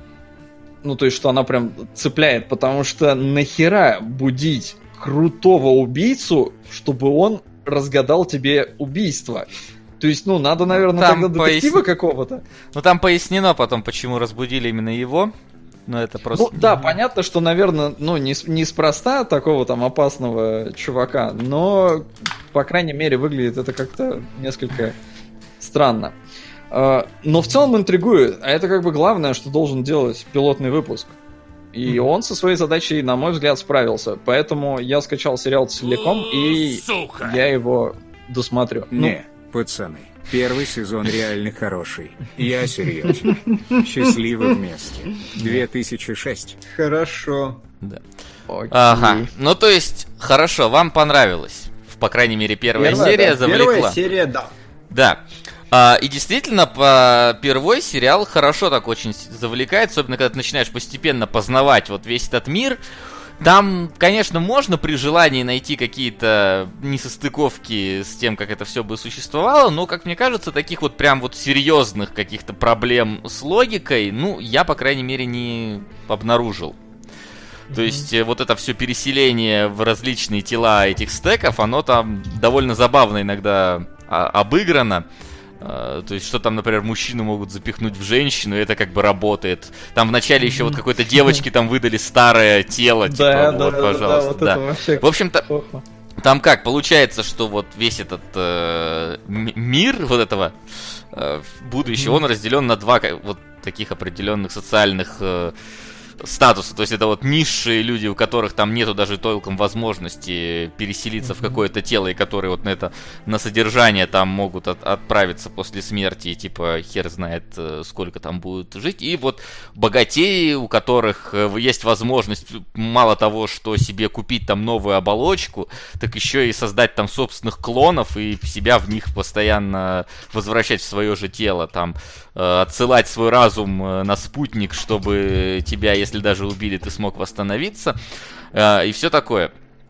ну, то есть, что она прям цепляет, потому что нахера будить крутого убийцу, чтобы он разгадал тебе убийство? То есть, ну, надо, наверное, Там тогда детектива поясни- какого-то. Ну там пояснено потом, почему разбудили именно его. Но это просто... Ну, да, понятно, что, наверное, ну, не, с- неспроста такого там опасного чувака, но, по крайней мере, выглядит это как-то несколько странно. А, Но в целом интригует, а это как бы главное, что должен делать пилотный выпуск. И он со своей задачей, на мой взгляд, справился. Поэтому я скачал сериал целиком, и Сука! я его досмотрю. Ну, Не, пацаны, первый сезон реально хороший. Я серьезно. Счастливы вместе. две тысячи шесть. Хорошо. Да. окей. Ага. Ну то есть, хорошо, вам понравилось. По крайней мере, первая Первая, серия да, завлекла. Первая серия, да. Да. А, и действительно, по первой сериал хорошо так очень с- завлекает, особенно когда ты начинаешь постепенно познавать вот весь этот мир. Там, конечно, можно при желании найти какие-то несостыковки с тем, как это все бы существовало, но, как мне кажется, таких вот прям вот серьезных каких-то проблем с логикой, ну, я, по крайней мере, не обнаружил. То есть э, вот это все переселение в различные тела этих стеков, оно там довольно забавно иногда а, обыграно. А, то есть, что там, например, мужчину могут запихнуть в женщину, и это как бы работает. Там вначале еще вот какой-то девочке там выдали старое тело, типа, Да, вот, да, да, да, пожалуйста. вот да. это вообще В общем-то, плохо. там как, получается, что вот весь этот э, м- мир вот этого э, будущего, он разделен на два ка- вот таких определенных социальных э, статуса, то есть это вот низшие люди, у которых там нету даже толком возможности переселиться mm-hmm. в какое-то тело, и которые вот на это, на содержание там могут от, отправиться после смерти, и типа хер знает, сколько там будут жить. И вот богатеи, у которых есть возможность мало того, что себе купить там новую оболочку, так еще и создать там собственных клонов и себя в них постоянно возвращать в свое же тело, там отсылать свой разум на спутник, чтобы тебя, если даже убили, ты смог восстановиться, и все такое.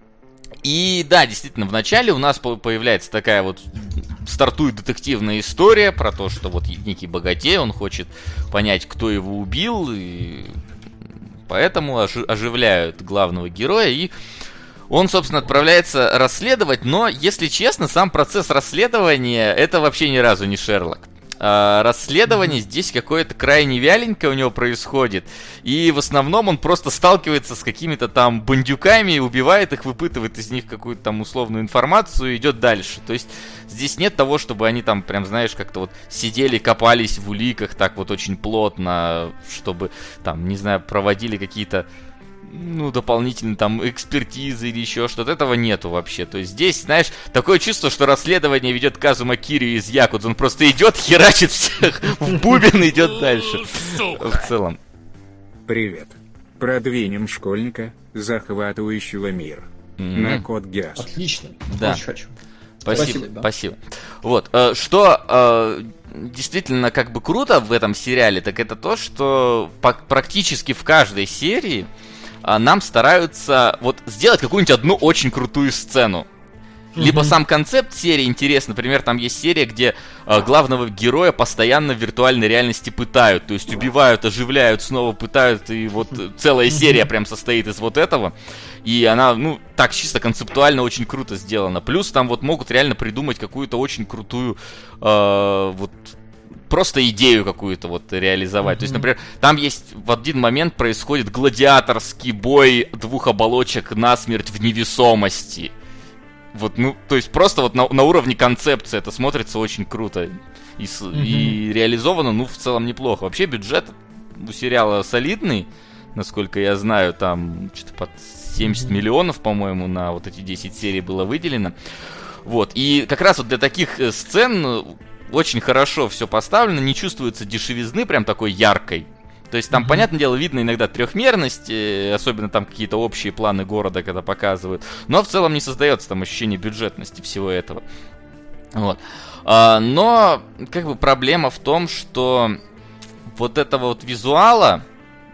И да, действительно, вначале у нас появляется такая вот, стартует детективная история про то, что вот некий богатей, он хочет понять, кто его убил, и поэтому оживляют главного героя, и он, собственно, отправляется расследовать, но, если честно, сам процесс расследования, это вообще ни разу не Шерлок. Расследование здесь какое-то крайне вяленькое у него происходит, и в основном он просто сталкивается с какими-то там бандюками, убивает их, выпытывает из них какую-то там условную информацию и идет дальше. То есть здесь нет того, чтобы они там прям, знаешь, как-то вот сидели, копались в уликах так вот очень плотно, чтобы там, не знаю, проводили какие-то, ну, дополнительные там экспертизы или еще что-то. Этого нету вообще. То есть здесь, знаешь, такое чувство, что расследование ведет Казума Кирью из Якудзы. Он просто идет, херачит всех в бубен и идет дальше. В целом. Привет. Продвинем школьника, захватывающего мир. Mm-hmm. На Код Гиас. Отлично. Да. Очень хочу. Спасибо, Спасибо. Спасибо. Вот, что действительно как бы круто в этом сериале, так это то, что практически в каждой серии нам стараются вот сделать какую-нибудь одну очень крутую сцену. Либо mm-hmm. сам концепт серии интересен. Например, там есть серия, где э, главного героя постоянно в виртуальной реальности пытают. То есть убивают, оживляют, снова пытают. И вот целая серия прям состоит из вот этого. И она, ну, так чисто концептуально очень круто сделана. Плюс там вот могут реально придумать какую-то очень крутую э, вот... просто идею какую-то вот реализовать. Mm-hmm. То есть, например, там есть в один момент происходит гладиаторский бой двух оболочек насмерть в невесомости. Вот, ну, то есть просто вот на, на уровне концепции это смотрится очень круто. И, mm-hmm. и реализовано, ну, в целом неплохо. Вообще бюджет у сериала солидный, насколько я знаю, там что-то под семьдесят mm-hmm. миллионов, по-моему, на вот эти десять серий было выделено. Вот, и как раз вот для таких сцен очень хорошо все поставлено, не чувствуется дешевизны прям такой яркой. То есть там, mm-hmm. понятное дело, видно иногда трехмерность, особенно там какие-то общие планы города, когда показывают. Но в целом не создается там ощущение бюджетности всего этого. Вот. А, но, как бы, проблема в том, что вот этого вот визуала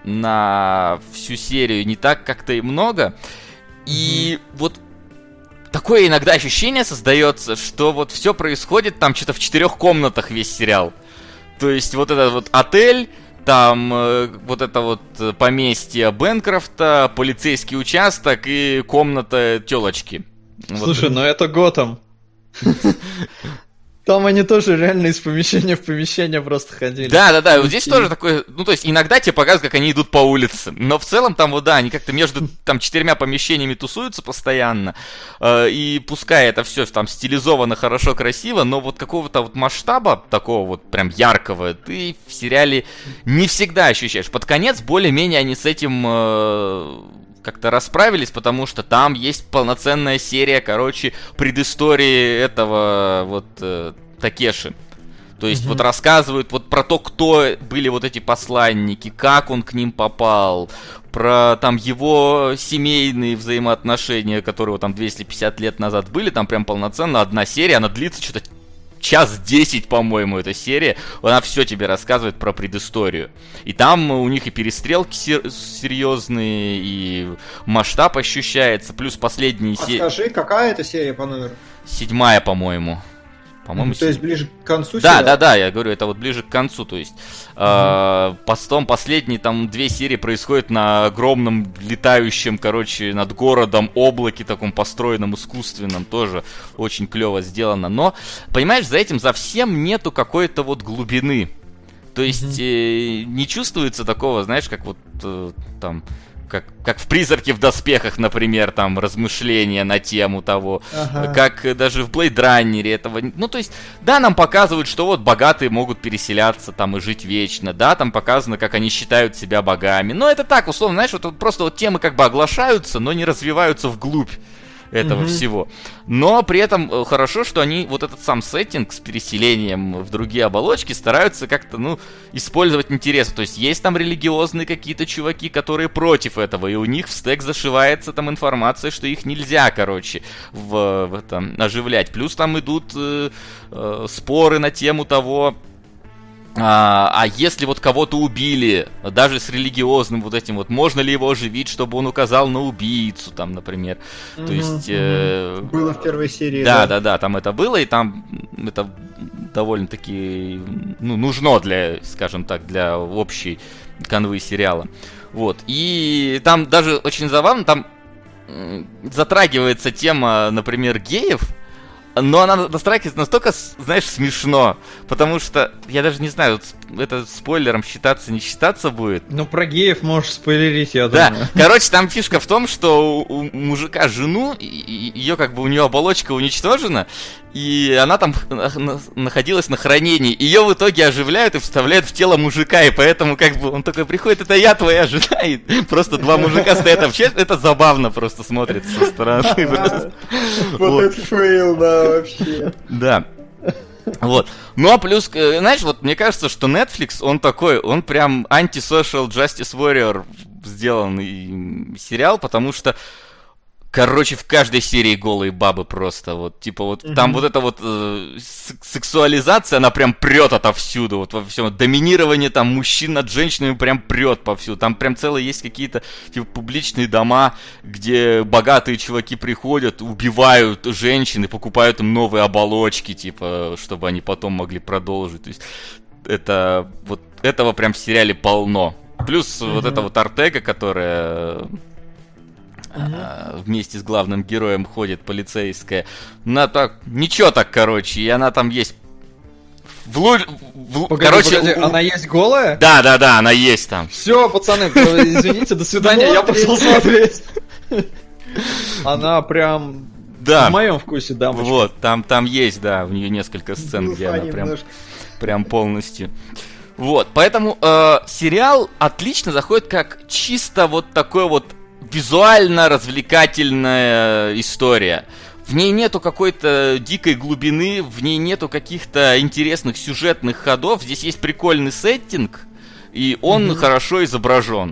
на всю серию не так как-то и много. И mm-hmm. вот такое иногда ощущение создается, что вот все происходит там что-то в четырех комнатах весь сериал. То есть вот этот вот отель, там э, вот это вот поместье Бэнкрофта, полицейский участок и комната тёлочки. Слушай, вот. ну это Готэм. Там они тоже реально из помещения в помещение просто ходили. Да-да-да, вот здесь тоже такое, ну то есть иногда тебе показывают, как они идут по улице, но в целом там вот да, они как-то между там четырьмя помещениями тусуются постоянно, э, и пускай это все там стилизовано хорошо, красиво, но вот какого-то вот масштаба такого вот прям яркого ты в сериале не всегда ощущаешь. Под конец более-менее они с этим... Э, как-то расправились, потому что там есть полноценная серия, короче, предыстории этого вот э, Такеши. То есть mm-hmm. вот рассказывают вот про то, кто были вот эти посланники, как он к ним попал, про там его семейные взаимоотношения, которые вот там двести пятьдесят лет назад были, там прям полноценно одна серия, она длится что-то час десять, по-моему, эта серия, она все тебе рассказывает про предысторию. И там у них и перестрелки сер- серьезные, и масштаб ощущается, плюс последние а серии... Скажи, какая это серия по номеру? Седьмая, по-моему. По-моему, то есть ближе к концу Да, сериала? да, да, я говорю, это вот ближе к концу, то есть mm-hmm. э, потом последние там две серии происходят на огромном летающем, короче, над городом облаке таком построенном, искусственном, тоже очень клево сделано, но, понимаешь, за этим, за всем нету какой-то вот глубины, то есть mm-hmm. э, не чувствуется такого, знаешь, как вот э, там... как, как в «Призраке в доспехах», например, там размышления на тему того, ага. как даже в «Блейд Раннере» этого. Ну, то есть, да, нам показывают, что вот богатые могут переселяться там и жить вечно, да, там показано, как они считают себя богами. Но это так, условно, знаешь, вот, вот просто вот темы как бы оглашаются, но не развиваются вглубь этого mm-hmm. всего. Но при этом хорошо, что они вот этот сам сеттинг с переселением в другие оболочки стараются как-то, ну, использовать интересно. То есть есть там религиозные какие-то чуваки, которые против этого, и у них в стек зашивается там информация, что их нельзя, короче, в, в этом оживлять. Плюс там идут э, э, споры на тему того, А, а если вот кого-то убили, даже с религиозным вот этим вот, можно ли его оживить, чтобы он указал на убийцу, там, например. Mm-hmm, То есть... Э, было в первой серии, да, да. Да, да, там это было, и там это довольно-таки ну, нужно для, скажем так, для общей канвы сериала. Вот. И там даже очень забавно, там затрагивается тема, например, геев, но она затрагивается настолько, знаешь, смешно, потому что, я даже не знаю, это спойлером считаться, не считаться будет. Ну, про геев можешь спойлерить, я да. думаю. Да, короче, там фишка в том, что у, у мужика жену, ее как бы, у нее оболочка уничтожена, и она там находилась на хранении. Ее в итоге оживляют и вставляют в тело мужика, и поэтому как бы он такой приходит, это я твоя жена, и просто два мужика стоят. Вообще это забавно просто смотрится со стороны. Вот это фейл, да, вообще. Да. Вот. Ну а плюс, знаешь, вот мне кажется, что Netflix, он такой, он прям анти-social justice warrior сделанный сериал, потому что короче, в каждой серии голые бабы просто, вот, типа, вот, mm-hmm. там вот эта вот э, сексуализация, она прям прет отовсюду, вот, во всем, доминирование там мужчин над женщинами прям прет повсюду, там прям целые есть какие-то, типа, публичные дома, где богатые чуваки приходят, убивают женщин и покупают им новые оболочки, типа, чтобы они потом могли продолжить, то есть, это, вот, этого прям в сериале полно, плюс mm-hmm. вот эта вот Артега, которая... Uh-huh. вместе с главным героем ходит полицейская. Она так, ничего так, короче, и она там есть. В лу... в... Погоди, короче, погоди, у... она есть голая? Да, да, да, она есть там. Все, пацаны, извините, до свидания, я пошел смотреть. Она прям в моем вкусе, дамочка. Вот, там, там есть, да, у нее несколько сцен, где она прям, прям полностью. Вот, поэтому э, сериал отлично заходит как чисто вот такой вот визуально-развлекательная история. В ней нету какой-то дикой глубины, в ней нету каких-то интересных сюжетных ходов. Здесь есть прикольный сеттинг, и он mm-hmm. хорошо изображен.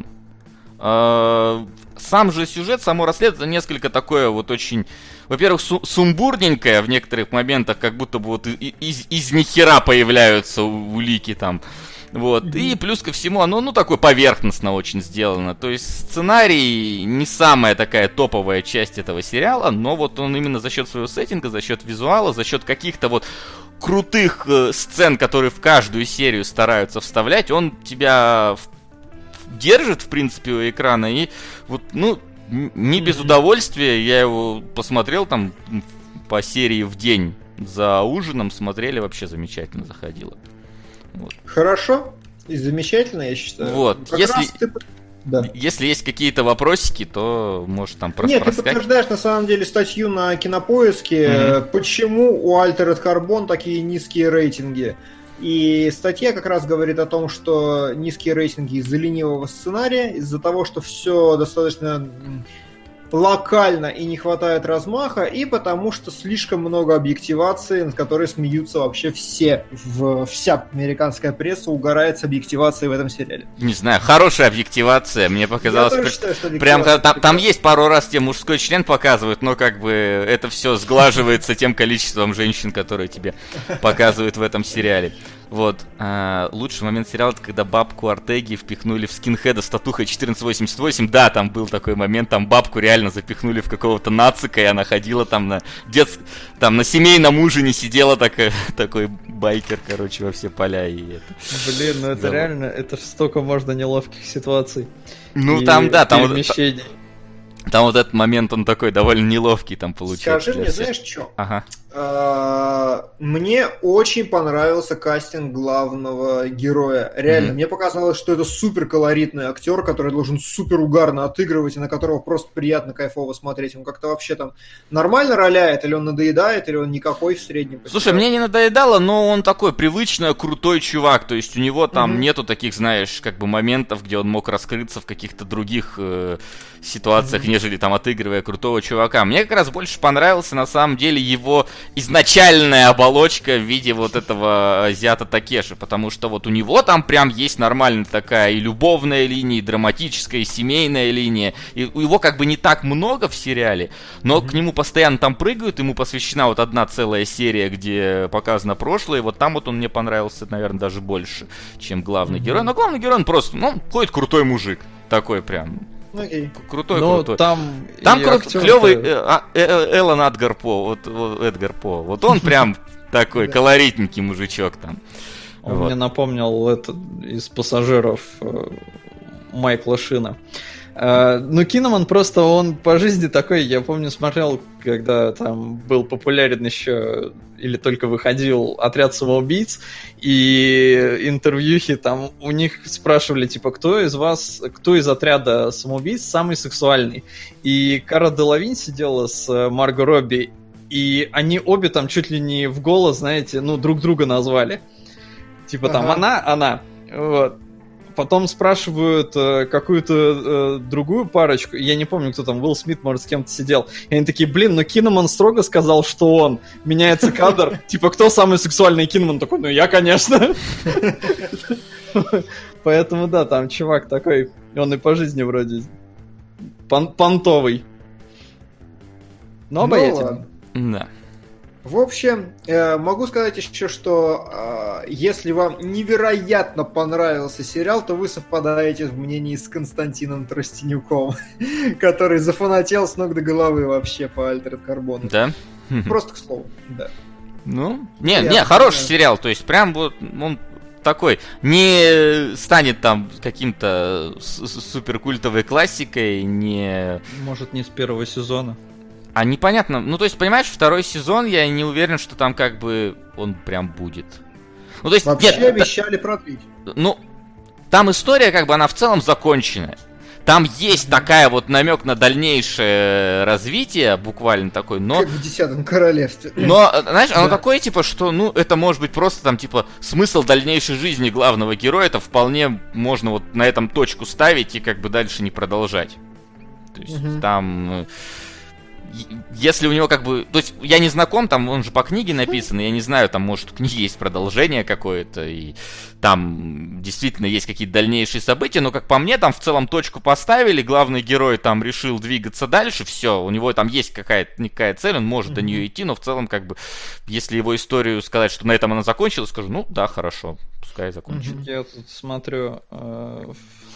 Сам же сюжет, само расследование несколько такое вот очень... Во-первых, су- сумбурненькое в некоторых моментах, как будто бы вот из, из нихера появляются улики там. Вот. Mm-hmm. И плюс ко всему, оно, ну, такое поверхностно очень сделано. То есть сценарий не самая такая топовая часть этого сериала, но вот он именно за счет своего сеттинга, за счет визуала, за счет каких-то вот крутых э, сцен, которые в каждую серию стараются вставлять, он тебя в... держит, в принципе, у экрана. И вот, ну, не без удовольствия я его посмотрел там по серии в день за ужином, смотрели, вообще замечательно заходило. Вот. Хорошо и замечательно, я считаю. Вот, как если, ты... да. если есть какие-то вопросики, то может там просто Нет, проскакивать. ты подтверждаешь на самом деле статью на Кинопоиске, mm-hmm. почему у Altered Carbon такие низкие рейтинги. И статья как раз говорит о том, что низкие рейтинги из-за ленивого сценария, из-за того, что все достаточно локально и не хватает размаха, и потому что слишком много объективации, над которой смеются вообще все. В, вся американская пресса угорает с объективацией в этом сериале. Не знаю, хорошая объективация, мне показалось. Я тоже считаю, что прям там, там есть пару раз, где мужской член показывают, но как бы это все сглаживается тем количеством женщин, которые тебе показывают в этом сериале. Вот. А, лучший момент сериала — это когда бабку Артеги впихнули в скинхеда с татухой четырнадцать восемьдесят восемь. Да, там был такой момент, там бабку реально запихнули в какого-то нацика, и она ходила там на дет... там на семейном ужине, сидела такой, такой байкер, короче, во все поля. И это... Блин, ну это Забыл. реально, это столько можно неловких ситуаций. Ну там, да, там... Там вот этот момент, он такой довольно неловкий там получается. Скажи мне, знаешь, что? Ага. Мне очень понравился кастинг главного героя. Реально, mm-hmm. мне показалось, что это супер колоритный актер, который должен супер угарно отыгрывать, и на которого просто приятно, кайфово смотреть. Он как-то вообще там нормально роляет, или он надоедает, или он никакой в среднем. Слушай, мне не надоедало, но он такой привычно крутой чувак. То есть у него там mm-hmm. нету таких, знаешь, как бы моментов, где он мог раскрыться в каких-то других э, ситуациях, mm-hmm. нежели там отыгрывая крутого чувака. Мне как раз больше понравился на самом деле его изначальная оболочка в виде вот этого азиата Такеши, потому что вот у него там прям есть нормальная такая и любовная линия, и драматическая, и семейная линия, и у него как бы не так много в сериале, но mm-hmm. к нему постоянно там прыгают, ему посвящена вот одна целая серия, где показано прошлое, и вот там вот он мне понравился, наверное, даже больше, чем главный mm-hmm. герой, но главный герой он просто, ну, какой-то крутой мужик, такой прям... Okay. Крутой, но крутой. Там, там крут, клевый э, э, Эллен Эдгар По, вот, вот Эдгар По. Вот он прям такой колоритненький мужичок там. Он мне напомнил это из пассажиров Майкла Шина. Ну, Киннаман просто, он по жизни такой, я помню, смотрел, когда там был популярен еще, или только выходил «Отряд самоубийц», и интервьюхи там у них спрашивали, типа, кто из вас, кто из отряда самоубийц самый сексуальный? И Кара Делавинь сидела с Марго Робби, и они обе там чуть ли не в голос, знаете, ну, друг друга назвали. Типа там, ага. она, она, вот. Потом спрашивают э, какую-то э, другую парочку, я не помню, кто там, Уилл Смит, может, с кем-то сидел, и они такие, блин, ну Киннаман строго сказал, что он. Меняется кадр, типа, кто самый сексуальный? Киннаман такой, ну я, конечно. Поэтому, да, там чувак такой, он и по жизни вроде понтовый. Но обаятельный. Да. В общем, э, могу сказать еще, что э, если вам невероятно понравился сериал, то вы совпадаете в мнении с Константином Тростенюком, который зафанател с ног до головы вообще по Altered Carbon. Да? Просто к слову, да. Ну, не, не, хороший сериал, то есть прям вот он такой, не станет там каким-то суперкультовой классикой, не... Может, не с первого сезона. А непонятно, ну то есть, понимаешь, второй сезон, я не уверен, что там как бы он прям будет. Ну то есть, вообще нет, обещали та... продлить. Ну, там история как бы, она в целом законченная. Там есть mm-hmm. такая вот намек на дальнейшее развитие, буквально такой, но... Как в «Десятом королевстве». Но, знаешь, оно да. такое, типа, что, ну, это может быть просто там, типа, смысл дальнейшей жизни главного героя, это вполне можно вот на этом точку ставить и как бы дальше не продолжать. То есть, mm-hmm. там... Если у него как бы... То есть я не знаком, там он же по книге написан, я не знаю, там может у книги есть продолжение какое-то, и там действительно есть какие-то дальнейшие события, но как по мне, там в целом точку поставили, главный герой там решил двигаться дальше, все, у него там есть какая-то никакая цель, он может mm-hmm. до нее идти, но в целом как бы, если его историю сказать, что на этом она закончилась, скажу, ну да, хорошо, пускай закончится. Mm-hmm. Я тут смотрю... Э-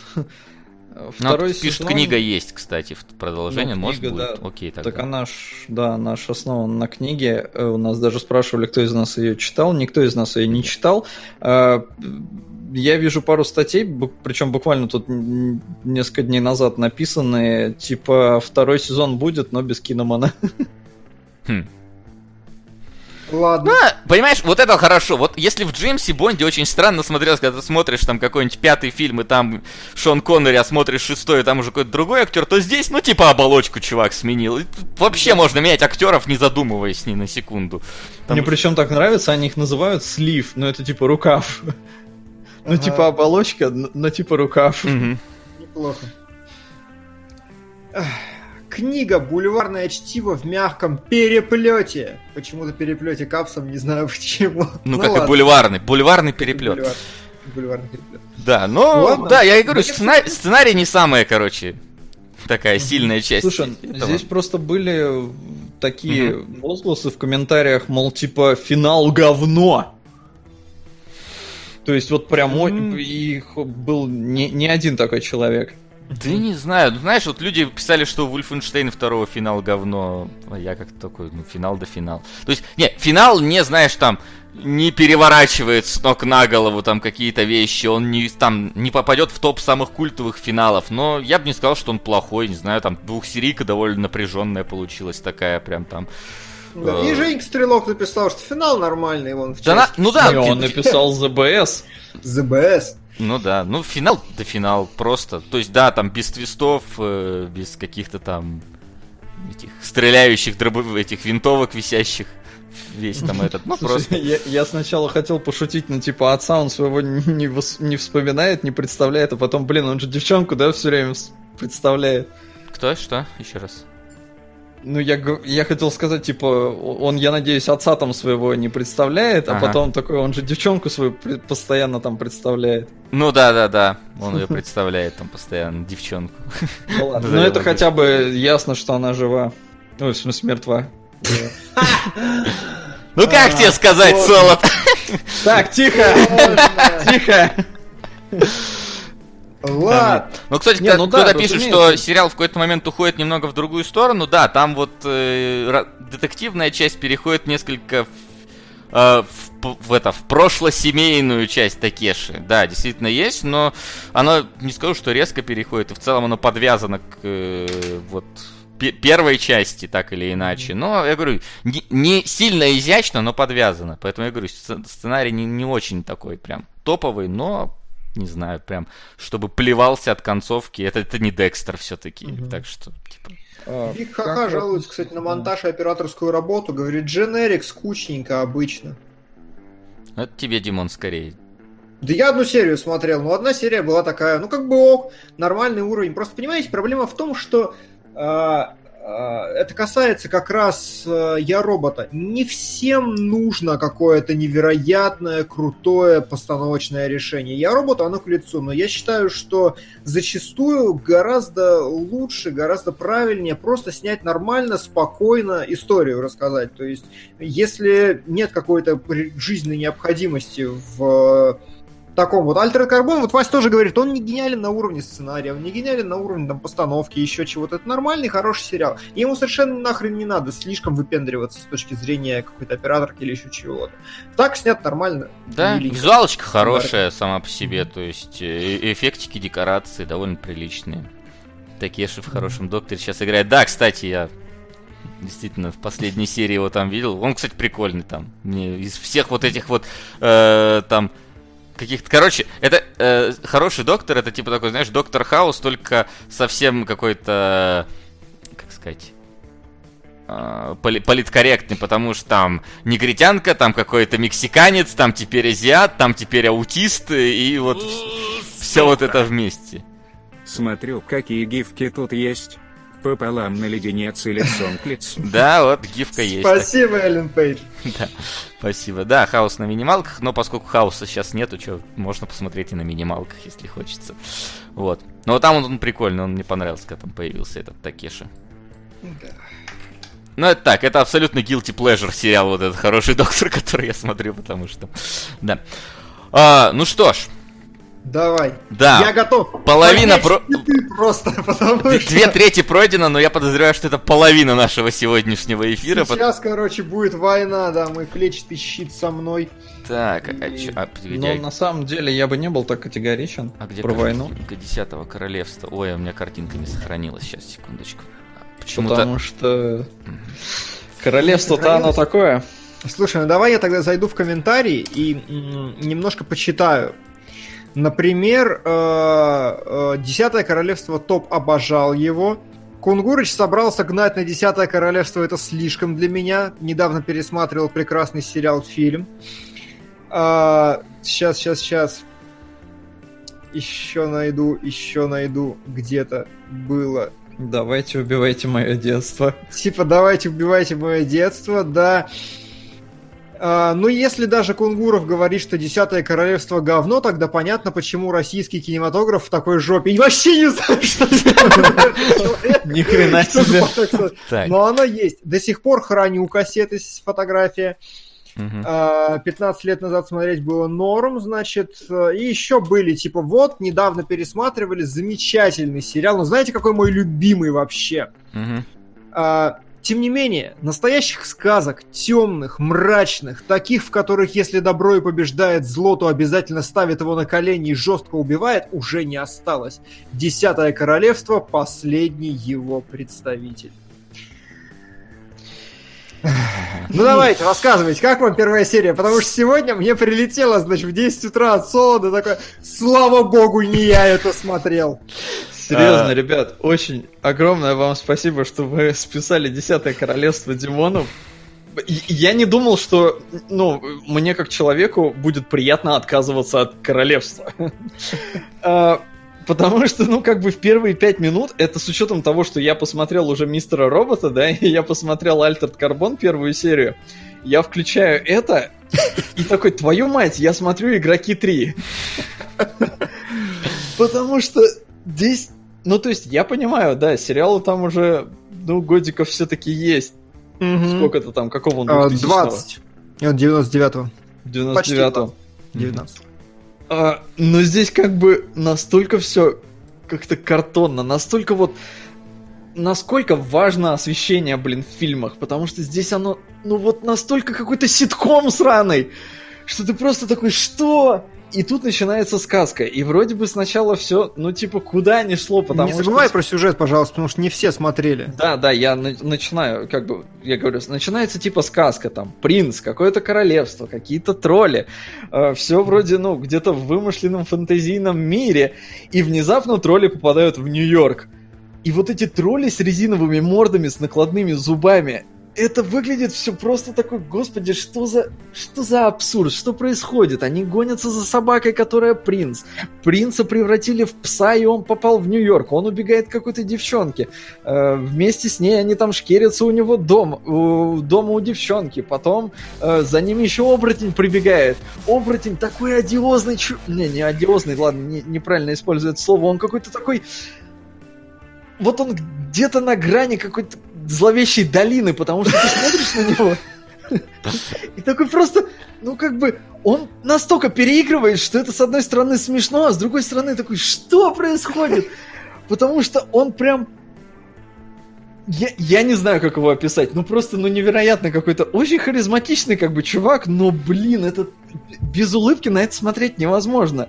Второй ну, пишет, сезон... книга есть, кстати, в продолжение, ну, книга, может будет. Да. Окей, тогда. Так она ж, да, наш основан на книге. У нас даже спрашивали, кто из нас ее читал. Никто из нас ее не читал. Я вижу пару статей, причем буквально тут несколько дней назад написанные, типа второй сезон будет, но без Киннамана. Хм. Ладно. Ну, понимаешь, вот это хорошо. Вот если в Джеймсе Бонде очень странно смотрелось, когда ты смотришь там какой-нибудь пятый фильм, и там Шон Коннери, а смотришь шестой, и там уже какой-то другой актер, то здесь, ну, типа, оболочку чувак сменил. И вообще можно менять актеров, не задумываясь ни на секунду. Там... Мне причем так нравится, они их называют слив, но это типа рукав. Ну, типа оболочка, но типа рукав. Неплохо. Книга «Бульварное чтиво» в мягком переплете. Почему-то переплете капсом, не знаю почему. Ну, ну как ладно. И бульварный. Бульварный переплет. Бульвар. Бульварный переплет. Да, но... Ладно. Да, я и говорю, сценарий, сценарий не самая, короче, такая сильная часть. Слушай, этого. Здесь просто были такие угу. возгласы в комментариях, мол, типа, финал говно. То есть вот прям mm. их был не, не один такой человек. Да не знаю. Знаешь, вот люди писали, что Wolfenstein второго финал говно. А я как-то такой, ну, финал да финал. То есть, не, финал не, знаешь, там, не переворачивает с ног на голову там какие-то вещи. Он не, там, не попадет в топ самых культовых финалов. Но я бы не сказал, что он плохой. Не знаю, там, двухсерийка довольно напряженная получилась такая, прям там. Да, и Женька Стрелок написал, что финал нормальный, вон в да на, ну да, и он написал зэ бэ эс. зэ бэ эс. Ну да, ну финал да финал просто. То есть да, там без твистов, э, без каких-то там этих стреляющих дробов, этих винтовок висящих. Весь там этот, ну Слушай, просто. Я, я сначала хотел пошутить, ну типа отца он своего не, вос, не вспоминает, не представляет, а потом, блин, он же девчонку, да, все время представляет. Кто? Что? Еще раз. Ну, я, я хотел сказать, типа, он, я надеюсь, отца там своего не представляет, а ага. потом такой, он же девчонку свою постоянно там представляет. Ну да-да-да, он ее представляет там постоянно, девчонку. Ну ладно, но это хотя бы ясно, что она жива. Ой, в смысле, мертва. Ну как тебе сказать, Солод? Так, тихо! Тихо! Ладно. Ну, кстати, Не, ну да, кто-то пишет, разумеется. что сериал в какой-то момент уходит немного в другую сторону. Да, там вот э, ра- детективная часть переходит несколько в, э, в, в, это, в прошло-семейную часть Такеши. Да, действительно есть, но оно, не скажу, что резко переходит. И в целом оно подвязано к э, вот, п- первой части, так или иначе. Но, я говорю, не, не сильно изящно, но подвязано. Поэтому, я говорю, сценарий не, не очень такой прям топовый, но... Не знаю, прям, чтобы плевался от концовки. Это, это не Декстер все-таки. Mm-hmm. Так что, типа... А, Биг Ха-Ха жалуется, кстати, на монтаж и операторскую работу. Говорит, дженерик, скучненько, обычно. Это тебе, Димон, скорее. Да я одну серию смотрел, но одна серия была такая, ну как бы ок, нормальный уровень. Просто, понимаете, проблема в том, что э, э, это касается как раз э, Я Робота. Не всем нужно какое-то невероятное, крутое постановочное решение. Я Роботу, оно к лицу, но я считаю, что зачастую гораздо лучше, гораздо правильнее просто снять нормально, спокойно историю рассказать. То есть, если нет какой-то жизненной необходимости в таком вот Altered Carbon, вот Вась тоже говорит, он не гениален на уровне сценария, он не гениален на уровне там, постановки, еще чего-то. Это нормальный, хороший сериал. И ему совершенно нахрен не надо слишком выпендриваться с точки зрения какой-то операторки или еще чего-то. Так снят нормально. Да, велико. Визуалочка хорошая сама по себе, то есть э- эффектики, декорации довольно приличные. Такеши в хорошем докторе сейчас играет. Да, кстати, я действительно в последней серии его там видел. Он, кстати, прикольный там. Мне из всех вот этих вот э- там каких-то... Короче, это э, хороший доктор, это типа такой, знаешь, доктор Хаус, только совсем какой-то, как сказать, э, поли- политкорректный, потому что там негритянка, там какой-то мексиканец, там теперь азиат, там теперь аутист, и вот все вот это вместе. Смотрю, какие гифки тут есть. Пополам на леденец и лицом к лицу. Да, вот гифка есть. Спасибо, Эллен Пейдж. Да, спасибо. Да, хаос на минималках, но поскольку хаоса сейчас нету, что можно посмотреть и на минималках, если хочется. Вот. Но там он, он прикольный, он мне понравился, когда там появился этот Такеши. Да. Ну, это так, это абсолютно guilty pleasure сериал, вот этот хороший доктор, который я смотрю, потому что... Да. А, ну что ж. Давай. Да. Я готов. Половина про... Ты просто, потому Две что... трети пройдено, но я подозреваю, что это половина нашего сегодняшнего эфира. Сейчас, короче, будет война, да, мой клетчатый щит со мной. Так, а, чё, а, Но на самом деле я бы не был так категоричен а где про войну. картинка десятого королевства? Ой, у меня картинка не сохранилась. Сейчас, секундочку. Почему-то... Потому что королевство-то оно такое. Слушай, ну давай я тогда зайду в комментарии и м- немножко почитаю. Например, Десятое королевство топ обожал его. Кунгурыч собрался гнать на Десятое королевство, это слишком для меня. Недавно пересматривал прекрасный сериал-фильм. Сейчас, сейчас, сейчас. Еще найду, еще найду. Где-то было. Давайте убивайте мое детство. Типа, давайте убивайте мое детство, да. Uh, ну, если даже Кунгуров говорит, что Десятое королевство говно, тогда понятно, почему российский кинематограф в такой жопе. Я вообще не знаю, что это. Ни хрена себе. Но оно есть. До сих пор храню кассеты с фотографией. Угу. пятнадцать лет назад смотреть было норм, значит. И еще были, типа, вот, недавно пересматривали замечательный сериал. Ну, знаете, какой мой любимый вообще? Угу. Тем не менее, настоящих сказок, темных, мрачных, таких, в которых, если добро и побеждает зло, то обязательно ставит его на колени и жестко убивает, уже не осталось. Десятое королевство — последний его представитель. Ну давайте, рассказывайте, как вам первая серия? Потому что сегодня мне прилетело, значит, в десять утра от солода такое: слава богу, не я это смотрел. Серьезно, а... ребят, очень огромное вам спасибо, что вы списали «Десятое королевство» Димону. Я не думал, что, ну, мне как человеку будет приятно отказываться от королевства. Потому что, ну, как бы в первые пять минут, это с учетом того, что я посмотрел уже «Мистера Робота», да, и я посмотрел «Altered Carbon» первую серию, я включаю это и такой: твою мать, я смотрю «Игроки три». Потому что здесь, ну, то есть, я понимаю, да, сериалы там уже, ну, годиков все-таки есть. Mm-hmm. Сколько-то там, какого он двухтысячного? двадцать. И он девяносто девятого. девяносто девятого. девятнадцать. А, но здесь как бы настолько все как-то картонно, настолько вот... Насколько важно освещение, блин, в фильмах, потому что здесь оно, ну вот настолько какой-то ситком сраный, что ты просто такой: что? И тут начинается сказка. И вроде бы сначала все, ну, типа, куда ни шло, потому не что... Не забывай про сюжет, пожалуйста, потому что не все смотрели. Да, да, я на- начинаю, как бы, я говорю, начинается типа сказка, там, принц, какое-то королевство, какие-то тролли. Э, все вроде, ну, где-то в вымышленном фэнтезийном мире. И внезапно тролли попадают в Нью-Йорк. И вот эти тролли с резиновыми мордами, с накладными зубами... Это выглядит все просто такой: господи, что за, что за абсурд, что происходит? Они гонятся за собакой, которая принц. Принца превратили в пса, и он попал в Нью-Йорк. Он убегает к какой-то девчонке. Э, вместе с ней они там шкерятся у него дом, у, дома у девчонки. Потом э, за ним еще оборотень прибегает. Оборотень такой одиозный... Чу... Не, не одиозный, ладно, не, неправильно использует слово. Он какой-то такой... Вот он где-то на грани какой-то зловещей долины, потому что ты смотришь на него и такой просто, ну как бы, он настолько переигрывает, что это с одной стороны смешно, а с другой стороны такой: что происходит? Потому что он прям... Я, я не знаю, как его описать, ну просто, ну невероятно какой-то очень харизматичный как бы чувак, но, блин, это без улыбки на это смотреть невозможно.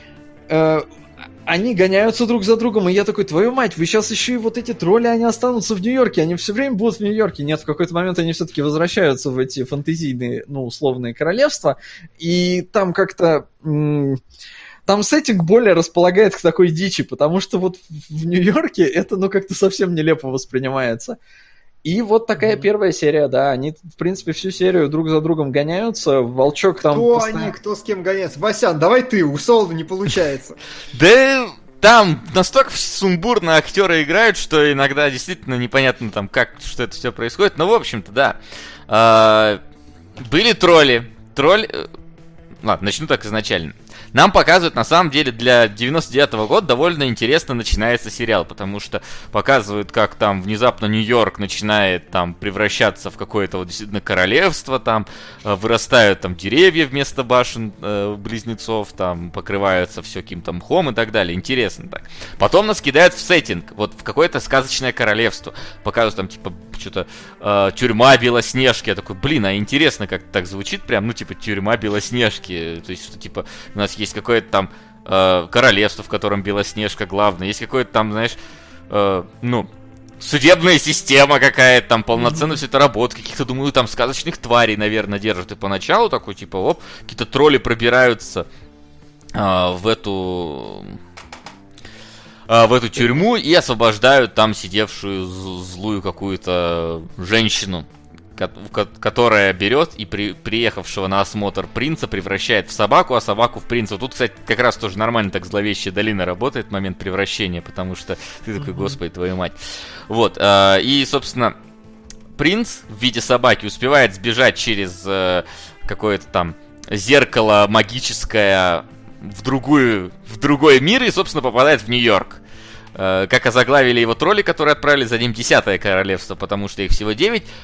Они гоняются друг за другом, и я такой: твою мать, вы сейчас еще и вот эти тролли, они останутся в Нью-Йорке, они все время будут в Нью-Йорке. Нет, в какой-то момент они все-таки возвращаются в эти фэнтезийные, ну, условные королевства, и там как-то... М- там сеттинг более располагает к такой дичи, потому что вот в Нью-Йорке это, ну, как-то совсем нелепо воспринимается. И вот такая mm-hmm. первая серия, да, они, в принципе, всю серию друг за другом гоняются, Волчок там... Кто постоянно... они, кто с кем гоняется? Васян, давай ты, у Солода не получается. Да там настолько сумбурно актеры играют, что иногда действительно непонятно там, как, что это все происходит. Но, в общем-то, да, были тролли. Тролль... Ладно, начну так изначально. Нам показывают, на самом деле, для девяносто девятого года довольно интересно начинается сериал, потому что показывают, как там внезапно Нью-Йорк начинает там превращаться в какое-то вот действительно королевство, там вырастают там деревья вместо башен э, близнецов, там покрываются все каким-то мхом и так далее. Интересно так. Потом нас кидают в сеттинг, вот в какое-то сказочное королевство. Показывают там типа что-то э, тюрьма Белоснежки. Я такой: блин, а интересно, как так звучит прям, ну типа тюрьма Белоснежки. То есть что типа у нас есть какое-то там э, королевство, в котором Белоснежка главная, есть какое-то там, знаешь, э, ну, судебная система какая-то, там полноценно все это работает, каких-то, думаю, там сказочных тварей, наверное, держат. И поначалу такой, типа, оп, какие-то тролли пробираются э, в эту... в эту тюрьму и освобождают там сидевшую злую какую-то женщину, которая берет и при, приехавшего на осмотр принца превращает в собаку, а собаку в принца. Тут, кстати, как раз тоже нормально так зловещая долина работает в момент превращения, потому что ты такой: господи, твою мать. Вот, и, собственно, принц в виде собаки успевает сбежать через какое-то там зеркало магическое в другую, в другой мир и, собственно, попадает в Нью-Йорк. Как озаглавили его тролли, которые отправили за ним десятое королевство, потому что их всего девять.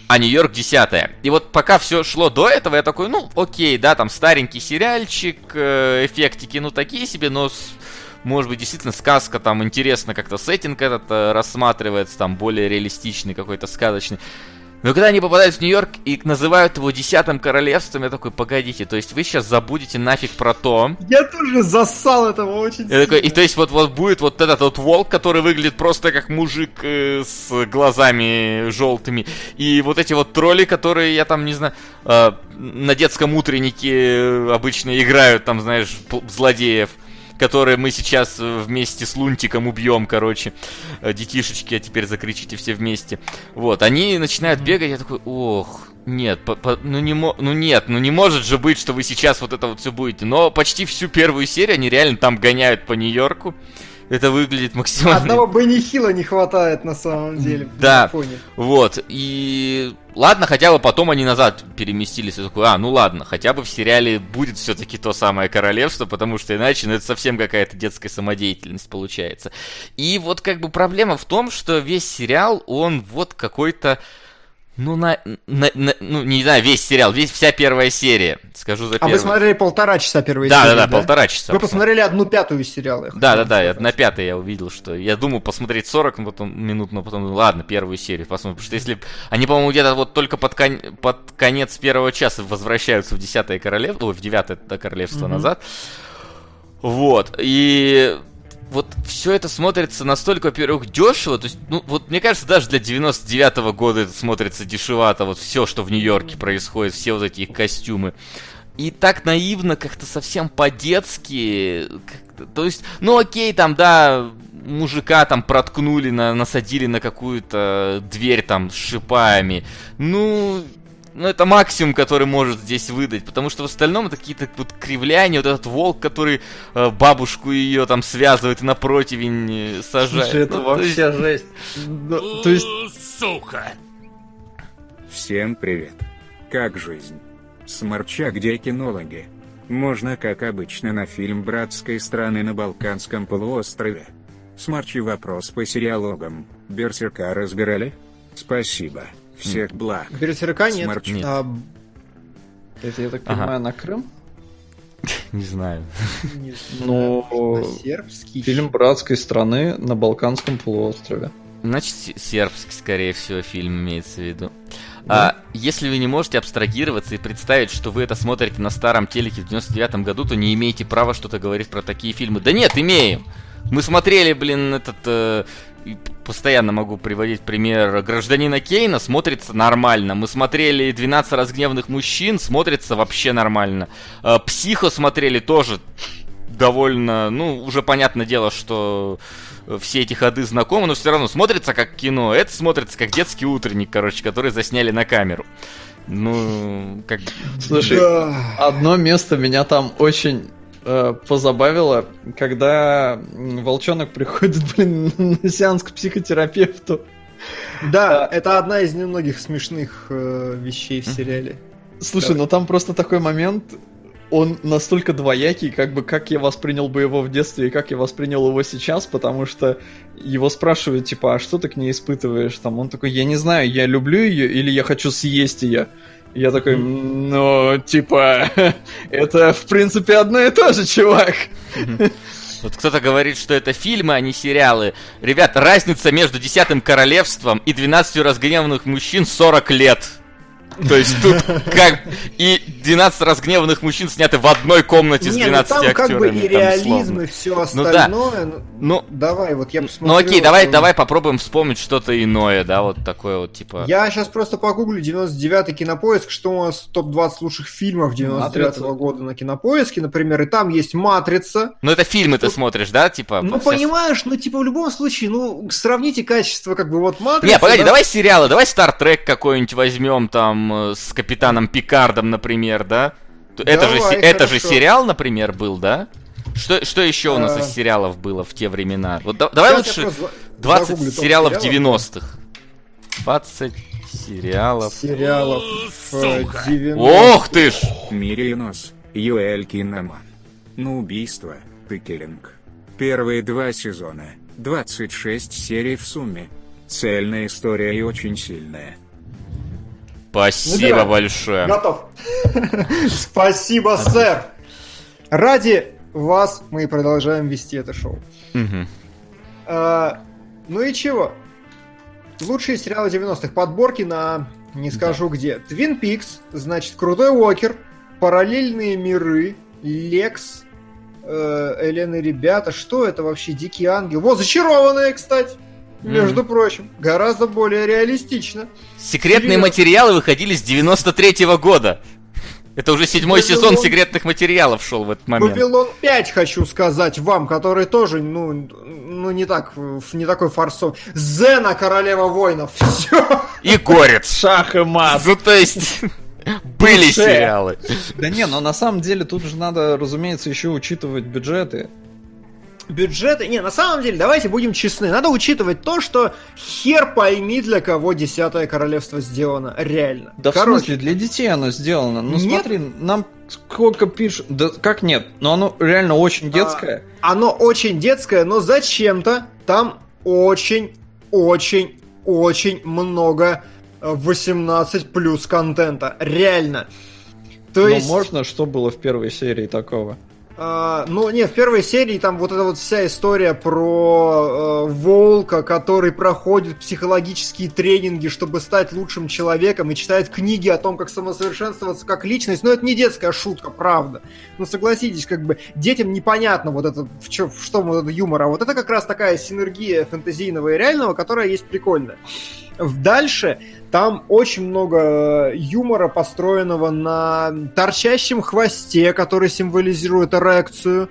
а Нью-Йорк десятая. И вот пока все шло до этого, я такой, ну, окей, да, там старенький сериальчик, эффектики, ну, такие себе, но, может быть, действительно сказка, там, интересно как-то сеттинг этот рассматривается, там, более реалистичный, какой-то сказочный. Но когда они попадают в Нью-Йорк и называют его десятым королевством, я такой, погодите, то есть вы сейчас забудете нафиг про то. Я тоже засал этого очень я сильно. Такой, и то есть вот, вот будет вот этот вот волк, который выглядит просто как мужик э, с глазами желтыми. И вот эти вот тролли, которые, я там, не знаю, э, на детском утреннике обычно играют, там, знаешь, злодеев. Которые мы сейчас вместе с Лунтиком убьем, короче. Детишечки, а теперь закричите все вместе. Вот, они начинают бегать, я такой, ох, нет, по, по, ну, не мо, ну нет, ну не может же быть, что вы сейчас вот это вот все будете. Но почти всю первую серию они реально там гоняют по Нью-Йорку. Это выглядит максимально... Одного Бенни Хилла не хватает на самом деле. Да, вот, и... Ладно, хотя бы потом они назад переместились. Я такой, а, ну ладно, хотя бы в сериале будет все-таки то самое королевство, потому что иначе, ну, это совсем какая-то детская самодеятельность получается. И вот как бы проблема в том, что весь сериал, он вот какой-то... Ну, на, на, на, ну, не знаю, весь сериал, весь, вся первая серия, скажу за первую. А вы смотрели полтора часа первой да, серии, да? Да, да, полтора часа. Вы посмотрели одну пятую сериала. Да, да, да, я, на пятой я увидел, что... Я думал посмотреть сорок потом, минут, но потом, ладно, первую серию посмотрим. Потому что если... Они, по-моему, где-то вот только под, кон... под конец первого часа возвращаются в десятое королевство, ой, в девятое королевство mm-hmm. назад. Вот, и... Вот все это смотрится настолько, во-первых, дешево. То есть, ну, вот мне кажется, даже для девяносто девятого года это смотрится дешевато. Вот все, что в Нью-Йорке происходит, все вот эти их костюмы. И так наивно, как-то совсем по-детски. Как-то, то есть, ну окей, там, да, мужика там проткнули, на, насадили на какую-то дверь там с шипами. Ну... Ну, это максимум, который может здесь выдать, потому что в остальном это какие-то вот кривляния, вот этот волк, который э, бабушку ее там связывает и на противень сажает. Слушай, это ну, вообще есть... жесть. Ну, то есть... Сука! Всем привет. Как жизнь? Сморча, где кинологи? Можно, как обычно, на фильм «Братской страны на Балканском полуострове». Сморчи вопрос по сериалогам. Берсерка разбирали? Спасибо. Всех благ. Берсерка нет. Сморч... нет. А... Это, я так понимаю, ага. на Крым? Не знаю. Ну, сербский. Фильм «Братской страны» на Балканском полуострове. Значит, сербский, скорее всего, фильм имеется в виду. Да. А, если вы не можете абстрагироваться и представить, что вы это смотрите на старом телеке в девяносто девятом году, то не имеете права что-то говорить про такие фильмы. Да нет, имеем! Мы смотрели, блин, этот... Э, постоянно могу приводить пример «Гражданина Кейна», смотрится нормально. Мы смотрели «двенадцать разгневанных мужчин», смотрится вообще нормально. Э, «Психо» смотрели тоже довольно... Ну, уже понятное дело, что все эти ходы знакомы, но все равно смотрится как кино. Это смотрится как детский утренник, короче, который засняли на камеру. Ну, как... Слушай, да. Одно место меня там очень... позабавило, когда волчонок приходит, блин, на сеанс к психотерапевту. Да, это одна из немногих смешных э, вещей в сериале. Слушай, да. Ну там просто такой момент, он настолько двоякий, как бы как я воспринял бы его в детстве и как я воспринял его сейчас, потому что его спрашивают, типа, а что ты к ней испытываешь? Там он такой, я не знаю, я люблю ее или я хочу съесть ее. Я такой, ну, типа, это, в принципе, одно и то же, чувак. Вот кто-то говорит, что это фильмы, а не сериалы. Ребят, разница между «Десятым королевством» и «двенадцатью разгневанных мужчин» сорок лет. То есть тут как... И «двенадцать разгневанных мужчин» сняты в одной комнате с двенадцатью актерами. Ну там как бы и реализм, и все остальное. Ну, да. ну, ну давай, вот я посмотрю. Ну окей, давай, давай попробуем вспомнить что-то иное, да, вот такое вот, типа... Я сейчас просто погуглю девяносто девятый Кинопоиск, что у нас топ двадцать лучших фильмов девяносто девятого года на Кинопоиске, например, и там есть «Матрица». Ну это фильмы ты смотришь, да, типа... Ну понимаешь, ну типа в любом случае, ну сравните качество как бы вот «Матрицы». Не, погоди, да? Давай сериалы, давай «Стартрек» какой-нибудь возьмем там... с капитаном Пикардом, например, да? Это, Давай, же, это же сериал, например, был, да? Что, что еще у нас из сериалов было в те времена? Вот да, давай лучше двадцать сериалов девяностых. двадцать сериалов. Сериалов девяностых. Ох ты ж! Мириенос, Юэль Киноман. Ну, убийство, Тыкелинг. Первые два сезона, двадцать шесть серий в сумме. Цельная история и очень сильная. Спасибо Выбирай. большое. Готов. Спасибо, сэр. Ради вас мы продолжаем вести это шоу. Мгм. А, ну и чего? Лучшие сериалы девяностых. Подборки на... не скажу где. Twin Peaks, значит, Крутой Уокер, Параллельные миры, Лекс, э, Элен и ребята. Что это вообще? Дикий ангел. Вот, Зачарованные, кстати. Между Мгм. прочим. Гораздо более реалистично. Секретные Серьезно. материалы выходили с девяносто третьего года. Это уже седьмой Вавилон. сезон секретных материалов шел в этот момент. Вавилон пять, хочу сказать вам, который тоже, ну, ну не так, не такой форсов. Зена, королева воинов. Все. И Горец. Шах и мат. Ну, то есть, были Уже. сериалы. Да не, но на самом деле тут же надо, разумеется, еще учитывать бюджеты. Бюджеты... Не, на самом деле, давайте будем честны. Надо учитывать то, что хер пойми, для кого Десятое Королевство сделано. Реально. Да в смысле, для детей оно сделано. Ну Нет. смотри, нам сколько пишут... Да как нет? Но оно реально очень детское. А, оно очень детское, но зачем-то там очень-очень-очень много восемнадцать плюс контента. Реально. То Но есть... можно, что было в первой серии такого? А, ну, не, в первой серии там вот эта вот вся история про э, волка, который проходит психологические тренинги, чтобы стать лучшим человеком, и читает книги о том, как самосовершенствоваться как личность. Но это не детская шутка, правда. Ну, согласитесь, как бы детям непонятно вот это, в, чё, в что вот это юмор, а вот это как раз такая синергия фэнтезийного и реального, которая есть прикольная. Дальше там очень много юмора, построенного на торчащем хвосте, который символизирует эрекцию.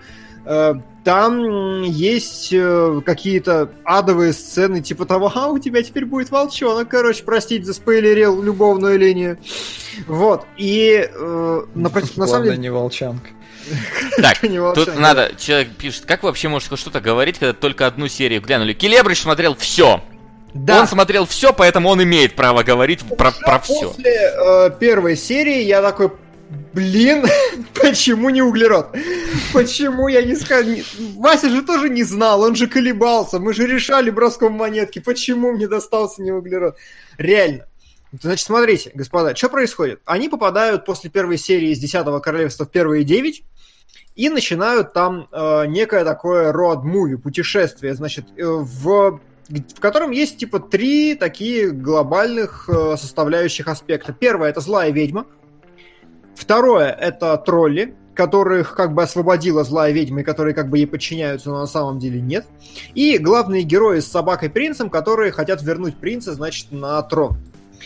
Там есть какие-то адовые сцены, типа того, а у тебя теперь будет волчонок, короче, простите за спойлерил любовную линию. Вот. И э, на, на самом деле... не волчанка. Так, Не волчанка. тут надо, человек пишет, как вы вообще можете что-то говорить, когда только одну серию глянули? Келебрич смотрел все. Да. Он смотрел все, поэтому он имеет право говорить про, Уже про все. После э, первой серии я такой, блин, почему не углерод? Почему я не сказал? Вася же тоже не знал, он же колебался, мы же решали броском монетки, почему мне достался не углерод? Реально. Значит, смотрите, господа, что происходит? Они попадают после первой серии из Десятого Королевства в первые девять и начинают там э, некое такое road-movie, путешествие, значит, э, в... в котором есть типа три такие глобальных э, составляющих аспекта. Первое — это злая ведьма. Второе — это тролли, которых как бы освободила злая ведьма, и которые как бы ей подчиняются, но на самом деле нет. И главные герои с собакой-принцем, которые хотят вернуть принца, значит, на трон.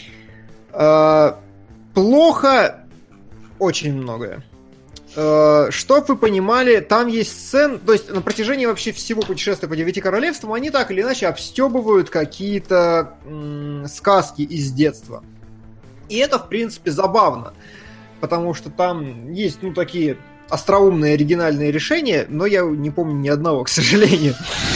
Э, плохо очень многое. Чтоб вы понимали, там есть сцен, то есть на протяжении вообще всего путешествия по Девяти Королевствам они так или иначе обстебывают какие-то м- сказки из детства. И это, в принципе, забавно, потому что там есть, ну, такие остроумные оригинальные решения, но я не помню ни одного, к сожалению.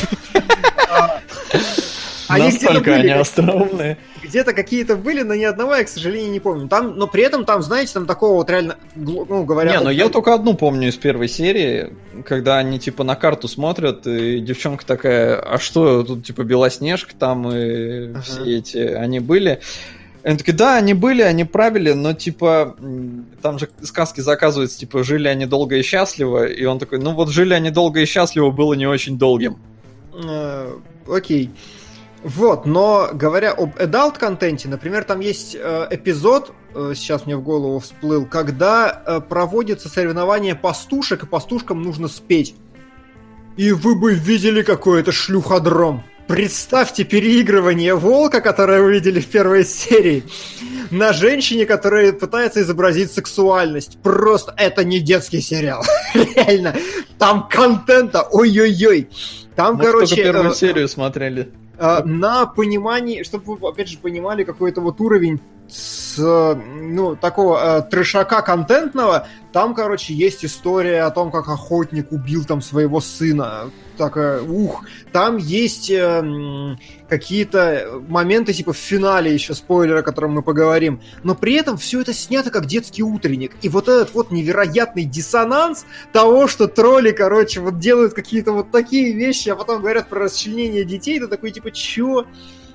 Настолько они остроумные. Где-то какие-то были, но ни одного я, к сожалению, не помню. Там, но при этом там, знаете, там такого вот реально, ну, говоря... Не, вот, ну я только одну помню из первой серии, когда они типа на карту смотрят, и девчонка такая, а что, тут типа Белоснежка там и Ага. все эти, они были. И они такие, да, они были, они правили, но типа там же сказки заказываются, типа жили они долго и счастливо, и он такой, ну вот жили они долго и счастливо было не очень долгим. Э, Окей. Вот, но говоря об adult-контенте, например, там есть э, эпизод, э, сейчас мне в голову всплыл, когда э, проводятся соревнования пастушек, и пастушкам нужно спеть. И вы бы видели, какой это шлюходром. Представьте переигрывание волка, которое вы видели в первой серии, на женщине, которая пытается изобразить сексуальность. Просто это не детский сериал. Реально. Там контента, ой-ой-ой. Там, Мы короче... только первую э, серию смотрели. Uh, на понимании, чтобы вы, опять же, понимали какой-то вот уровень с, ну, такого uh, трешака контентного, там, короче, есть история о том, как охотник убил там своего сына. Такая, ух, там есть uh, какие-то моменты, типа в финале еще спойлер, о котором мы поговорим, но при этом все это снято как детский утренник. И вот этот вот невероятный диссонанс того, что тролли, короче, вот делают какие-то вот такие вещи, а потом говорят про расчленение детей, ты такой, типа, чё?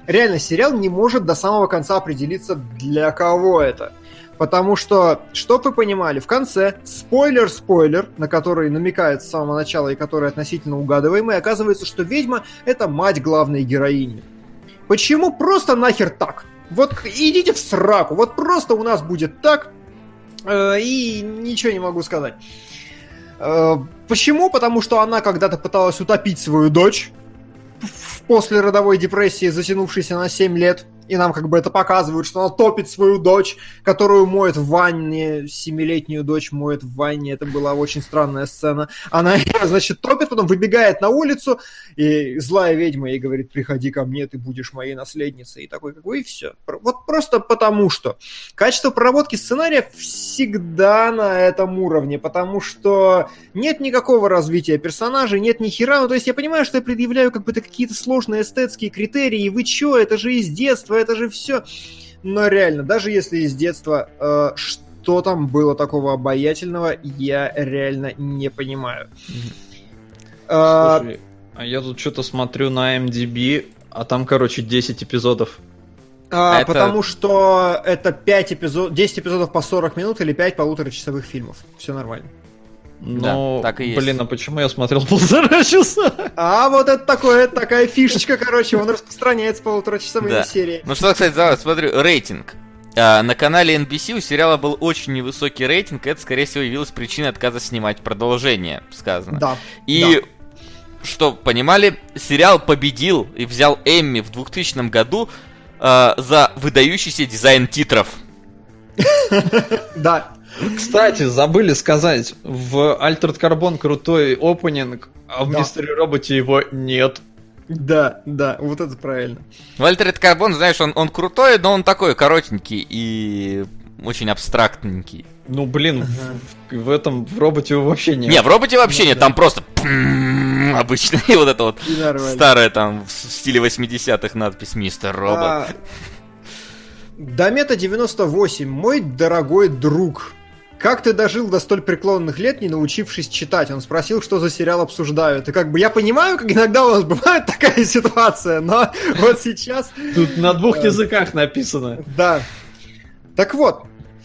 реально сериал не может до самого конца определиться, для кого это. Потому что, чтоб вы понимали, в конце спойлер-спойлер, на который намекает с самого начала и который относительно угадываемый, оказывается, что ведьма — это мать главной героини. Почему просто нахер так? Вот идите в сраку, вот просто у нас будет так, э, и ничего не могу сказать. Э, почему? Потому что она когда-то пыталась утопить свою дочь в послеродовой депрессии, затянувшейся на семь лет. И нам как бы это показывают, что она топит свою дочь, которую моет в ванне, семилетнюю дочь моет в ванне. Это была очень странная сцена. Она, значит, топит, потом выбегает на улицу, и злая ведьма ей говорит: приходи ко мне, ты будешь моей наследницей. И такой, какой, и все. Вот просто потому что. Качество проработки сценария всегда на этом уровне, потому что нет никакого развития персонажей, нет ни хера. Ну, то есть я понимаю, что я предъявляю как бы какие-то сложные эстетские критерии, и вы чё, это же из детства, это же все. Но реально, даже если из детства, э, что там было такого обаятельного, я реально не понимаю. Слушай, а я тут что-то смотрю на эм ди би, а там, короче, десять эпизодов. А, это... Потому что это пять эпизодов, десять эпизодов по сорок минут или пять полуторачасовых фильмов. Все нормально. Ну, да, так и есть. Блин, а почему я смотрел полтора часа? А вот это такое, такая фишечка, короче, он распространяется полуторачасовыми Да. сериями. Ну что, кстати, да, смотрю, рейтинг. А, на канале эн би си у сериала был очень невысокий рейтинг, и это, скорее всего, явилось причиной отказа снимать продолжение, сказано. Да. И, да. что понимали, сериал победил и взял Эмми в двухтысячном году а, за выдающийся дизайн титров. Да. Кстати, забыли сказать, в Altered Carbon крутой опенинг, а в Да. Mystery Robot его нет. Да, да, вот это правильно. В Altered Carbon, знаешь, он, он крутой, но он такой коротенький и очень абстрактненький. Ну, блин, в, в этом, в роботе его вообще нет. Не, в роботе вообще Ну, нет, да. там просто обычно и вот это вот И нормально. старая там в стиле восьмидесятых надпись «Мистер Робот». А, Домета девяносто восемь, мой дорогой друг. Как ты дожил до столь преклонных лет, не научившись читать? Он спросил, что за сериал обсуждают. И как бы я понимаю, как иногда у нас бывает такая ситуация, но вот сейчас... Тут на двух языках написано. Да. Так вот,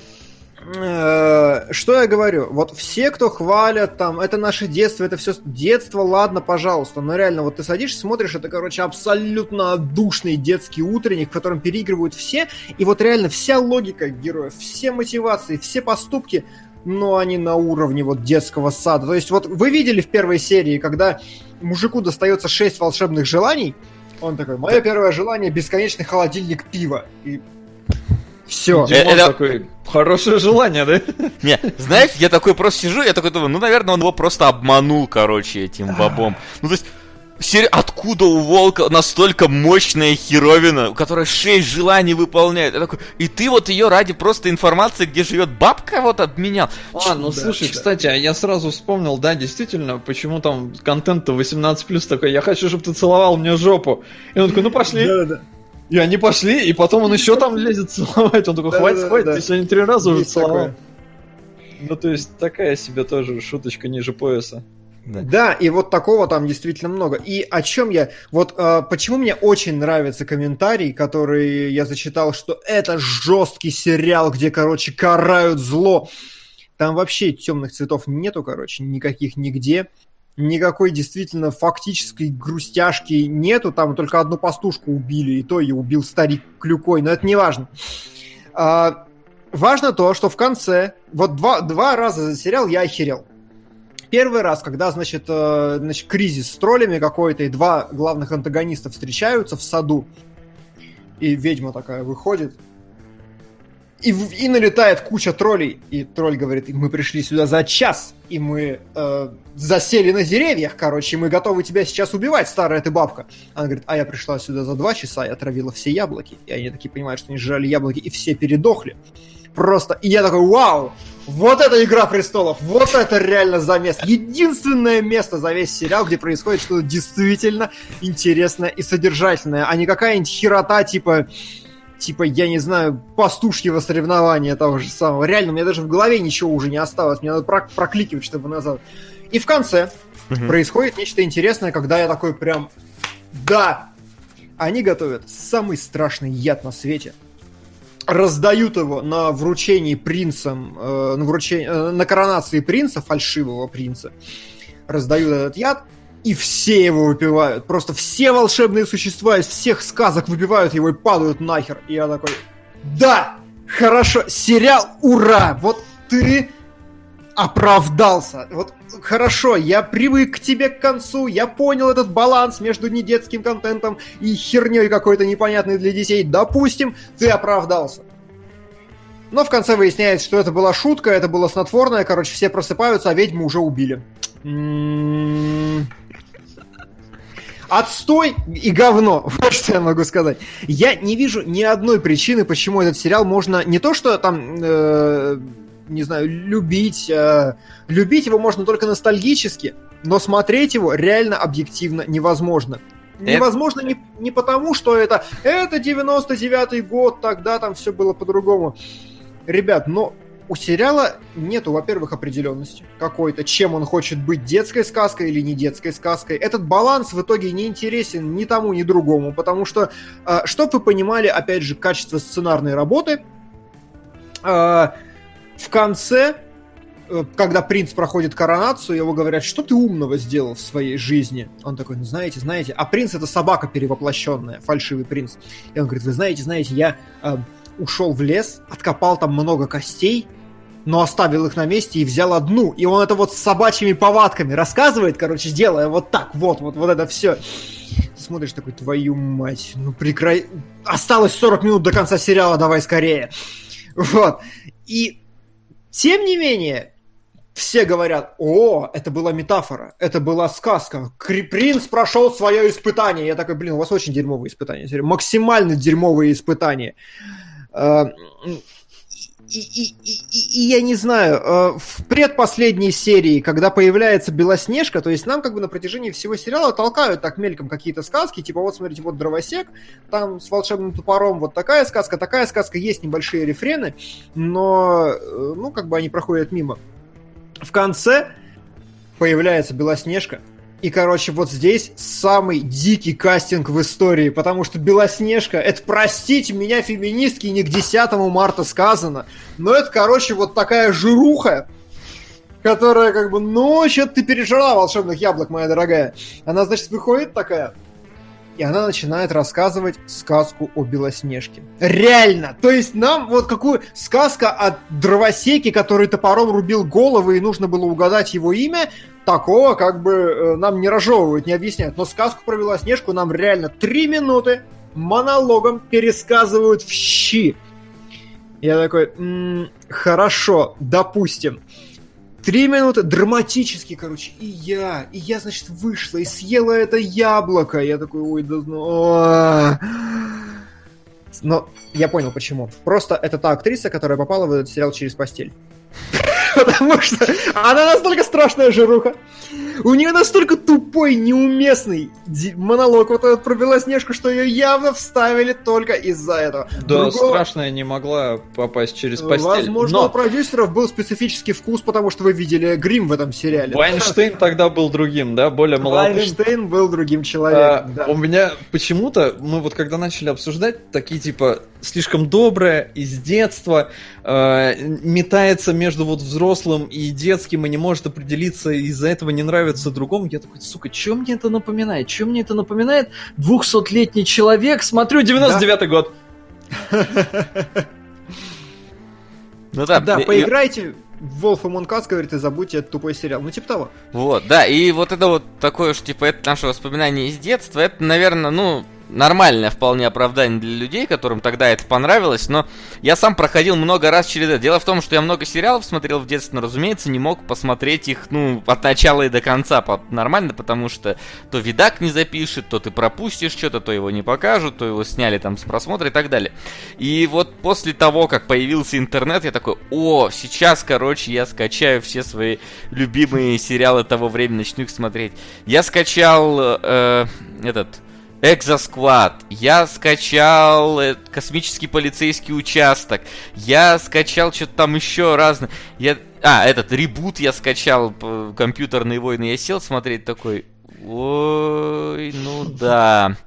э, что я говорю? Вот все, кто хвалят, там, это наше детство, это все детство, ладно, пожалуйста, но реально, вот ты садишься, смотришь, это, короче, абсолютно душный детский утренник, в котором переигрывают все, и вот реально вся логика героев, все мотивации, все поступки, но они на уровне вот детского сада. То есть вот вы видели в первой серии, когда мужику достается шесть волшебных желаний, он такой: мое первое желание — бесконечный холодильник пива. И все. Э, Димон это- такой, хорошее желание, да? Не, знаешь, я такой просто сижу, я такой думаю, ну, наверное, он его просто обманул, короче, этим бобом. Ну, то есть, сери- откуда у волка настолько мощная херовина, у которой шесть желаний выполняет? Я такой, и ты вот ее ради просто информации, где живет бабка, вот обменял? А, ну Да, слушай, да. кстати, а я сразу вспомнил, да, действительно, почему там контент-то восемнадцать плюс такой: я хочу, чтобы ты целовал мне жопу. И он такой: ну пошли. Да-да-да. И они пошли, и потом он еще там лезет целовать. Он такой: хватит, Да-да-да. хватит, ты сегодня три раза уже Есть целовал. такое. Ну, то есть, такая себе тоже шуточка ниже пояса. Да, и вот такого там действительно много. И о чем я... Вот э, почему мне очень нравится комментарий, который я зачитал, что это жесткий сериал, где, короче, карают зло. Там вообще темных цветов нету, короче, никаких нигде. Никакой действительно фактической грустяшки нету. Там только одну пастушку убили, и то ее убил старик клюкой, но это не важно. А, важно то, что в конце... Вот два, два раза за сериал я охерел. Первый раз, когда, значит, э, значит, кризис с троллями какой-то, и два главных антагониста встречаются в саду, и ведьма такая выходит, и, в- и налетает куча троллей, и тролль говорит: мы пришли сюда за час, и мы э, засели на деревьях, короче, и мы готовы тебя сейчас убивать, старая ты бабка. Она говорит: а я пришла сюда за два часа и отравила все яблоки. И они такие понимают, что они жрали яблоки, и все передохли. Просто, и я такой: вау, вот это Игра престолов, вот это реально замес. Единственное место за весь сериал, где происходит что-то действительно интересное и содержательное, а не какая-нибудь херота типа, типа, я не знаю, пастушьего соревнования того же самого. Реально, у меня даже в голове ничего уже не осталось, мне надо прок- прокликивать, чтобы назад. И в конце Мгм. происходит нечто интересное, когда я такой прям: да, Они готовят самый страшный яд на свете. Раздают его на вручении принцам, э, на, вручении, э, на коронации принца, фальшивого принца. Раздают этот яд, и все его выпивают. Просто все волшебные существа из всех сказок выпивают его и падают нахер. И я такой, да, хорошо, сериал, ура, вот ты оправдался. Вот хорошо, я привык к тебе к концу, я понял этот баланс между недетским контентом и херней какой-то непонятной для детей. Допустим, ты оправдался. Но в конце выясняется, что это была шутка, это было снотворное, короче, все просыпаются, а ведьму уже убили. М-м-м. Отстой и говно, вот что я могу сказать. Я не вижу ни одной причины, почему этот сериал можно не то что там... Э- не знаю, любить. Э, любить его можно только ностальгически, но смотреть его реально объективно невозможно. Это... Невозможно не, не потому, что это, это девяносто девятый год, тогда там все было по-другому. Ребят, но у сериала нету, во-первых, определенности какой-то, чем он хочет быть, детской сказкой или не детской сказкой. Этот баланс в итоге не интересен ни тому, ни другому, потому что, э, чтобы вы понимали, опять же, качество сценарной работы, э, в конце, когда принц проходит коронацию, его говорят, что ты умного сделал в своей жизни? Он такой, ну знаете, знаете, а принц это собака перевоплощенная, фальшивый принц. И он говорит, вы знаете, знаете, я э, ушел в лес, откопал там много костей, но оставил их на месте и взял одну. И он это вот с собачьими повадками рассказывает, короче, делая вот так, вот, вот, вот это все. Ты смотришь такой, твою мать, ну прекрати. Осталось сорок минут до конца сериала, давай скорее. Вот. И тем не менее, все говорят, о, это была метафора, это была сказка, принц прошел свое испытание. Я такой, блин, у вас очень дерьмовые испытания, максимально дерьмовые испытания. И, и, и, и я не знаю, в предпоследней серии, когда появляется Белоснежка, то есть нам как бы на протяжении всего сериала толкают так мельком какие-то сказки, типа вот смотрите, вот Дровосек, там с волшебным топором вот такая сказка, такая сказка, есть небольшие рефрены, но, ну, как бы они проходят мимо. В конце появляется Белоснежка, и, короче, вот здесь самый дикий кастинг в истории, потому что Белоснежка, это, простите меня, феминистки, не к десятому марта сказано, но это, короче, вот такая жируха, которая как бы, ну, что-то ты пережила волшебных яблок, моя дорогая. Она, значит, выходит такая, и она начинает рассказывать сказку о Белоснежке. Реально! То есть нам вот какую... Сказка о дровосеке, который топором рубил головы, и нужно было угадать его имя, такого как бы э, нам не разжевывают, не объясняют. Но сказку про Белоснежку нам реально три минуты монологом пересказывают в щи. Я такой, м-м, хорошо, допустим. Три минуты, драматически, короче, и я, и я, значит, вышла и съела это яблоко. Я такой, ой, да ну... Но я понял, почему. Просто это та актриса, которая попала в этот сериал через постель. Потому что она настолько страшная жируха. У нее настолько тупой, неуместный монолог вот этот про Белоснежку, что ее явно вставили только из-за этого. Да, Другого... страшная не могла попасть через постель. Возможно, но... у продюсеров был специфический вкус, потому что вы видели грим в этом сериале. Вайнштейн тогда был другим, да, более молодым. Вайнштейн был другим человеком, а, да. У меня почему-то, мы вот когда начали обсуждать, такие типа слишком добрая, из детства, э, метается между вот взрослым и детским и не может определиться, из-за этого не нравится другому. Я такой, сука, что мне это напоминает? Что мне это напоминает? двухсотлетний человек, смотрю, девяносто девятый да. год. Ну да, да и, поиграйте в Wolf Among Us, говорит, и забудьте этот тупой сериал. Ну, типа того. Вот, да, и вот это вот такое, что, типа, это наше воспоминание из детства, это, наверное, ну, нормальное вполне оправдание для людей, которым тогда это понравилось, но я сам проходил много раз через это. Дело в том, что я много сериалов смотрел в детстве, но, разумеется, не мог посмотреть их, ну, от начала и до конца нормально, потому что то видак не запишет, то ты пропустишь что-то, то его не покажут, то его сняли там с просмотра и так далее. И вот после того, как появился интернет, я такой, о, сейчас, короче, я скачаю все свои любимые сериалы того времени, начну их смотреть. Я скачал э, этот... Экзосквад, я скачал э, космический полицейский участок, я скачал что-то там еще разное. Я... А, этот ребут я скачал, компьютерные войны, я сел смотреть такой, ой, ну да.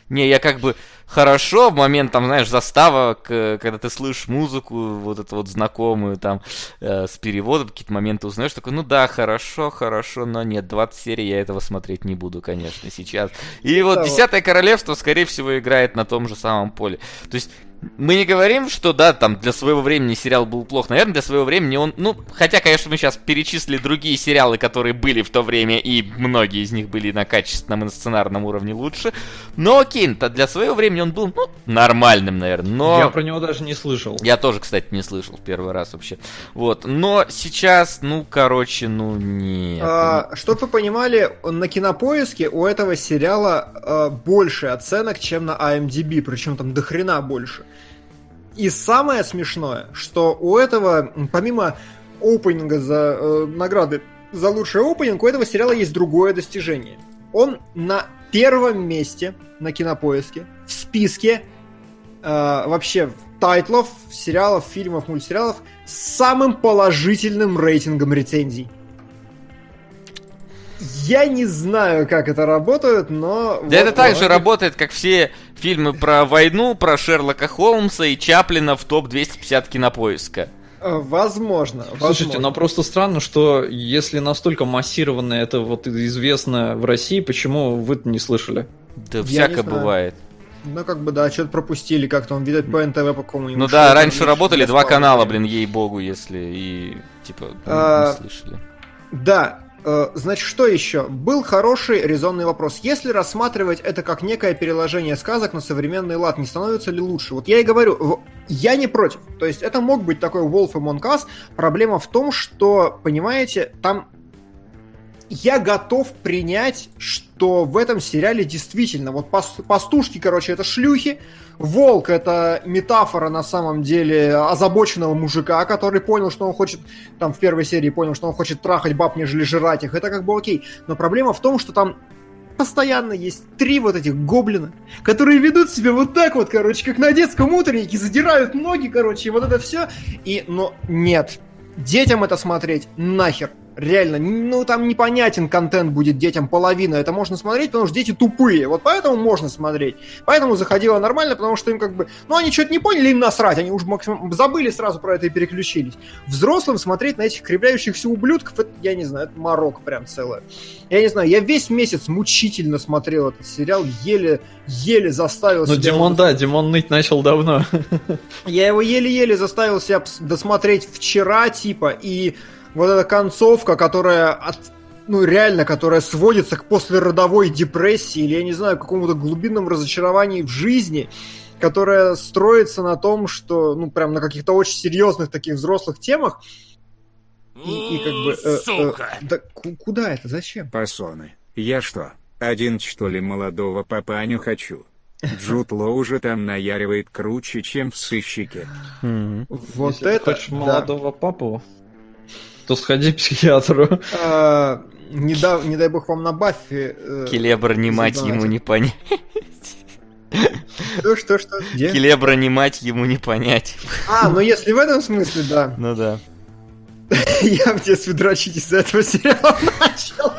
Не, я как бы хорошо в момент, там, знаешь, заставок, когда ты слышишь музыку, вот эту вот знакомую, там, э, с переводом, какие-то моменты узнаешь, такой, ну да, хорошо, хорошо, но нет, двадцать серий я этого смотреть не буду, конечно, сейчас. И вот «Десятое королевство», скорее всего, играет на том же самом поле. То есть, мы не говорим, что, да, там, для своего времени сериал был плох. Наверное, для своего времени он... Ну, хотя, конечно, мы сейчас перечислили другие сериалы, которые были в то время, и многие из них были на качественном и на сценарном уровне лучше. Но, окей, для своего времени он был, ну, нормальным, наверное, но... Я про него даже не слышал. Я тоже, кстати, не слышал в первый раз вообще. Вот, но сейчас, ну, короче, ну, нет. А, чтоб вы понимали, на Кинопоиске у этого сериала а, больше оценок, чем на ай эм ди би, причем там до хрена больше. И самое смешное, что у этого, помимо опенинга за э, награды за лучший опенинг, у этого сериала есть другое достижение. Он на первом месте на Кинопоиске в списке э, вообще тайтлов, сериалов, фильмов, мультсериалов с самым положительным рейтингом рецензий. Я не знаю, как это работает, но... Да вот, это так вот. же работает, как все фильмы про войну, про Шерлока Холмса и Чаплина в топ двести пятьдесят Кинопоиска. Возможно. Слушайте, возможно. но просто странно, что если настолько массированно это вот известно в России, почему вы-то не слышали? Да Я всяко не знаю. бывает. Ну, как бы, да, что-то пропустили как-то, он, видать, по эн тэ вэ по какому-нибудь. Ну да, шоу, раньше там, работали без два паузы. канала, блин, ей-богу, если и, типа, А, не слышали. Да, э, значит, что еще? Был хороший резонный вопрос. Если рассматривать это как некое переложение сказок на современный лад, не становится ли лучше? Вот я и говорю, в- я не против. То есть это мог быть такой Wolf Among Us. Проблема в том, что, понимаете, там я готов принять, что в этом сериале действительно вот пас- пастушки, короче, это шлюхи, волк — это метафора на самом деле озабоченного мужика, который понял, что он хочет, там в первой серии понял, что он хочет трахать баб, нежели жрать их. Это как бы окей. Но проблема в том, что там постоянно есть три вот этих гоблина, которые ведут себя вот так вот, короче, как на детском утреннике, задирают ноги, короче, и вот это все. И, ну, нет. Детям это смотреть нахер. Реально, ну там непонятен контент будет детям, половина. Это можно смотреть, потому что дети тупые. Вот поэтому можно смотреть. Поэтому заходило нормально, потому что им как бы... Ну они что-то не поняли, им насрать. Они уже максимум забыли сразу про это и переключились. Взрослым смотреть на этих кривляющихся ублюдков, это, я не знаю, это морока прям целая. Я не знаю, я весь месяц мучительно смотрел этот сериал, еле, еле заставил Ну, себя... Димон, да, Димон ныть начал давно. Я его еле-еле заставил себя пс- досмотреть вчера, типа, и вот эта концовка, которая от, ну реально, которая сводится к послеродовой депрессии, или, я не знаю, к какому-то глубинному разочарованию в жизни, которая строится на том, что, ну, прям на каких-то очень серьезных таких взрослых темах, и, и как бы... э, э, Сука! да ку- куда это? Зачем? Пасоны. Я что, один что ли молодого папаню хочу? Джуд Лоу уже там наяривает круче, чем в «Сыщике». Вот Если ты это... хочешь да. молодого папу, то сходи к психиатру. А, не, да- не дай бог вам на Баффи... э, Келебра не мать ему задонатят. не понять. Что, что, что? Где? Келебра не мать ему не понять. А, ну если в этом смысле, да. Ну да. Я в детстве дрочить из-за этого сериала начал.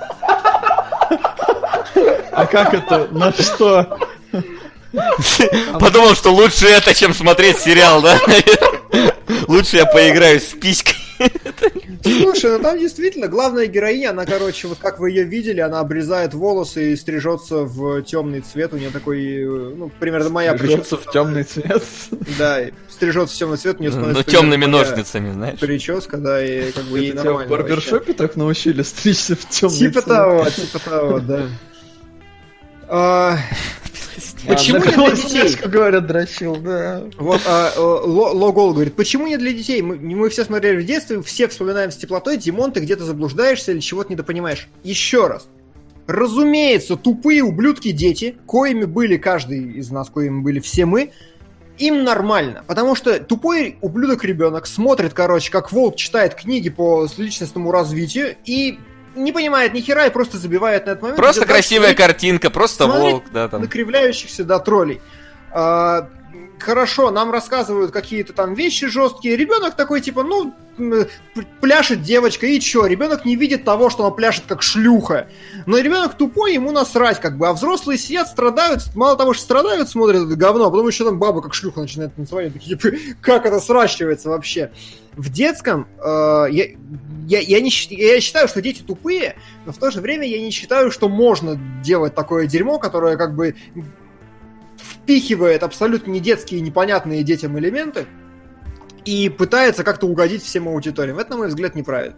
А как это? На что? Подумал, что лучше это, чем смотреть сериал, да? Лучше я поиграю с писькой. Слушай, ну там действительно главная героиня, она, короче, вот как вы ее видели, она обрезает волосы и стрижется в темный цвет. У нее такой, э, ну, примерно моя Придется прическа. в темный цвет. Да, и стрижется в темный цвет, у нее становится... Ну, примерно темными моя ножницами, знаешь. Прическа, да, и как бы ей Это тебя в нормально вообще. барбершопе так научили стричься в темный Типа цвет? того, типа того, да. А, Почему А, не на для детей? Белоснежку, говорят, дрочил, да. Вот а, э, Ло- Логол говорит, почему не для детей? Мы, мы все смотрели в детстве, все вспоминаем с теплотой. Димон, ты где-то заблуждаешься или чего-то недопонимаешь. Еще раз. Разумеется, тупые ублюдки дети, коими были каждый из нас, коими были все мы, им нормально. Потому что тупой ублюдок-ребенок смотрит, короче, как волк читает книги по личностному развитию и не понимает ни хера и просто забивает на этот момент. Просто идет дальше красивая смотреть- картинка, просто смотреть волк, да, там. на кривляющихся, да, троллей. А, хорошо, нам рассказывают какие-то там вещи жесткие, ребенок такой, типа, ну, пляшет девочка, и чё? Ребенок не видит того, что она пляшет как шлюха. Но ребенок тупой, ему насрать, как бы, а взрослые сидят, страдают, мало того, что страдают, смотрят это говно, а потом еще там баба как шлюха начинает танцевать, такие, типа, как это сращивается вообще? В детском э, я, я, я, не, я считаю, что дети тупые, но в то же время я не считаю, что можно делать такое дерьмо, которое как бы впихивает абсолютно не детские, непонятные детям элементы и пытается как-то угодить всем аудиториям. Это, на мой взгляд, неправильно.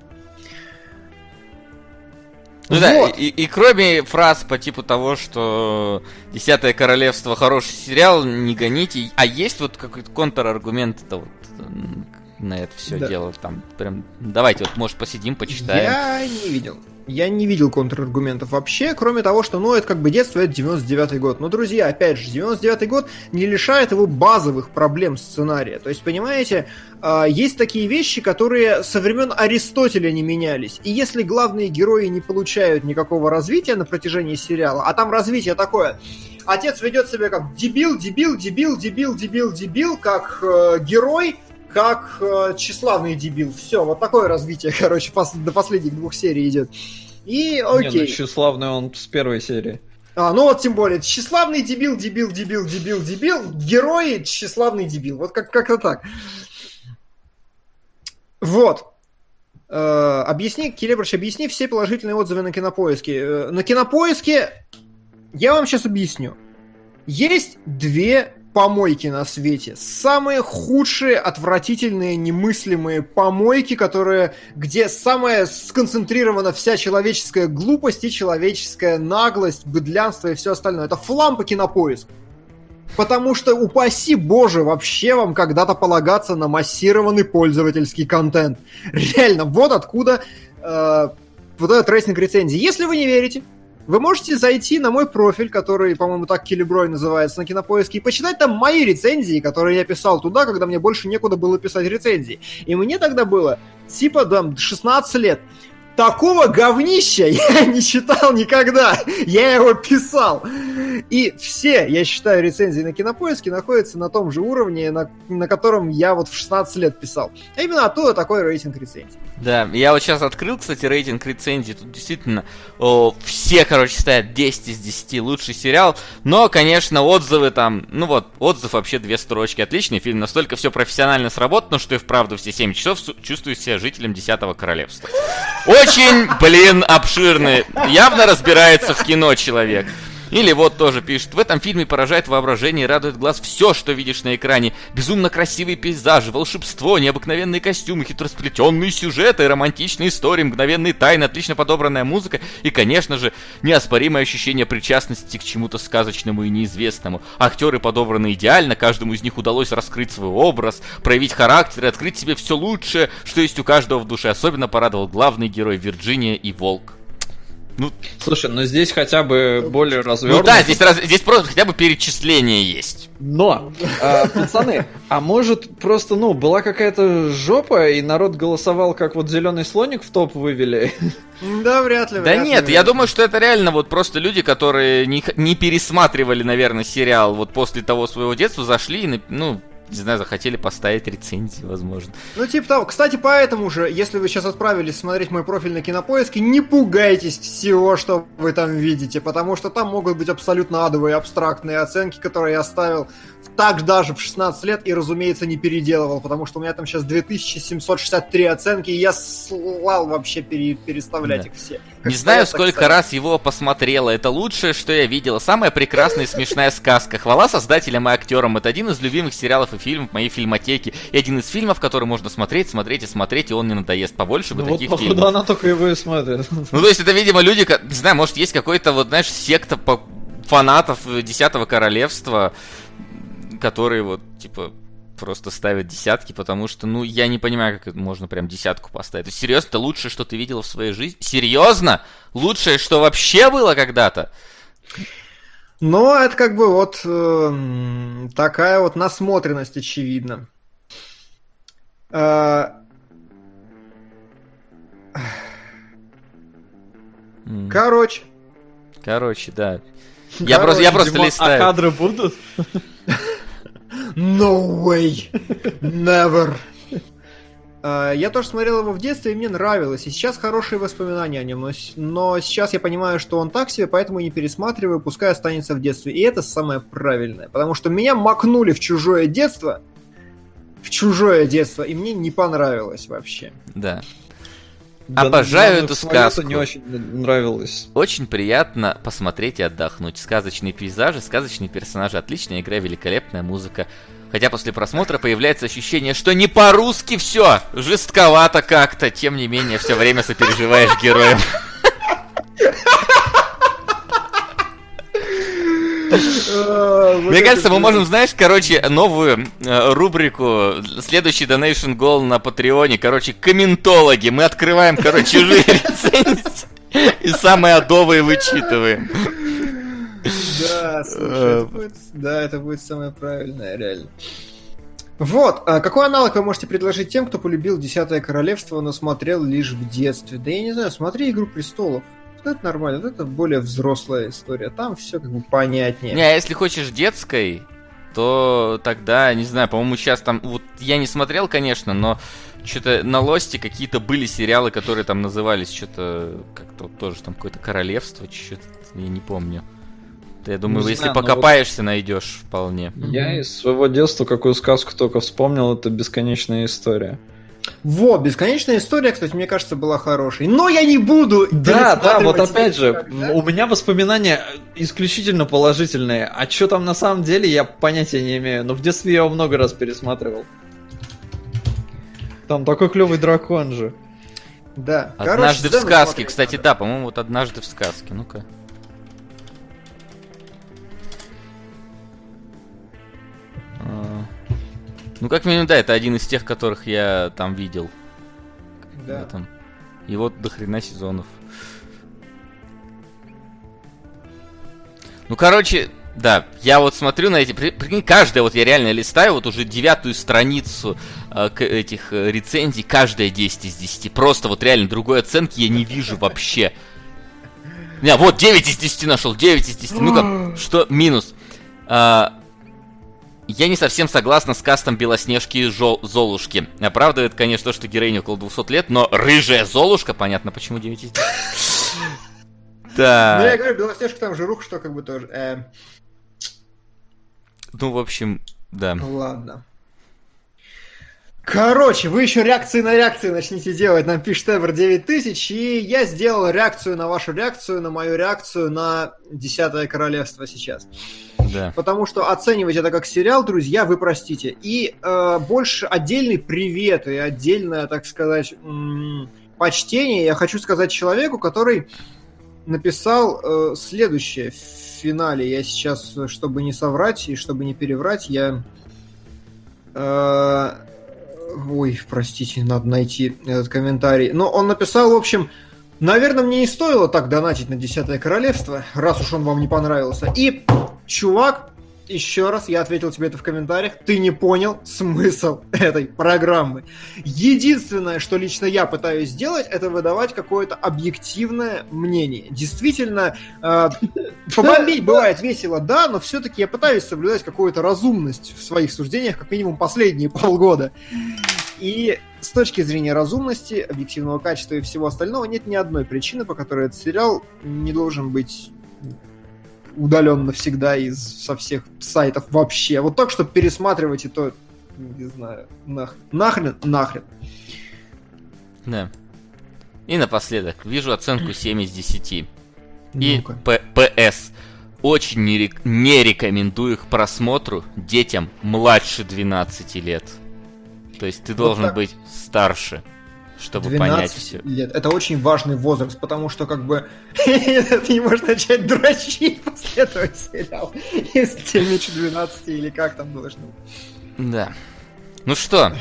Ну вот. Да, и, и кроме фраз по типу того, что «Десятое королевство» хороший сериал, не гоните, а есть вот какой-то контраргумент-то вот на это все да. дело, там прям, давайте вот, может, посидим, почитаем. Я не видел. Я не видел контраргументов вообще, кроме того, что, ну, это как бы детство, это девяносто девятый год. Но, друзья, опять же, девяносто девятый год не лишает его базовых проблем сценария. То есть, понимаете, есть такие вещи, которые со времен Аристотеля не менялись. И если главные герои не получают никакого развития на протяжении сериала, а там развитие такое: отец ведет себя как дебил, дебил, дебил, дебил, дебил, дебил, как э, герой, как э, тщеславный дебил. Все, вот такое развитие, короче, пос- до последних двух серий идет. И окей. Не, ну тщеславный он с первой серии. А, ну вот тем более, тщеславный дебил, дебил, дебил, дебил, дебил, герой, тщеславный дебил. Вот как- как-то так. Вот. Э, объясни, Келебрыч, объясни все положительные отзывы на Кинопоиске. Э, на Кинопоиске я вам сейчас объясню. Есть две помойки на свете. Самые худшие, отвратительные, немыслимые помойки, которые, где самая сконцентрирована вся человеческая глупость и человеческая наглость, быдлянство и все остальное. Это Фламп и Кинопоиск. Потому что, упаси боже, вообще вам когда-то полагаться на массированный пользовательский контент. Реально, вот откуда э, вот этот рейтинг рецензий. Если вы не верите, вы можете зайти на мой профиль, который, по-моему, так Келеброй называется, на Кинопоиске, и почитать там мои рецензии, которые я писал туда, когда мне больше некуда было писать рецензии. И мне тогда было типа да, шестнадцать лет. Такого говнища я не читал никогда. Я его писал. И все, я считаю, рецензии на Кинопоиске находятся на том же уровне, на, на котором я вот в шестнадцать лет писал. А именно оттуда такой рейтинг рецензий. Да, я вот сейчас открыл, кстати, рейтинг рецензий. Тут действительно о, все, короче, ставят десять из десяти, лучший сериал. Но, конечно, отзывы там, ну вот, отзыв вообще две строчки. Отличный фильм, настолько все профессионально сработано, что и вправду все семь часов чувствую себя жителем Десятого королевства. Очень, блин, обширный. Явно разбирается в кино человек. Или вот тоже пишет: в этом фильме поражает воображение и радует глаз все, что видишь на экране. Безумно красивые пейзажи, волшебство, необыкновенные костюмы, хитросплетенные сюжеты, романтичные истории, мгновенные тайны, отлично подобранная музыка и, конечно же, неоспоримое ощущение причастности к чему-то сказочному и неизвестному. Актеры подобраны идеально, каждому из них удалось раскрыть свой образ, проявить характер и открыть себе все лучшее, что есть у каждого в душе. Особенно порадовал главный герой Вирджиния и Волк. Ну, слушай, но здесь хотя бы более развернуто. Ну да, здесь, раз, здесь просто хотя бы перечисление есть. Но, э, пацаны, а может просто, ну, была какая-то жопа, и народ голосовал, как вот зеленый слоник в топ вывели? Да, вряд ли. Да вряд нет, ли, я думаю, что это реально вот просто люди, которые не, не пересматривали, наверное, сериал вот после того своего детства, зашли и, ну... не знаю, захотели поставить рецензии, возможно. Ну, типа того. Кстати, поэтому же, если вы сейчас отправились смотреть мой профиль на Кинопоиске, не пугайтесь всего, что вы там видите, потому что там могут быть абсолютно адовые, абстрактные оценки, которые я ставил так даже в шестнадцать лет и, разумеется, не переделывал, потому что у меня там сейчас две тысячи семьсот шестьдесят три оценки, и я слал вообще пере- переставлять да. их все. Как не знаю, стоят, сколько раз его посмотрела. Это лучшее, что я видела. Самая прекрасная и смешная сказка. Хвала создателям и актерам. Это один из любимых сериалов и фильмов моей фильмотеки. И один из фильмов, который можно смотреть, смотреть и смотреть, и он не надоест. Побольше бы ну таких вот, фильмов. Походу, она только его и смотрит. Ну, то есть, это, видимо, люди, не знаю, может, есть какой-то, вот, знаешь, секта фанатов Десятого королевства, которые вот, типа, просто ставят десятки, потому что, ну, я не понимаю, как можно прям десятку поставить. То есть, серьезно, это лучшее, что ты видела в своей жизни? Серьезно? Лучшее, что вообще было когда-то? Ну, это как бы вот э, такая вот насмотренность, очевидно. Э, mm. Короче. Короче, да. Я просто, я просто Димон, листаю. А кадры будут? No way! Never! Я тоже смотрел его в детстве, и мне нравилось. И сейчас хорошие воспоминания о нем. Но, но сейчас я понимаю, что он так себе, поэтому не пересматриваю, пускай останется в детстве. И это самое правильное. Потому что меня макнули в чужое детство. В чужое детство. И мне не понравилось вообще. Да. Да, обожаю эту сказку. Не очень нравилось. Очень приятно посмотреть и отдохнуть. Сказочные пейзажи, сказочные персонажи, отличная игра, великолепная музыка. Хотя после просмотра появляется ощущение, что не по-русски все, жестковато как-то. Тем не менее, все время сопереживаешь героям. Мне кажется, мы можем, знаешь, короче, новую э, рубрику, следующий Donation Goal на Патреоне, короче, комментологи. Мы открываем, короче, чужие рецензии и самые адовые вычитываем. Да, слушай, это будет, да, это будет самое правильное, реально. Вот, а какой аналог вы можете предложить тем, кто полюбил Десятое Королевство, но смотрел лишь в детстве? Да я не знаю, смотри «Игру престолов». Вот это нормально, вот это более взрослая история. Там все как бы понятнее. Не, а если хочешь детской, то тогда, не знаю, по-моему, сейчас там... Вот я не смотрел, конечно, но что-то на Лосте какие-то были сериалы, которые там назывались что-то... Как-то вот тоже там какое-то королевство, что-то, я не помню. Я думаю, не если знаю, покопаешься, вот найдешь вполне. Я из своего детства какую сказку только вспомнил, это «Бесконечная история». Во, «Бесконечная история», кстати, мне кажется, была хорошей. Но я не буду... Да, да, вот опять же, как, да? У меня воспоминания исключительно положительные. А что там на самом деле, я понятия не имею. Но в детстве я его много раз пересматривал. Там такой клевый дракон же. Да. «Однажды Короче, в сказке». Кстати, надо. Да, по-моему, вот «Однажды в сказке». Ну-ка. Ну, как минимум, да, это один из тех, которых я там видел. Да. Там. И вот до хрена сезонов. Ну, короче, да, я вот смотрю на эти... Прикинь, каждая, вот я реально листаю, вот уже девятую страницу э, этих э, рецензий, каждая десять из десяти. Просто вот реально другой оценки я не вижу вообще. Не, вот девять из десяти нашел, девять из десяти. Ну-ка, что? Минус. А, я не совсем согласна с кастом Белоснежки и Жол- Золушки. Оправдывает, конечно, то, что героине около двухсот лет, но рыжая Золушка, понятно, почему девять из десяти. Да. Ну, я говорю, Белоснежка там же рух, что как бы тоже... Ну, в общем, да. Ладно. Короче, вы еще реакции на реакции начните делать, нам пишет Эвер девять тысяч, и я сделал реакцию на вашу реакцию, на мою реакцию на Десятое Королевство сейчас. Да. Потому что оценивать это как сериал, друзья, вы простите. И э, больше отдельный привет и отдельное, так сказать, м- почтение я хочу сказать человеку, который написал э, следующее в финале. Я сейчас, чтобы не соврать и чтобы не переврать, я... Э, Ой, простите, надо найти этот комментарий. Но он написал, в общем, наверное, мне не стоило так донатить на Десятое Королевство, раз уж он вам не понравился. И, чувак, еще раз, я ответил тебе это в комментариях, ты не понял смысл этой программы. Единственное, что лично я пытаюсь сделать, это выдавать какое-то объективное мнение. Действительно, э, побомбить бывает весело, да, но все-таки я пытаюсь соблюдать какую-то разумность в своих суждениях, как минимум последние полгода. И с точки зрения разумности, объективного качества и всего остального нет ни одной причины, по которой этот сериал не должен быть удален навсегда из со всех сайтов вообще. Вот так, чтобы пересматривать, и то, не знаю, нах... нахрен, нахрен. Да. И напоследок, вижу оценку семь из десяти. И ПС. Очень не, рек... не рекомендую к просмотру детям младше двенадцати лет. То есть ты вот должен так. быть старше, чтобы понять все. Лет. Это очень важный возраст, потому что как бы ты не можешь начать дрочить после этого сериала, если тебе меньше двенадцати или как там должно быть. Да. Ну что?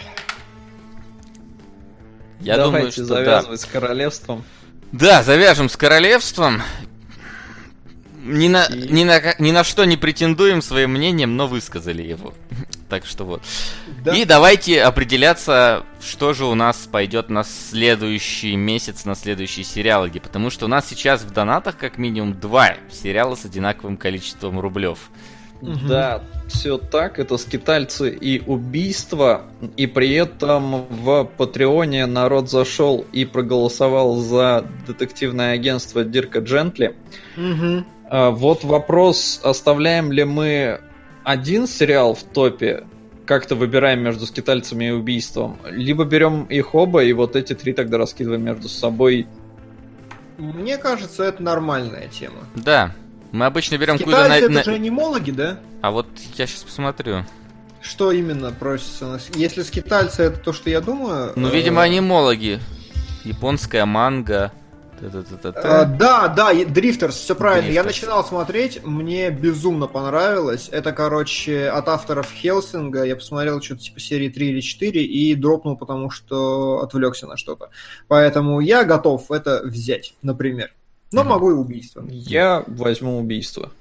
Я Давайте думаю, что завязывать да. с королевством. Да, завяжем с королевством. Ни на, И... ни, на, ни на что не претендуем своим мнением, но высказали его. Так что вот. Да. И давайте определяться, что же у нас пойдет на следующий месяц, на следующие сериалоги. Потому что у нас сейчас в донатах как минимум два сериала с одинаковым количеством рублев. Да, все так, это скитальцы и убийства, и при этом в Патреоне народ зашел и проголосовал за детективное агентство Дирка Джентли. Угу. А, вот вопрос, оставляем ли мы один сериал в топе, как-то выбираем между скитальцами и убийством, либо берем их оба, и вот эти три тогда раскидываем между собой. Мне кажется, это нормальная тема. Да. Мы обычно берем какую-то... Скитальцы это на... же анимологи, да? А вот я сейчас посмотрю. Что именно просится? Если скитальцы это то, что я думаю... Ну, видимо, анимологи. Японская манга. А, да, да, Дрифтерс, все правильно. Дрифтерс. Я начинал смотреть, мне безумно понравилось. Это, короче, от авторов Хелсинга. Я посмотрел что-то типа серии три или четыре и дропнул, потому что отвлекся на что-то. Поэтому я готов это взять, например. Но mm-hmm. могу и убийство. Я возьму убийство.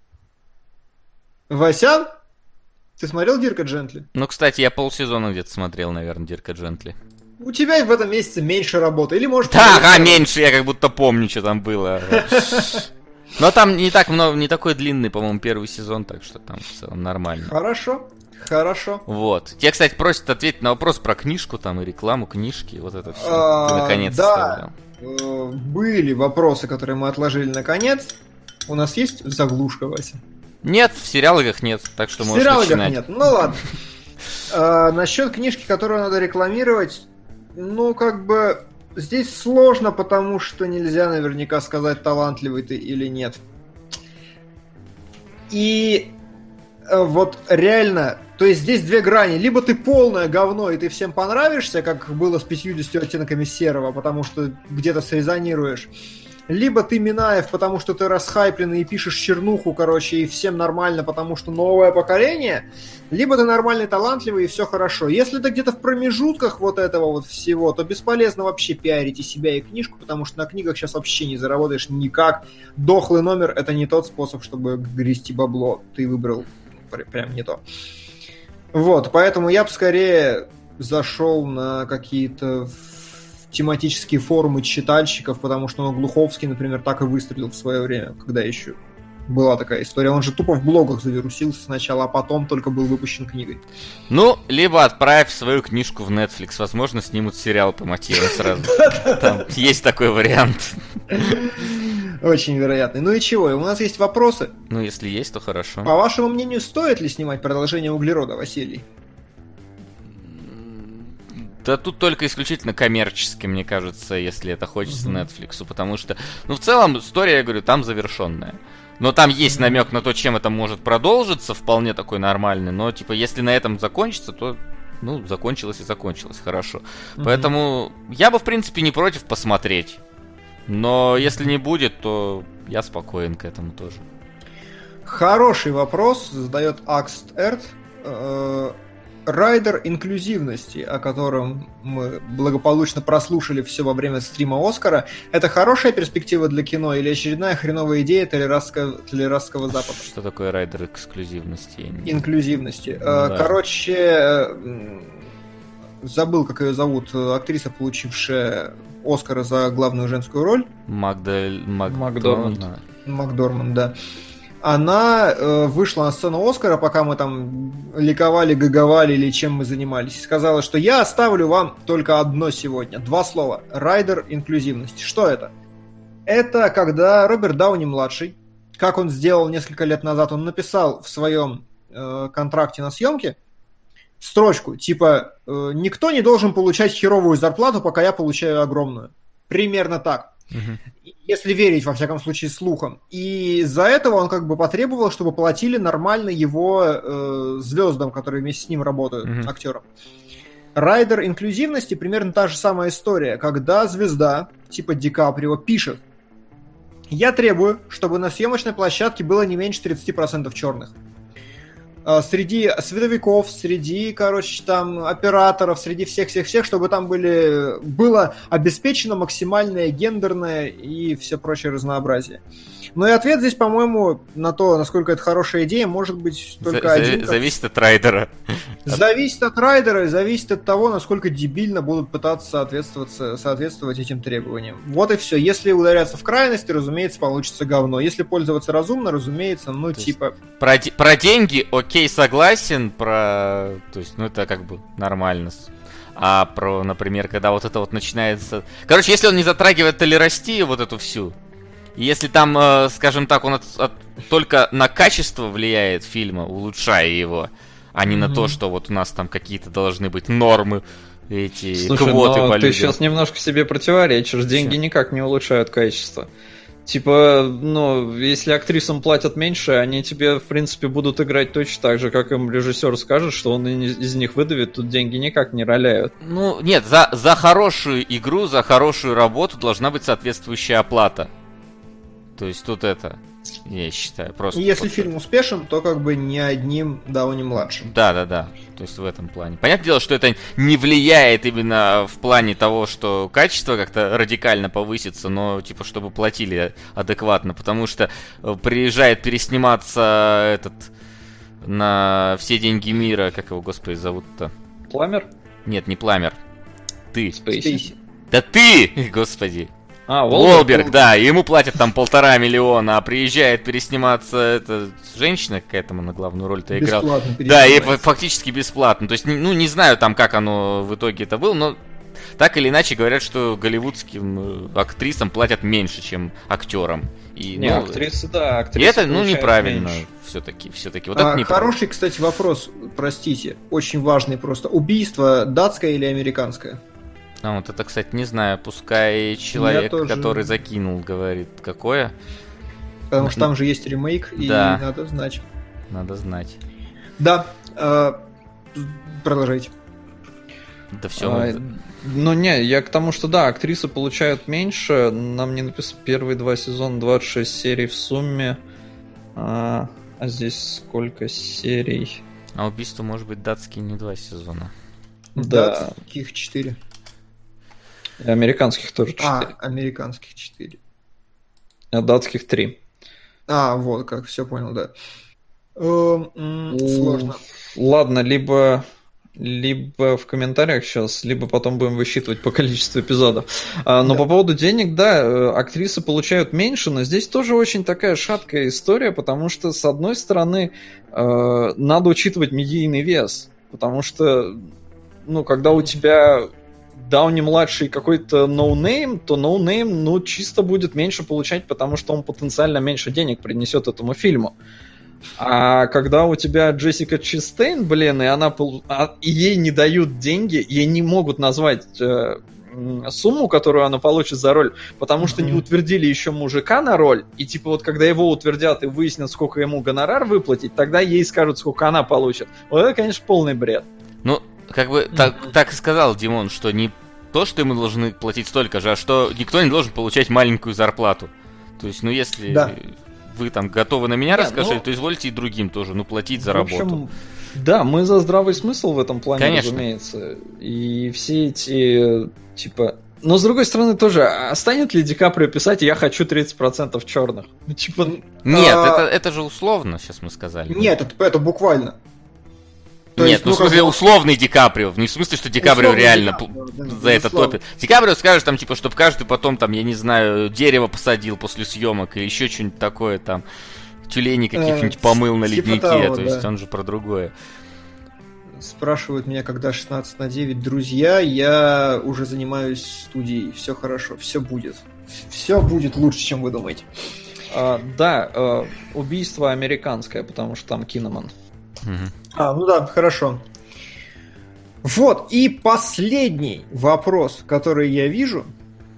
Васян? Ты смотрел Дирка Джентли? Ну, кстати, я полсезона где-то смотрел, наверное, Дирка Джентли. У тебя в этом месяце меньше работы. Или может... Да, ага, меньше, я как будто помню, что там было. Но там не так много, не такой длинный, по-моему, первый сезон, так что там в целом нормально. Хорошо, хорошо. Вот. Тебя, кстати, просят ответить на вопрос про книжку там и рекламу книжки, вот это все. А, Ты наконец да, э, были вопросы, которые мы отложили наконец. У нас есть заглушка, Вася? Нет, в сериалах нет, так что в можешь сериалах начинать. нет, ну ладно. а, насчет книжки, которую надо рекламировать, ну, как бы, здесь сложно, потому что нельзя наверняка сказать, талантливый ты или нет. И вот реально, то есть здесь две грани. Либо ты полное говно, и ты всем понравишься, как было с пятьюдесятью оттенками серого, потому что где-то срезонируешь. Либо ты Минаев, потому что ты расхайпленный и пишешь чернуху, короче, и всем нормально, потому что новое поколение. Либо ты нормальный, талантливый, и все хорошо. Если ты где-то в промежутках вот этого вот всего, то бесполезно вообще пиарить и себя, и книжку, потому что на книгах сейчас вообще не заработаешь никак. Дохлый номер — это не тот способ, чтобы грести бабло. Ты выбрал прям не то. Вот, поэтому я бы скорее зашел на какие-то тематические форумы читальщиков, потому что ну, Глуховский, например, так и выстрелил в свое время, когда еще была такая история. Он же тупо в блогах завирусился сначала, а потом только был выпущен книгой. Ну, либо отправь свою книжку в Netflix, возможно, снимут сериал по мотивам сразу. Там есть такой вариант. Очень вероятный. Ну и чего, у нас есть вопросы. Ну, если есть, то хорошо. По вашему мнению, стоит ли снимать продолжение «Углерода», Василий? Да тут только исключительно коммерчески, мне кажется, если это хочется uh-huh. Netflix, потому что, ну, в целом, история, я говорю, там завершенная. Но там есть uh-huh. намек на то, чем это может продолжиться, вполне такой нормальный, но, типа, если на этом закончится, то, ну, закончилось и закончилось, хорошо. Uh-huh. Поэтому я бы, в принципе, не против посмотреть, но если не будет, то я спокоен к этому тоже. Хороший вопрос задает Акст-Эрт. Райдер инклюзивности, о котором мы благополучно прослушали все во время стрима Оскара, это хорошая перспектива для кино или очередная хреновая идея толерастского, толерастского Запада? Что такое райдер эксклюзивности? Инклюзивности. Да. Короче, забыл, как ее зовут, актриса, получившая Оскара за главную женскую роль. Магда... Мак... Макдорманд. Макдорманд, да. Она э, вышла на сцену Оскара, пока мы там ликовали, гаговали или чем мы занимались. Сказала, что я оставлю вам только одно сегодня. Два слова. Райдер инклюзивности. Что это? Это когда Роберт Дауни-младший, как он сделал несколько лет назад, он написал в своем э, контракте на съемке строчку, типа э, «Никто не должен получать херовую зарплату, пока я получаю огромную». Примерно так. Uh-huh. Если верить, во всяком случае, слухам. И из-за этого он как бы потребовал, чтобы платили нормально его э, звездам, которые вместе с ним работают, uh-huh. актерам. Райдер инклюзивности примерно та же самая история, когда звезда, типа Ди Каприо, пишет: «Я требую, чтобы на съемочной площадке было не меньше тридцать процентов черных». среди световиков, среди, короче, там, операторов, среди всех-всех-всех, чтобы там были, было обеспечено максимальное гендерное и все прочее разнообразие. Ну и ответ здесь, по-моему, на то, насколько это хорошая идея, может быть только За- один. за- зависит от райдера. Зависит от райдера и зависит от того, насколько дебильно будут пытаться соответствовать, соответствовать этим требованиям. Вот и все. Если ударяться в крайности, разумеется, получится говно. Если пользоваться разумно, разумеется, ну То типа... Про, де- про деньги, окей, согласен, про... То есть, ну это как бы нормально. А про, например, когда вот это вот начинается... Короче, если он не затрагивает толерастию вот эту всю, если там, э, скажем так, он от, от, только на качество влияет фильма, улучшая его, а не mm-hmm. на то, что вот у нас там какие-то должны быть нормы, эти Слушай, квоты но по ты людям. сейчас немножко себе противоречишь. Деньги Все. никак не улучшают качество. Типа, ну, если актрисам платят меньше, они тебе, в принципе, будут играть точно так же, как им режиссер скажет, что он из них выдавит, тут деньги никак не роляют. Ну, нет, за, за хорошую игру, за хорошую работу должна быть соответствующая оплата. То есть тут это, я считаю, просто... И если вот фильм это. успешен, то как бы не одним Дауни-младшим. Да-да-да, то есть в этом плане. Понятное дело, что это не влияет именно в плане того, что качество как-то радикально повысится, но типа чтобы платили адекватно, потому что приезжает пересниматься этот на все деньги мира, как его, господи, зовут-то? Пламер? Нет, не Пламер. Ты. Спейси. Да ты, господи. А, Уолберг, да, ему платят там полтора миллиона, а приезжает пересниматься эта женщина какая-то на главную роль-то играла. Бесплатно Да, и фактически бесплатно. То есть, ну, не знаю там, как оно в итоге это было, но так или иначе говорят, что голливудским актрисам платят меньше, чем актерам. И, не, ну, актрисы, да, актрисы. И это, ну, неправильно меньше. все-таки, все-таки. Вот а, это неправильно. Хороший, кстати, вопрос, простите, очень важный просто. Убийство датское или американское? А вот это, кстати, не знаю, пускай человек, тоже... который закинул, говорит, какое. Потому что там же есть ремейк, и да. надо знать. Надо знать. Да, э, продолжайте. Да все. А, мы... Ну не, я к тому, что да, актрисы получают меньше. Нам не написано первые два сезона, двадцать шесть серий в сумме. А, а здесь сколько серий? А убийство может быть датские не два сезона. Да. Датских четыре. И американских тоже четыре. А, американских четыре. А датских три. А, вот как, все понял, да. Э, сложно. Ладно, либо, либо в комментариях сейчас, либо потом будем высчитывать по количеству эпизодов. А, но да. По поводу денег, да, актрисы получают меньше, но здесь тоже очень такая шаткая история, потому что, с одной стороны, э, надо учитывать медийный вес, потому что, ну, когда у тебя... Дауни-младший какой-то ноунейм, то ноунейм, ну, чисто будет меньше получать, потому что он потенциально меньше денег принесет этому фильму. А когда у тебя Джессика Честейн, блин, и она а, и ей не дают деньги, ей не могут назвать э, сумму, которую она получит за роль, потому что mm-hmm. не утвердили еще мужика на роль, и типа вот когда его утвердят и выяснят, сколько ему гонорар выплатить, тогда ей скажут, сколько она получит. Вот это, конечно, полный бред. Ну, как бы так, так и сказал Димон, что не то, что ему должны платить столько же, а что никто не должен получать маленькую зарплату. То есть, ну если да. вы там готовы на меня Нет, рассказать, ну, то извольте и другим тоже, ну, платить за в общем, работу. Да, мы за здравый смысл в этом плане, конечно. Разумеется. И все эти, типа... Но, с другой стороны, тоже, а станет ли Ди Каприо писать «Я хочу тридцать процентов черных»? Ну, типа... Нет, а... это, это же условно, сейчас мы сказали. Нет, это, это буквально. То Нет, есть, ну, ну в смысле, как... условный Ди Каприо. Не в смысле, что Ди Каприо реально Ди Каприо, да, за это топит. Ди Каприо скажет, там, типа, чтобы каждый потом, там, я не знаю, дерево посадил после съемок или еще что-нибудь такое, там, тюленей каких-нибудь помыл на леднике. Того, то есть да. Он же про другое. Спрашивают меня, когда шестнадцать на девять, друзья, я уже занимаюсь студией, все хорошо, все будет. Все будет лучше, чем вы думаете. А, да, а, убийство американское, потому что там Киноман. Угу. А, ну да, хорошо. Вот, и последний вопрос, который я вижу.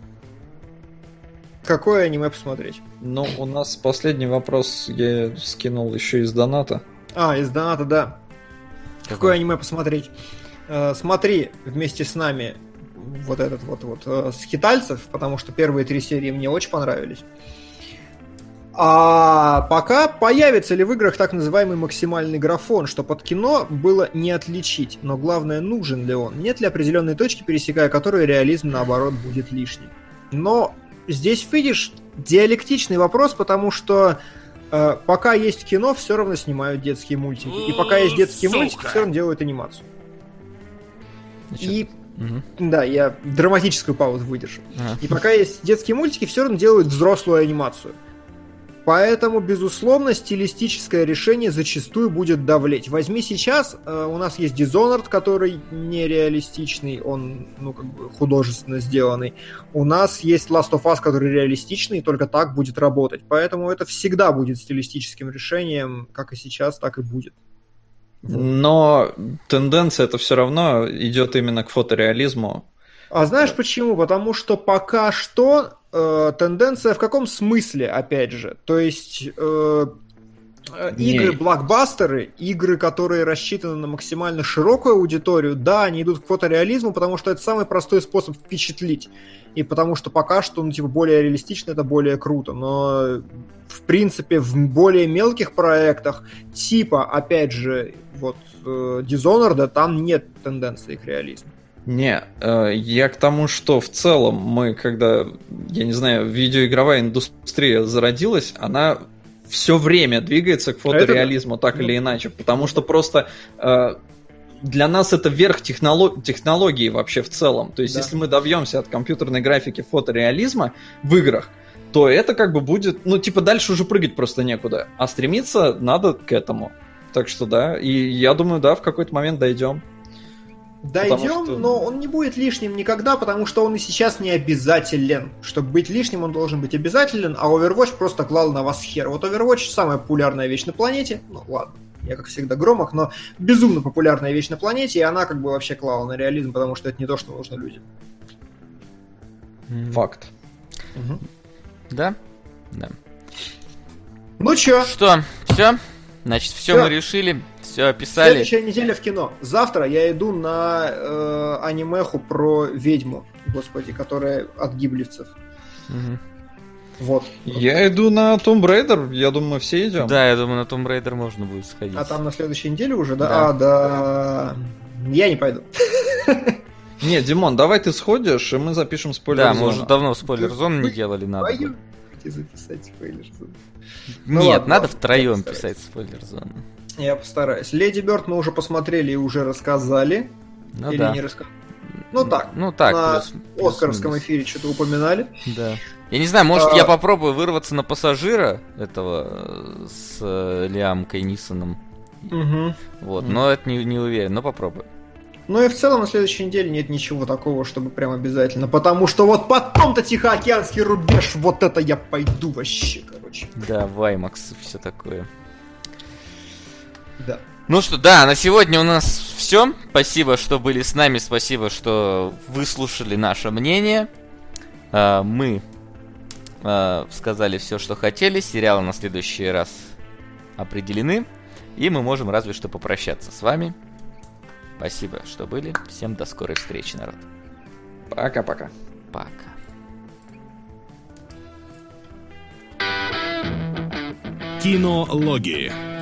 Какое аниме посмотреть? Ну, у нас последний вопрос я скинул еще из доната. А, из доната, да. Какое аниме посмотреть? Э, смотри вместе с нами вот этот вот, вот э, «Скитальцев», потому что первые три серии мне очень понравились. А пока появится ли в играх так называемый максимальный графон, что под кино было не отличить, но главное, нужен ли он, нет ли определенной точки, пересекая которую реализм, наоборот, будет лишним. Но здесь, видишь, диалектичный вопрос, потому что э, пока есть кино, все равно снимают детские мультики, и пока есть детские Сука. мультики, все равно делают анимацию. Значит, И Угу. да, я драматическую паузу выдержу. Ага. И пока есть детские мультики, все равно делают взрослую анимацию. Поэтому, безусловно, стилистическое решение зачастую будет давлеть. Возьми сейчас, э, у нас есть Dishonored, который нереалистичный, он, ну, как бы художественно сделанный. У нас есть Last of Us, который реалистичный, и только так будет работать. Поэтому это всегда будет стилистическим решением, как и сейчас, так и будет. Но тенденция это все равно идет именно к фотореализму. А знаешь почему? Потому что пока что э, тенденция в каком смысле, опять же? То есть э, э, игры-блокбастеры, игры, которые рассчитаны на максимально широкую аудиторию, да, они идут к фотореализму, потому что это самый простой способ впечатлить. И потому что пока что, ну, типа, более реалистично, это более круто. Но, в принципе, в более мелких проектах, типа, опять же, вот, э, Dishonored, там нет тенденции к реализму. Не, э, я к тому, что в целом мы, когда, я не знаю, видеоигровая индустрия зародилась, она все время двигается к фотореализму, это... так или иначе, потому что просто э, для нас это верх технолог... технологии вообще в целом. То есть, да. Если мы добьемся от компьютерной графики фотореализма в играх, то это как бы будет, ну, типа, дальше уже прыгать просто некуда, а стремиться надо к этому. Так что да, и я думаю, да, в какой-то момент дойдем. Дойдем, что... но он не будет лишним никогда, потому что он и сейчас не обязателен. Чтобы быть лишним, он должен быть обязателен, а Overwatch просто клал на вас хер. Вот Overwatch самая популярная вещь на планете. Ну ладно, я как всегда громок, но безумно популярная вещь на планете, и она как бы вообще клала на реализм, потому что это не то, что нужно людям. Факт. Угу. Да? Да. Ну чё? Что, все? Значит, все мы решили, все описали. Следующая неделя в кино. Завтра я иду на э, анимеху про ведьму, господи, которая от гиблевцев. Угу. Вот. Я иду на Tomb Raider, я думаю, мы все идем. Да, я думаю, на Tomb Raider можно будет сходить. А там на следующей неделе уже, да? Да. А, да. Я не пойду. Не, Димон, давай ты сходишь, и мы запишем спойлер-зону. Да, мы уже давно спойлер-зону не делали, надо бы. записать спойлер-зону. Ну Нет, ладно, надо ладно, втроем писать спойлер-зону. Я постараюсь. Леди Бёрд мы уже посмотрели и уже рассказали. Ну, Или да. не рассказали? Ну так, ну, так на плюс, плюс, Оскаровском плюс. эфире что-то упоминали. Да. Я не знаю, может, а... я попробую вырваться на пассажира этого с э, Лиам Кейнисоном. Угу. Вот, угу. но это не, не уверен, но попробую. Ну и в целом на следующей неделе нет ничего такого, чтобы прям обязательно. Потому что вот потом-то Тихоокеанский рубеж, вот это я пойду вообще, короче. Да, Ваймакс и все такое. Да. Ну что, да, на сегодня у нас все. Спасибо, что были с нами, спасибо, что выслушали наше мнение. Мы сказали все, что хотели. Сериалы на следующий раз определены. И мы можем разве что попрощаться с вами. Спасибо, что были. Всем до скорой встречи, народ. Пока-пока. Пока. Кинологии.